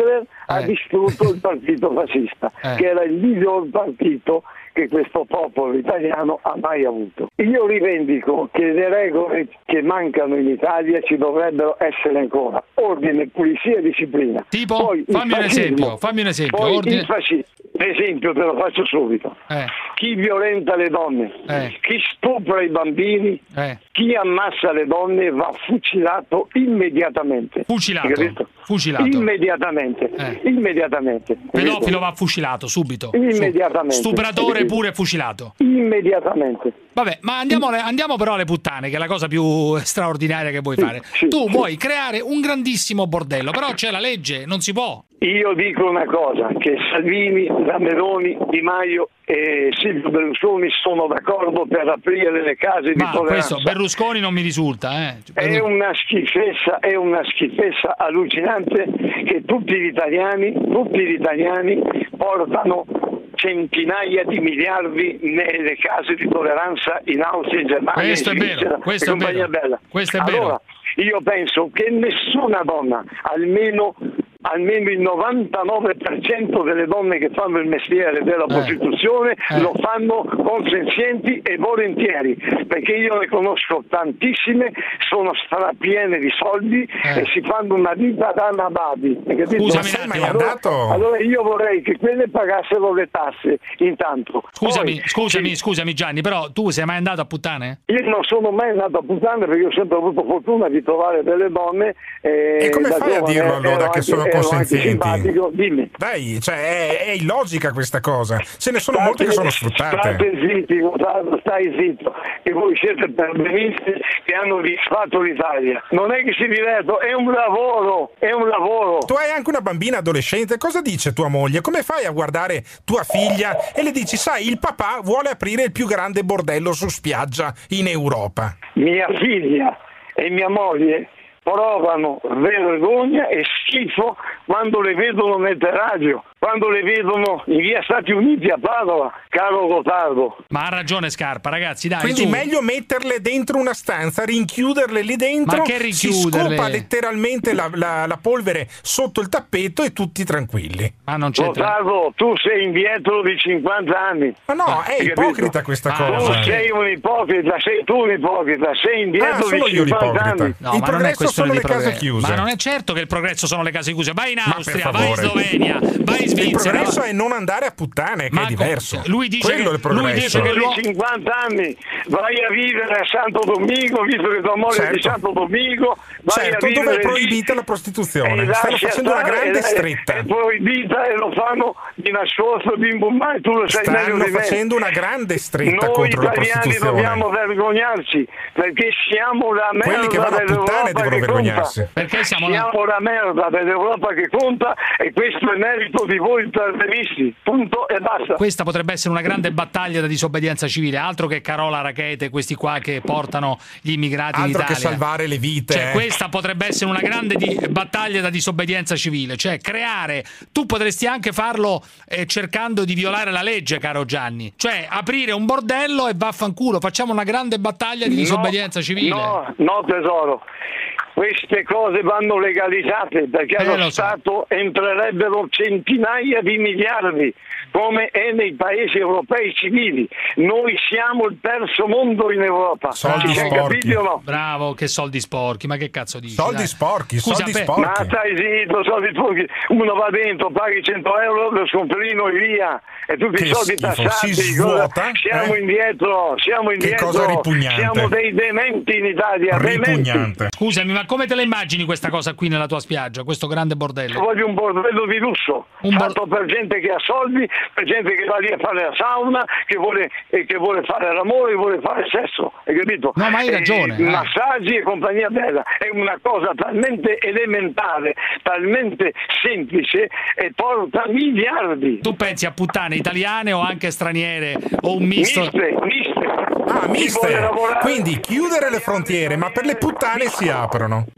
ha distrutto il partito fascista, Eh. che era il miglior partito che questo popolo italiano ha mai avuto. Io rivendico che le regole che mancano in Italia ci dovrebbero essere ancora: ordine, pulizia e disciplina. Tipo? Poi il Fammi un fascismo, esempio, fammi un esempio. Poi Ordine- il fascismo. L'esempio te lo faccio subito. Eh. Chi violenta le donne, Eh. chi stupra i bambini, Eh. chi ammassa le donne va fucilato immediatamente. Fucilato. Hai capito? Fucilato. Immediatamente. Eh. Immediatamente. Pedofilo va fucilato subito. Immediatamente. Stupratore pure fucilato. Immediatamente. Vabbè, ma andiamo, alle- andiamo però alle puttane, che è la cosa più straordinaria che vuoi fare. Tu vuoi creare un grandissimo bordello, però c'è la legge, non si può. Io dico una cosa, che Salvini, Meloni, Di Maio e Silvio Berlusconi sono d'accordo per aprire le case di Ma tolleranza. questo Berlusconi non mi risulta, eh. È una schifezza, è una schifezza allucinante che tutti gli italiani, tutti gli italiani portano centinaia di miliardi nelle case di tolleranza in Austria, in Germania, Questo in è vero, Svizzera questo e è compagnia vero, bella. questo è allora, vero. io penso che nessuna donna, almeno almeno il novantanove per cento delle donne che fanno il mestiere della prostituzione eh. lo fanno consenzienti e volentieri, perché io ne conosco tantissime, sono strapiene di soldi Eh. e si fanno una vita da nabadi. hai capito? Scusami un attimo. allora, andato? allora io vorrei che quelle pagassero le tasse intanto. Scusami, Poi, scusami, sì, scusami Gianni, però tu sei mai andato a puttane? io non sono mai andato a puttane perché ho sempre avuto fortuna di trovare delle donne. eh, E come da fai a giovane dirlo allora ero che anche- sono ero anche consenzienti? simpatico. Dimmi. Dai, cioè è, è illogica questa cosa. Ce ne sono molte che sono sfruttate. State zitti, Gottardo, stai zitto, che voi siete perbenisti che hanno disfatto l'Italia. Non è che si divertono, è un lavoro, è un lavoro. Tu hai anche una bambina adolescente, cosa dice tua moglie? Come fai a guardare tua figlia e le dici, sai, il papà vuole aprire il più grande bordello su spiaggia in Europa? Mia figlia e mia moglie provano vergogna e schifo quando le vedono nel radio, quando le vedono in via Stati Uniti a Padova, caro Gottardo. Ma ha ragione Scarpa, ragazzi, dai. Quindi su. meglio metterle dentro una stanza, rinchiuderle lì dentro, Ma che si rinchiuderle? scopa letteralmente la, la- la polvere sotto il tappeto e tutti tranquilli. Ma non c'è Gottardo, tu sei indietro di cinquanta anni. Ma no, è Hai ipocrita capito? questa Ah, cosa. Tu sei un ipocrita, sei tu un ipocrita, sei indietro Ah, sono di io cinquanta l'ipocrita. anni. No, il ma non è progresso questione sono di le case progresso. chiuse. Ma non è certo che il progresso sono le case chiuse. Vai in Ma per Austria, vai in favore. Slovenia, vai in Il Svizzera. progresso va- è non andare a puttane, che Ma è diverso. lui dice Quello che- è il progresso. lui dice che Sono l'uomo- di cinquanta anni, vai a vivere a Santo Domingo, visto che tua moglie è di Certo. Santo Domingo, vai Certo, a vivere dove è lì proibita la e prostituzione. lascia Stanno facendo una stare, grande è- stretta. È proibita e lo fanno di nascosto, di imbummare, tu lo sai meglio Stanno di me. facendo una grande stretta Noi contro la italiani prostituzione. dobbiamo vergognarci perché siamo la merda Quelli che vanno a puttane dell'Europa devono che vergognarsi. conta. Perché siamo la- Siamo la merda dell'Europa che conta e questo è merito di voi perbenisti. Punto e basta. Questa potrebbe essere una grande battaglia da disobbedienza civile, altro che Carola Rackete, questi qua che portano gli immigrati in Altro Italia. che salvare le vite. Cioè, eh. questa potrebbe essere una grande di- battaglia da disobbedienza civile, cioè creare, tu potresti anche farlo eh, cercando di violare la legge, caro Gianni, cioè aprire un bordello e vaffanculo, facciamo una grande battaglia di disobbedienza No, civile. No, no tesoro. Queste cose vanno legalizzate perché Eh, allo lo so. Stato entrerebbero centinaia di miliardi come è nei paesi europei civili. Noi siamo il terzo mondo in Europa. Soldi Ci siamo sporchi. capiti o no? Bravo, che soldi sporchi, ma che cazzo dici? Soldi dai? sporchi, Scusa, soldi per- sporchi. Ma stai zitto, soldi sporchi. Uno va dentro, paghi cento euro, lo scomprino e via. E tutti Che i soldi schifo, tassati. si cosa- svuota, Siamo eh? indietro, siamo indietro. cosa ripugnante. Siamo dei dementi in Italia. Dementi. Ripugnante. Scusami, ma come te la immagini questa cosa qui nella tua spiaggia, questo grande bordello? Voglio un bordello di lusso, Un bor- fatto per gente che ha soldi, per gente che va lì a fare la sauna, che vuole, e che vuole fare l'amore, vuole fare sesso, hai capito? No, ma hai E ragione, eh. massaggi e compagnia bella, è una cosa talmente elementare, talmente semplice e porta miliardi. Tu pensi a puttane italiane o anche straniere o un misto? Miste, miste. Ah, Chi vuole mister. lavorare- Quindi chiudere le frontiere, ma per le puttane si aprono.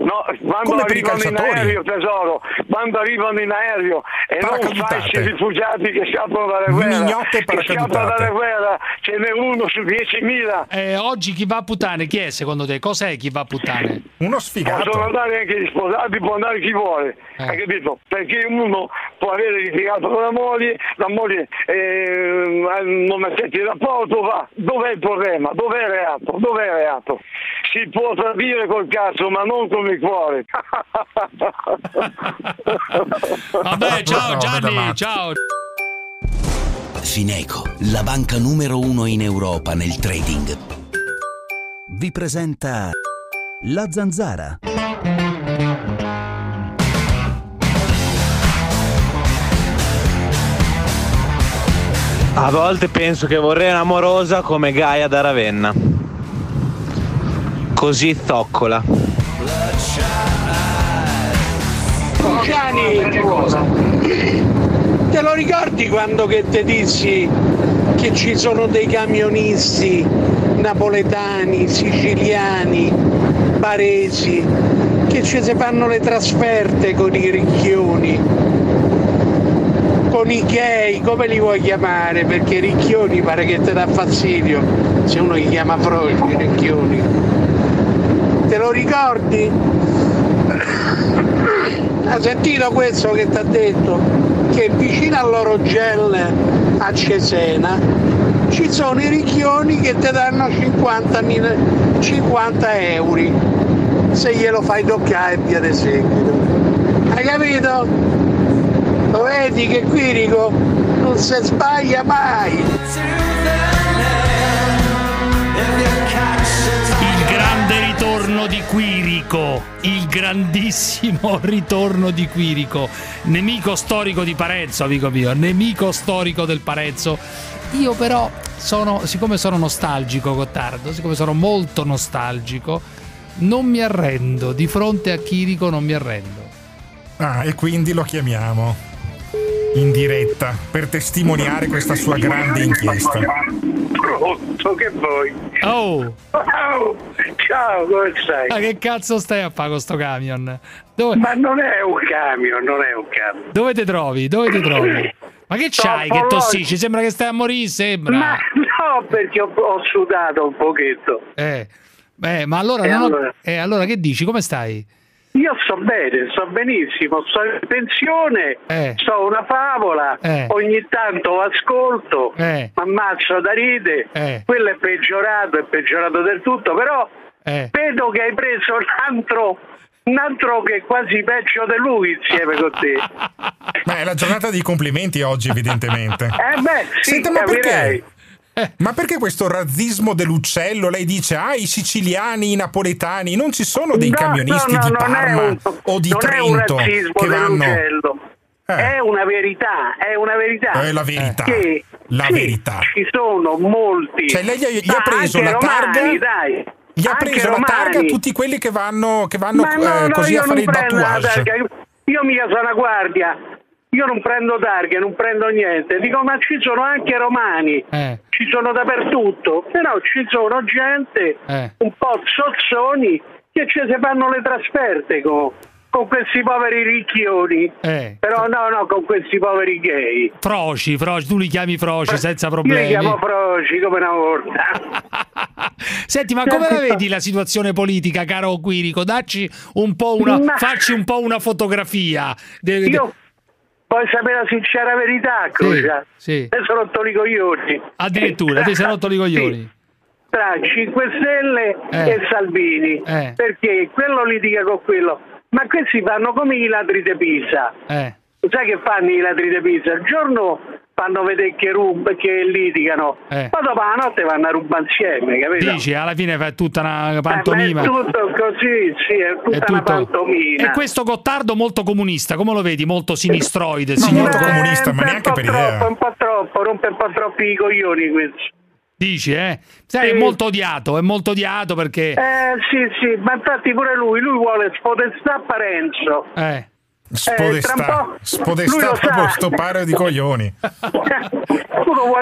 No, quando Come per i arrivano in calciatori. aereo, tesoro, quando arrivano in aereo e non Paracadutate. falsi rifugiati che scappano dalle guerre, Mignotte che scappano paracadutate. dalle guerre, ce n'è uno su diecimila. Eh, oggi chi va a puttane? Chi è secondo te? Cos'è chi va a puttane? Uno Possono andare anche gli sposati, può andare chi vuole, Eh. hai capito? Perché uno può avere litigato con la moglie, la moglie eh, non metterti in rapporto, va. Dov'è il problema? Dov'è il reato? Dov'è il reato? Si può tradire col cazzo, ma non con il cuore. Vabbè, ciao No, Gianni, vada ciao. Fineco, la banca numero uno in Europa nel trading, vi presenta La Zanzara. A volte penso che vorrei un'amorosa come Gaia da Ravenna. Così zoccola. Gianni, te lo ricordi quando che te dissi che ci sono dei camionisti napoletani, siciliani, baresi che ci si fanno le trasferte con i ricchioni, con i gay, come li vuoi chiamare? Perché ricchioni pare che te dà fastidio se uno gli chiama froci, ricchioni. Te lo ricordi? Hai sentito questo che ti ha detto? Che vicino all'Orogel a Cesena ci sono i ricchioni che ti danno cinquanta euro se glielo fai toccare e via di seguito. Hai capito? Lo vedi che Quirico non si sbaglia mai. Il grande ritorno di Quirico, il grandissimo ritorno di Quirico, nemico storico di Parezzo, amico mio, nemico storico del Parezzo. Io però sono, siccome sono nostalgico, Gottardo, siccome sono molto nostalgico, non mi arrendo, di fronte a Quirico non mi arrendo. Ah, e quindi lo chiamiamo in diretta per testimoniare questa sua grande inchiesta. Pronto, che vuoi? Oh! Oh, ciao, come stai? Ma che cazzo stai a fare con sto camion? Dove... Ma non è un camion, non è un camion. Dove ti trovi? Dove ti trovi? Ma che c'hai che tossisci? Sembra che stai a morire, sembra. Ma no, perché ho, ho sudato un pochetto. Eh, beh, ma allora, E non ho- allora? eh, allora che dici? Come stai? Io sto bene, sto benissimo, sto in pensione, Eh. sto una favola, Eh. ogni tanto ascolto, Eh. mi ammazzo da ride, Eh. quello è peggiorato, è peggiorato del tutto, però Eh. vedo che hai preso un altro, un altro che è quasi peggio di lui insieme con te. Ma è la giornata dei complimenti oggi, evidentemente. Eh beh, sì, Senta, ma capirei. perché? Ma perché questo razzismo dell'uccello? Lei dice, ah, i siciliani, i napoletani, non ci sono dei No, camionisti no, no, di non è Parma un- o di non Trento è un razzismo che vanno... dell'uccello. È una verità, è una verità. È la verità, Che, la sì, verità. Ci sono molti. Cioè lei gli, gli Ma ha preso anche la romani, targa, dai. gli ha Anche preso la romani. targa a tutti quelli che vanno, che vanno Ma no, eh, no, così io a fare non il prendo la tatuage. targa. Io mica sono a guardia. Io non prendo targhe, non prendo niente. Dico, ma ci sono anche romani. Eh. Ci sono dappertutto. Però ci sono gente Eh. un po' sozzoni che ci si fanno le trasferte con, con questi poveri ricchioni. Eh. Però no, no, con questi poveri gay. Froci, froci, tu li chiami froci senza Io li problemi. chiamo froci come una volta. Senti, ma come la vedi la situazione politica, caro Quirico? Dacci un po' una, Ma- facci un po' una fotografia. De- de- Io vuoi sapere la sincera verità, Crocia? sì. Mi sono rotto i coglioni. Addirittura, ti sei rotto i coglioni. Sì. Tra cinque Stelle Eh. e Salvini. Eh. Perché quello litiga con quello. Ma questi fanno come i ladri di Pisa. Eh. Sai che fanno i ladri di Pisa? Il giorno fanno vedere che rub, che litigano, Eh. ma dopo la notte vanno a rubare insieme, capito? Dici, alla fine fa tutta una Eh, pantomima. ma è tutto così, sì, è tutta È una tutto- pantomima. E questo Gottardo molto comunista, come lo vedi? Molto sinistroide, il No, signor molto Gottardo. comunista, ma Eh, neanche un po' per idea. troppo, un po' troppo, rompe un po' troppi i coglioni questo. Dici, eh? Sai, Sì. è molto odiato, è molto odiato perché... Eh sì, sì, ma infatti pure lui, lui vuole spodestare Parenzo. Eh. Spodestà, tra un po' spodestà lui lo proprio sa. sto paio di coglioni. Tu lo vuoi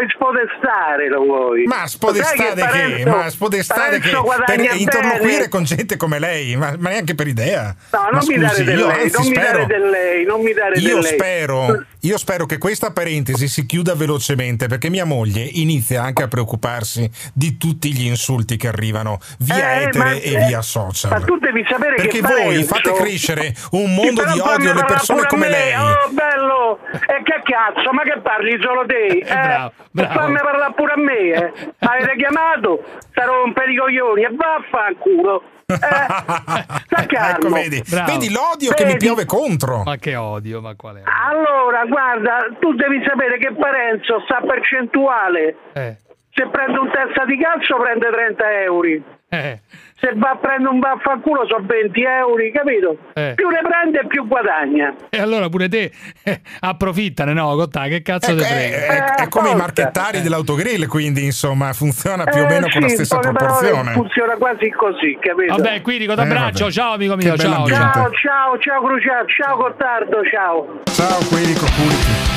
vuoi spodestare, lo vuoi. Ma spodestare che? Parenzo, ma spodestare che per interloquire bene. Con gente come lei, ma, ma neanche per idea. No, ma non scusi, mi dare del io, lei, anzi, non spero, mi dare del lei, non mi dare io del lei. Spero, io spero che questa parentesi si chiuda velocemente, perché mia moglie inizia anche a preoccuparsi di tutti gli insulti che arrivano via eh, etere ma, e via social. Ma tu devi sapere perché che voi Parenzo, fate crescere un mondo di odio alle persone come lei. Oh bello, e che cazzo, ma che parli solo te? Eh, bravo, bravo. Fammi parlare pure a me, eh. Avete chiamato? Sarò un pericoglioni e vaffanculo. Eh, ecco, vedi, vedi l'odio vedi. Che mi piove contro. Ma che odio, ma qual è? Allora, guarda, tu devi sapere che Parenzo sta percentuale. Eh. Se prende un testa di cazzo prende trenta euro. Eh. Se va a prendere un vaffanculo sono venti euro, capito? Eh. Più ne prende più guadagna. E allora pure te eh, approfittane, no? Cottà, che cazzo te frega? È, è, è come i marchettari eh. dell'autogrill, quindi insomma funziona più eh, o meno sì, con la stessa proporzione. Funziona quasi così, capito? Vabbè, quindi ti abbraccio, eh, ciao amico mio, ciao, ciao, ciao, ciao Cruciato, ciao Gottardo, ciao. Ciao Quirico Puliti.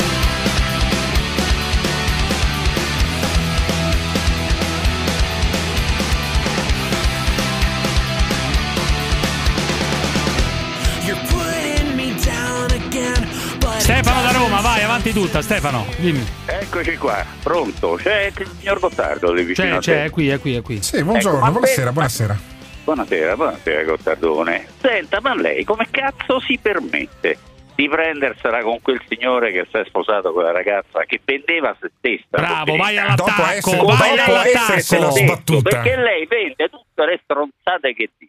Stefano da Roma, vai, avanti tutta, Stefano, dimmi. Eccoci qua, pronto, c'è il signor Gottardo lì vicino. C'è, c'è, è qui, è qui, è qui. Sì, buongiorno, ecco, buonasera, buonasera. Buonasera, buonasera Gottardone. Senta, ma lei come cazzo si permette di prendersela con quel signore che si è sposato con la ragazza che vendeva se stessa? Bravo, vai all'attacco, dopo essere, vai dopo all'attacco. Sbattuta. Perché lei vende tutte le stronzate che dice.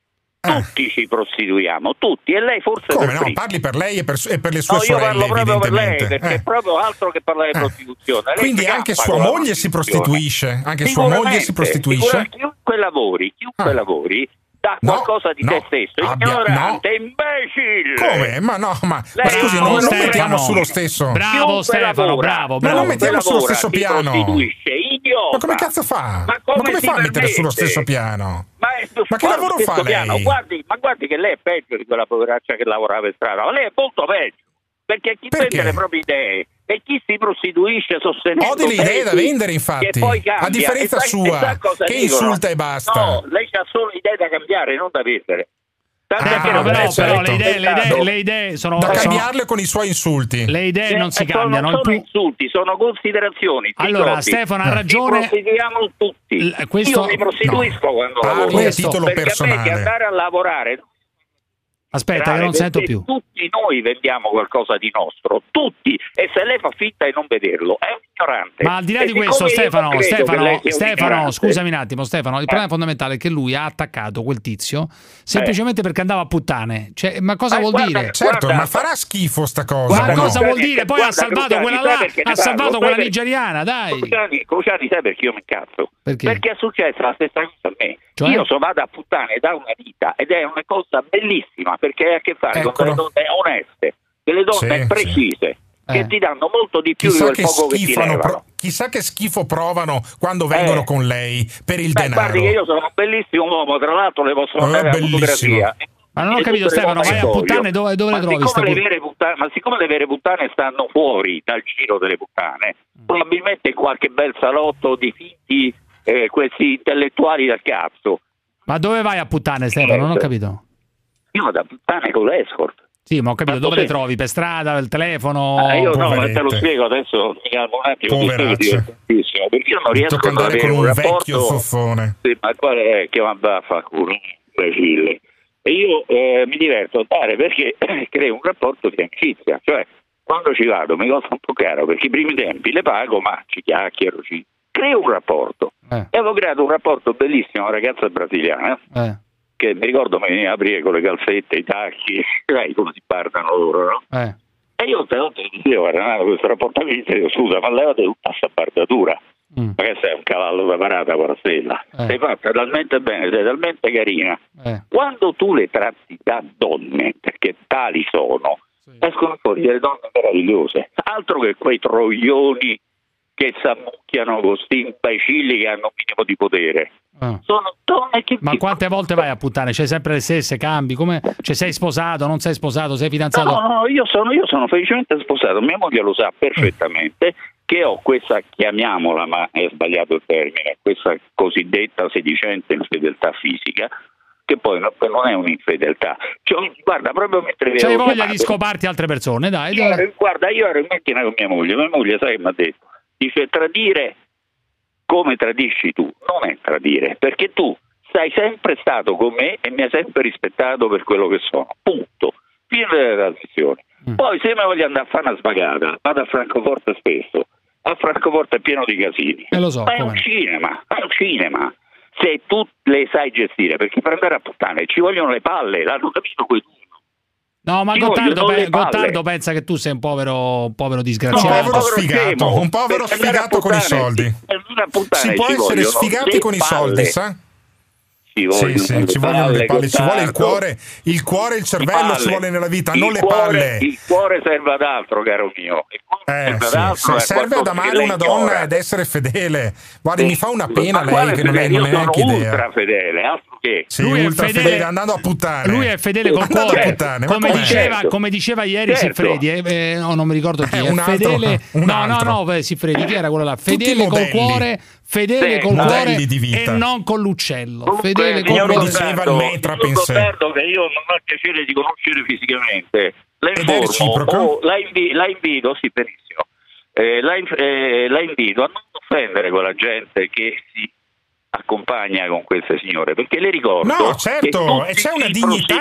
Tutti ci prostituiamo, tutti, e lei forse come per no? prima. Parli per lei e per, e per le sue no, sorelle, io parlo proprio per lei, perché eh. è proprio altro che parlare di eh. prostituzione. Lei quindi anche sua moglie si prostituisce, anche sua moglie si prostituisce. Chiunque lavori, chiunque ah. lavori dà qualcosa no, di no, te stesso, abbia, ignorante, no. imbecille. Come? Ma no, ma, ma scusi, bravo, non, non Stefano. mettiamo sullo stesso. Bravo chiunque Stefano, lavora, bravo, bravo. Ma non mettiamo lavora, sullo stesso piano. Prostituisce, idiota. Ma come cazzo fa? Ma come, ma come fa a mettere permette? sullo stesso piano? Ma, ma che lavoro fa lei? Piano. Guardi, ma guardi che lei è peggio di quella poveraccia che lavorava in strada, ma lei è molto peggio. Perché chi Perché? vende le proprie idee e chi si prostituisce sostenendo ho delle idee da vendere, infatti, poi cambia, a differenza sa, sua che dicono? Insulta e basta. No, lei ha solo idee da cambiare, non da vendere. Ah, però, però, però le, idee, le, idee, le idee sono da sono, cambiarle con i suoi insulti. Le idee sì, non si sono, cambiano. Non sono tu... insulti, sono considerazioni. Allora, ricordi. Stefano ha ragione. Ci prostituiamo tutti. L- questo... Io mi prostituisco no. quando ah, lavoro. Questo, titolo perché personale. a me che andare a lavorare. Aspetta, che non sento più. Tutti noi vendiamo qualcosa di nostro, tutti, e se lei fa finta di non vederlo è un ignorante. Ma al di là e di questo, Stefano, Stefano, Stefano, scusami un attimo, Stefano, il eh. problema fondamentale è che lui ha attaccato quel tizio semplicemente eh. perché andava a puttane. Cioè, ma cosa eh, vuol guarda, dire? Certo, guarda, ma farà schifo sta cosa. Ma cosa no? vuol dire? Poi guarda, ha salvato Cruciani, quella là, ha salvato quella per... nigeriana, dai. Cruciani, Cruciani, sai perché io mi incazzo? Perché? Perché è successa la stessa cosa a me. Cioè? Io sono vado a puttane da una vita ed è una cosa bellissima perché hai a che fare Eccolo. con delle donne oneste, delle donne sì, precise, sì. che eh. ti danno molto di più chissà di quel che poco che ti levano. Pro- chissà che schifo provano quando vengono eh. con lei per il Beh, denaro. guardi che io sono un bellissimo uomo, tra l'altro le posso mandare eh, a fotografia. Ma non ho capito, Stefano, vai a puttane, dove, dove ma le trovi? Siccome le vere puttane, ma siccome le vere puttane stanno fuori dal giro delle puttane, mm. probabilmente in qualche bel salotto di finti eh, questi intellettuali del cazzo. Ma dove vai a puttane, Stefano? Non ho capito. Io vado a puttane con l'escort. Sì, ma ho capito, ma dove se... le trovi? Per strada, per telefono? Ah, io Poverette. no, ma te lo spiego adesso, mi calmo un attimo, divertentissimo, perché io non riesco Tocca ad andare avere con un, un vecchio rapporto... soffone. Sì, ma quale è che va a fa culo, imbecille. E io eh, mi diverto a dare perché creo un rapporto di amicizia, cioè quando ci vado mi costa un po' caro perché i primi tempi le pago, ma ci chiacchiero, ci creo un rapporto. Eh. E avevo creato un rapporto bellissimo, una ragazza brasiliana, eh. che mi ricordo mi veniva a aprire con le calzette, i tacchi, sai come si parlano loro, no? Eh. E io te lo dicevo, era nato questo rapporto di dicevo, scusa, ma levate tutta questa bardatura, mm. ma che sei un cavallo da parata con la stella, eh. sei fatta talmente bene, sei talmente carina, eh. quando tu le tratti da donne, perché tali sono, sì. escono fuori delle donne meravigliose, altro che quei troioni che s'ammucchiano con questi imbecilli che hanno un minimo di potere. Ah. Sono donne che... Ma quante volte vai a puttane? C'hai sempre le stesse, cambi? Come? Cioè, sei sposato, non sei sposato, sei fidanzato? No, no, io sono, io sono felicemente sposato, mia moglie lo sa perfettamente, mm. che ho questa, chiamiamola, ma è sbagliato il termine, questa cosiddetta sedicente infedeltà fisica, che poi non è un'infedeltà. Cioè, guarda, proprio mentre c'hai voglia chiamato, di scoparti altre persone, dai. Io ero, guarda, io ero in macchina con mia moglie, mia moglie sai che mi ha detto, dice tradire come tradisci tu, non è tradire, perché tu sei sempre stato con me e mi hai sempre rispettato per quello che sono, punto, fine delle transizioni. Mm. Poi se mi voglio andare a fare una svagata, vado a Francoforte spesso, a Francoforte è pieno di casini, eh, lo so, ma è un cinema, è un cinema, se tu le sai gestire, perché per andare a puttane ci vogliono le palle, l'hanno capito quei due. No, ma Gottardo, pe Gottardo pensa che tu sei un povero, un povero disgraziato. Un povero sfigato, un povero sfigato con i soldi. Si può essere sfigati con i soldi, sa? Ci sì, sì, ci vogliono le palle, ci vuole il cuore, il cuore e il cervello ci vuole nella vita, non le palle. Il cuore serve ad altro, caro mio. Eh, sì, serve ad amare una donna ed essere fedele. Guardi, mi fa una pena lei che non è neanche idea. Ultra fedele, altro che. Sì, lui ultra è fedele, fedele andando a puttane. Lui è fedele col cuore, puttane, come, diceva, certo. come diceva ieri certo. Siffredi, eh, eh, no, non mi ricordo chi, è, è fedele. Un no, altro. no, no, Siffredi, chi era quello là? Fedele col cuore, fedele col cuore e non con l'uccello. Fedele col cuore. Diceva il metra, pensavo. Che io non ho il piacere di conoscere fisicamente. La informo o la, invi la invito, sì, benissimo. Eh, la, eh, la invito a non offendere quella gente che si accompagna con queste signore, perché le ricordo no, certo, e c'è una dignità.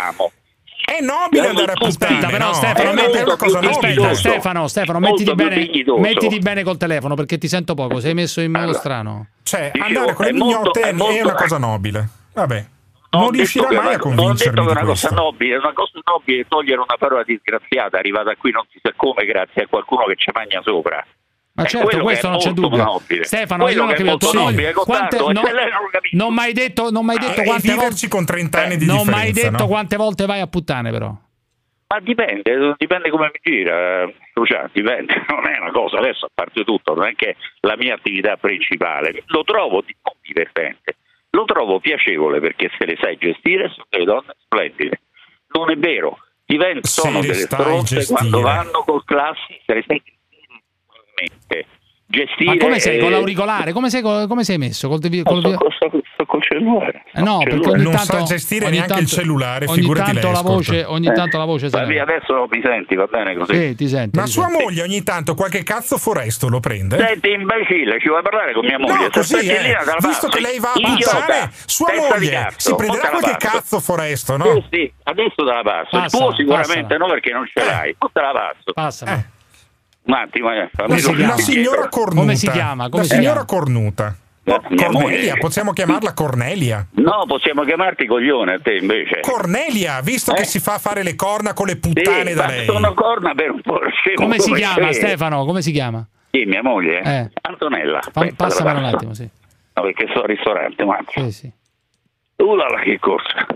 È nobile andare a puttane, però no, Stefano, è metti, una cosa aspetta, Stefano, Stefano, mettiti bene, mettiti bene col telefono perché ti sento poco, sei messo in modo allora, strano. Cioè, andare con le mignotte è, è una cosa nobile. Vabbè. Non riuscirà mai a convincermi non ho detto che è una questo. cosa nobile, è una cosa nobile togliere una parola disgraziata arrivata qui non si sa come grazie a qualcuno che ci magna sopra. Ma è certo, questo non c'è dubbio. Nobile. Stefano, io non ho capito. Nobile, quante, no, non mi hai detto, non mai detto ah, quante volte con trenta anni di non differenza. Non mi hai detto no? quante volte vai a puttane, però. Ma dipende, dipende come mi gira, cioè, dipende, non è una cosa, adesso a parte tutto, non è che la mia attività principale, lo trovo non divertente. Lo trovo piacevole perché se le sai gestire sono delle donne splendide. Non è vero, diventano sono delle stronze quando vanno col classi, se le sai gestire. Gestire ma come sei? Con l'auricolare? Come sei, come sei messo? Col, col... Sto, sto, sto col cellulare. Eh no, cellulare. perché ogni non tanto, sa gestire neanche tanto, il cellulare, ogni figurati tanto lei, la voce, ogni eh. tanto la voce Ma via, adesso mi senti, va bene così? Sì, ti senti. Ma ti sua senti. moglie ogni tanto qualche cazzo foresto lo prende? Senti, imbecille, ci vuoi parlare con mia moglie? No, così, eh. Visto che lei va a passare, sua moglie si prenderà qualche cazzo foresto, no? Sì, sì, adesso te la passo. Passa, il tuo sicuramente passala. no, perché non ce l'hai. Tu te la passo. Passa. Eh. Un attimo, eh. La, la signora Cornuta. Come si chiama? Come la si signora chiama? Cornuta. La Cornelia, moglie. possiamo chiamarla Cornelia? No, possiamo chiamarti coglione a te invece. Cornelia, visto eh? che si fa fare le corna con le puttane sì, da ma lei. Sono corna per un po'. Come si chiama, Stefano? Come si chiama? Sì, mia moglie. Eh. Antonella. Passamelo un attimo, sì. No, perché sono al ristorante, un attimo. Sì, sì. Ulala, che corsa.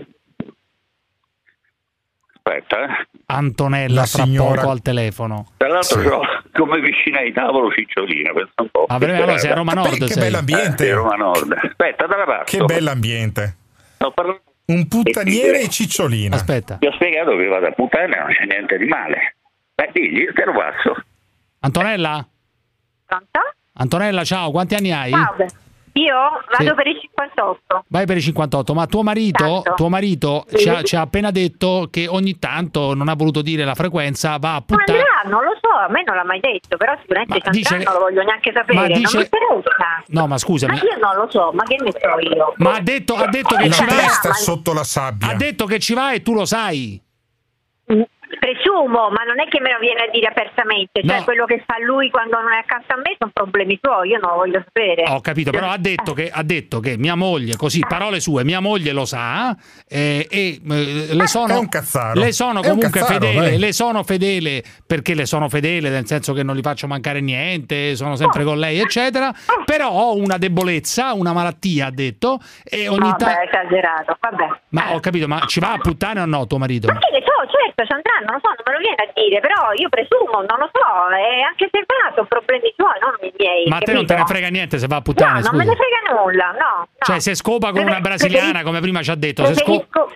Aspetta, eh. Antonella, la fra signora... poco al telefono. Tra l'altro sì. ho come vicina di tavolo Cicciolina, pensa un po'. Ah, allora sei a Roma Nord, Beh, che sei. bell'ambiente. Eh, Roma Nord. Aspetta, dalla parte. Che bell'ambiente. No, parlando... Un puttaniere e Cicciolina. Aspetta. Ti ho spiegato che vado a puttane, non c'è niente di male. Beh, digli, te lo passo. Antonella? Pronto? Antonella, ciao, quanti anni hai? Salve. Io vado Sì. per i cinquantotto. Vai per i cinquantotto, ma tuo marito, Esatto. tuo marito Sì. ci, ha, ci ha appena detto che ogni tanto, non ha voluto dire la frequenza, va a puttane. Andrà, non lo so, a me non l'ha mai detto, però sicuramente Ma dice- non lo voglio neanche sapere, ma dice- non mi interessa. No, ma scusami. Ma io non lo so, ma che ne so io? Ma ha detto, ha detto che La ci va. testa sotto la sabbia. Ha detto che ci va e tu lo sai. Presumo, ma non è che me lo viene a dire apertamente, cioè No. quello che fa lui quando non è accanto a me sono problemi suoi, io non lo voglio sapere. Ho capito, però ha detto che, ha detto che mia moglie, così, parole sue, mia moglie lo sa eh, e eh, le sono, È un cazzaro. le sono È un comunque cazzaro, fedele, dai. le sono fedele perché le sono fedele, nel senso che non gli faccio mancare niente, sono sempre con lei, eccetera, però ho una debolezza, una malattia, ha detto, e ogni Vabbè, tanto... esagerato, vabbè. Ma ho capito, ma ci va a puttane o no tuo marito? Ma che ne so, certo, ci andrà, non lo so, non me lo viene a dire, però io presumo, non lo so, è anche se va, sono problemi suoi, non i miei. Ma a te non te ne frega niente se va a puttane, No, scusa. non me ne frega nulla, no. no. Cioè se scopa con una Prefer- brasiliana, preferisco- come prima ci ha detto, se scopa... Preferisco,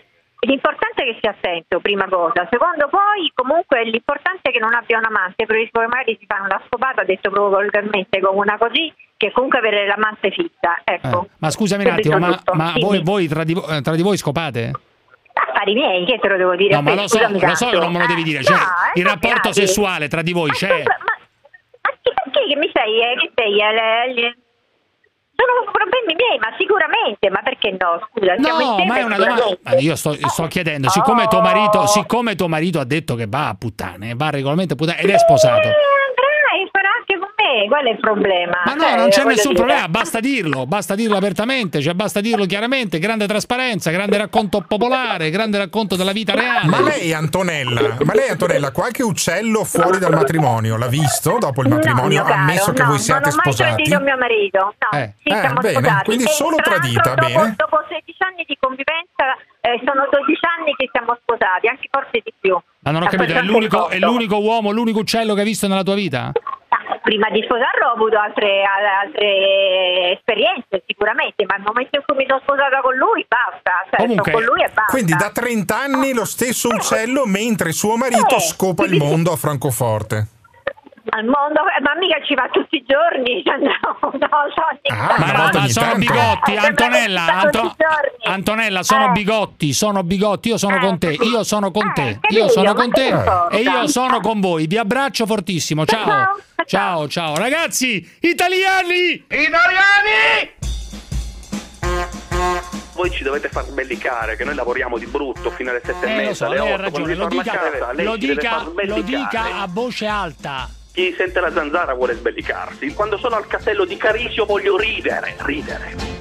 L'importante è che sia attento, prima cosa. Secondo, poi comunque l'importante è che non abbia un amante, perché magari si fa una scopata, detto proprio volgarmente, come una così, che comunque avere l'amante fitta. Ecco. Eh, ma scusami un attimo, ma, ma sì, voi, sì. voi tra, di, tra di voi scopate? Affari miei, che te lo devo dire? No, ma lo so, Scusami lo so che non me lo devi dire. Cioè, no, il rapporto grazie. sessuale tra di voi Ma c'è. scusa, ma, ma perché che mi sei? Eh, che sei? Eh, le, le... Sono problemi miei, ma sicuramente, ma perché no? Scusa, siamo No, insieme ma è una domanda. Ma io sto, sto chiedendo, siccome tuo marito, siccome tuo marito ha detto che va a puttane, va regolarmente a puttane ed è sposato. Andrai, farà anche con me, qual è il problema? Ma no, Cioè, non c'è voglio nessun dire- problema, basta dirlo, basta dirlo apertamente, cioè basta dirlo chiaramente, grande trasparenza, grande racconto popolare, grande racconto della vita reale. Ma lei Antonella, ma lei Antonella, qualche uccello fuori dal matrimonio l'ha visto dopo il matrimonio? No, mio ammesso caro, che no, voi siate non ho mai sposati? tradito mio marito, no, Eh. sì, Eh, siamo bene, sposati. quindi E solo tra l'altro tradita, dopo, bene. dopo sedici anni di convivenza, eh, sono dodici anni che siamo sposati, anche forse di più. Ma non ho capito, è l'unico, è l'unico uomo, l'unico uccello che hai visto nella tua vita? Prima di sposarlo ho avuto altre, altre esperienze sicuramente, ma al momento in cui mi sono sposata con lui basta, cioè Comunque, sto con lui e basta. quindi da trenta anni lo stesso uccello mentre suo marito Eh, scopa il mondo a Francoforte. Al mondo, eh, ma mica ci va tutti i giorni, cioè, no, no, so, Ah, Ma no, ma sono bigotti, Antonella, Anto- Antonella, sono Eh. bigotti, sono bigotti, io sono con te, io sono con te, che io io, sono ma con che te importa? e io sono con voi. Vi abbraccio fortissimo. Ciao. Ciao, ciao. Ragazzi, italiani! Italiani! Voi ci dovete far sbellicare, che noi lavoriamo di brutto fino alle sette e Eh, lo mezza, so, alle lei ha otto, quando ragione, si lo torna a dica, casa, lei lo ci deve dica, far lo sbellicare. dica a voce alta. Chi sente la zanzara vuole sbellicarsi. Quando sono al castello di Carisio voglio ridere, ridere.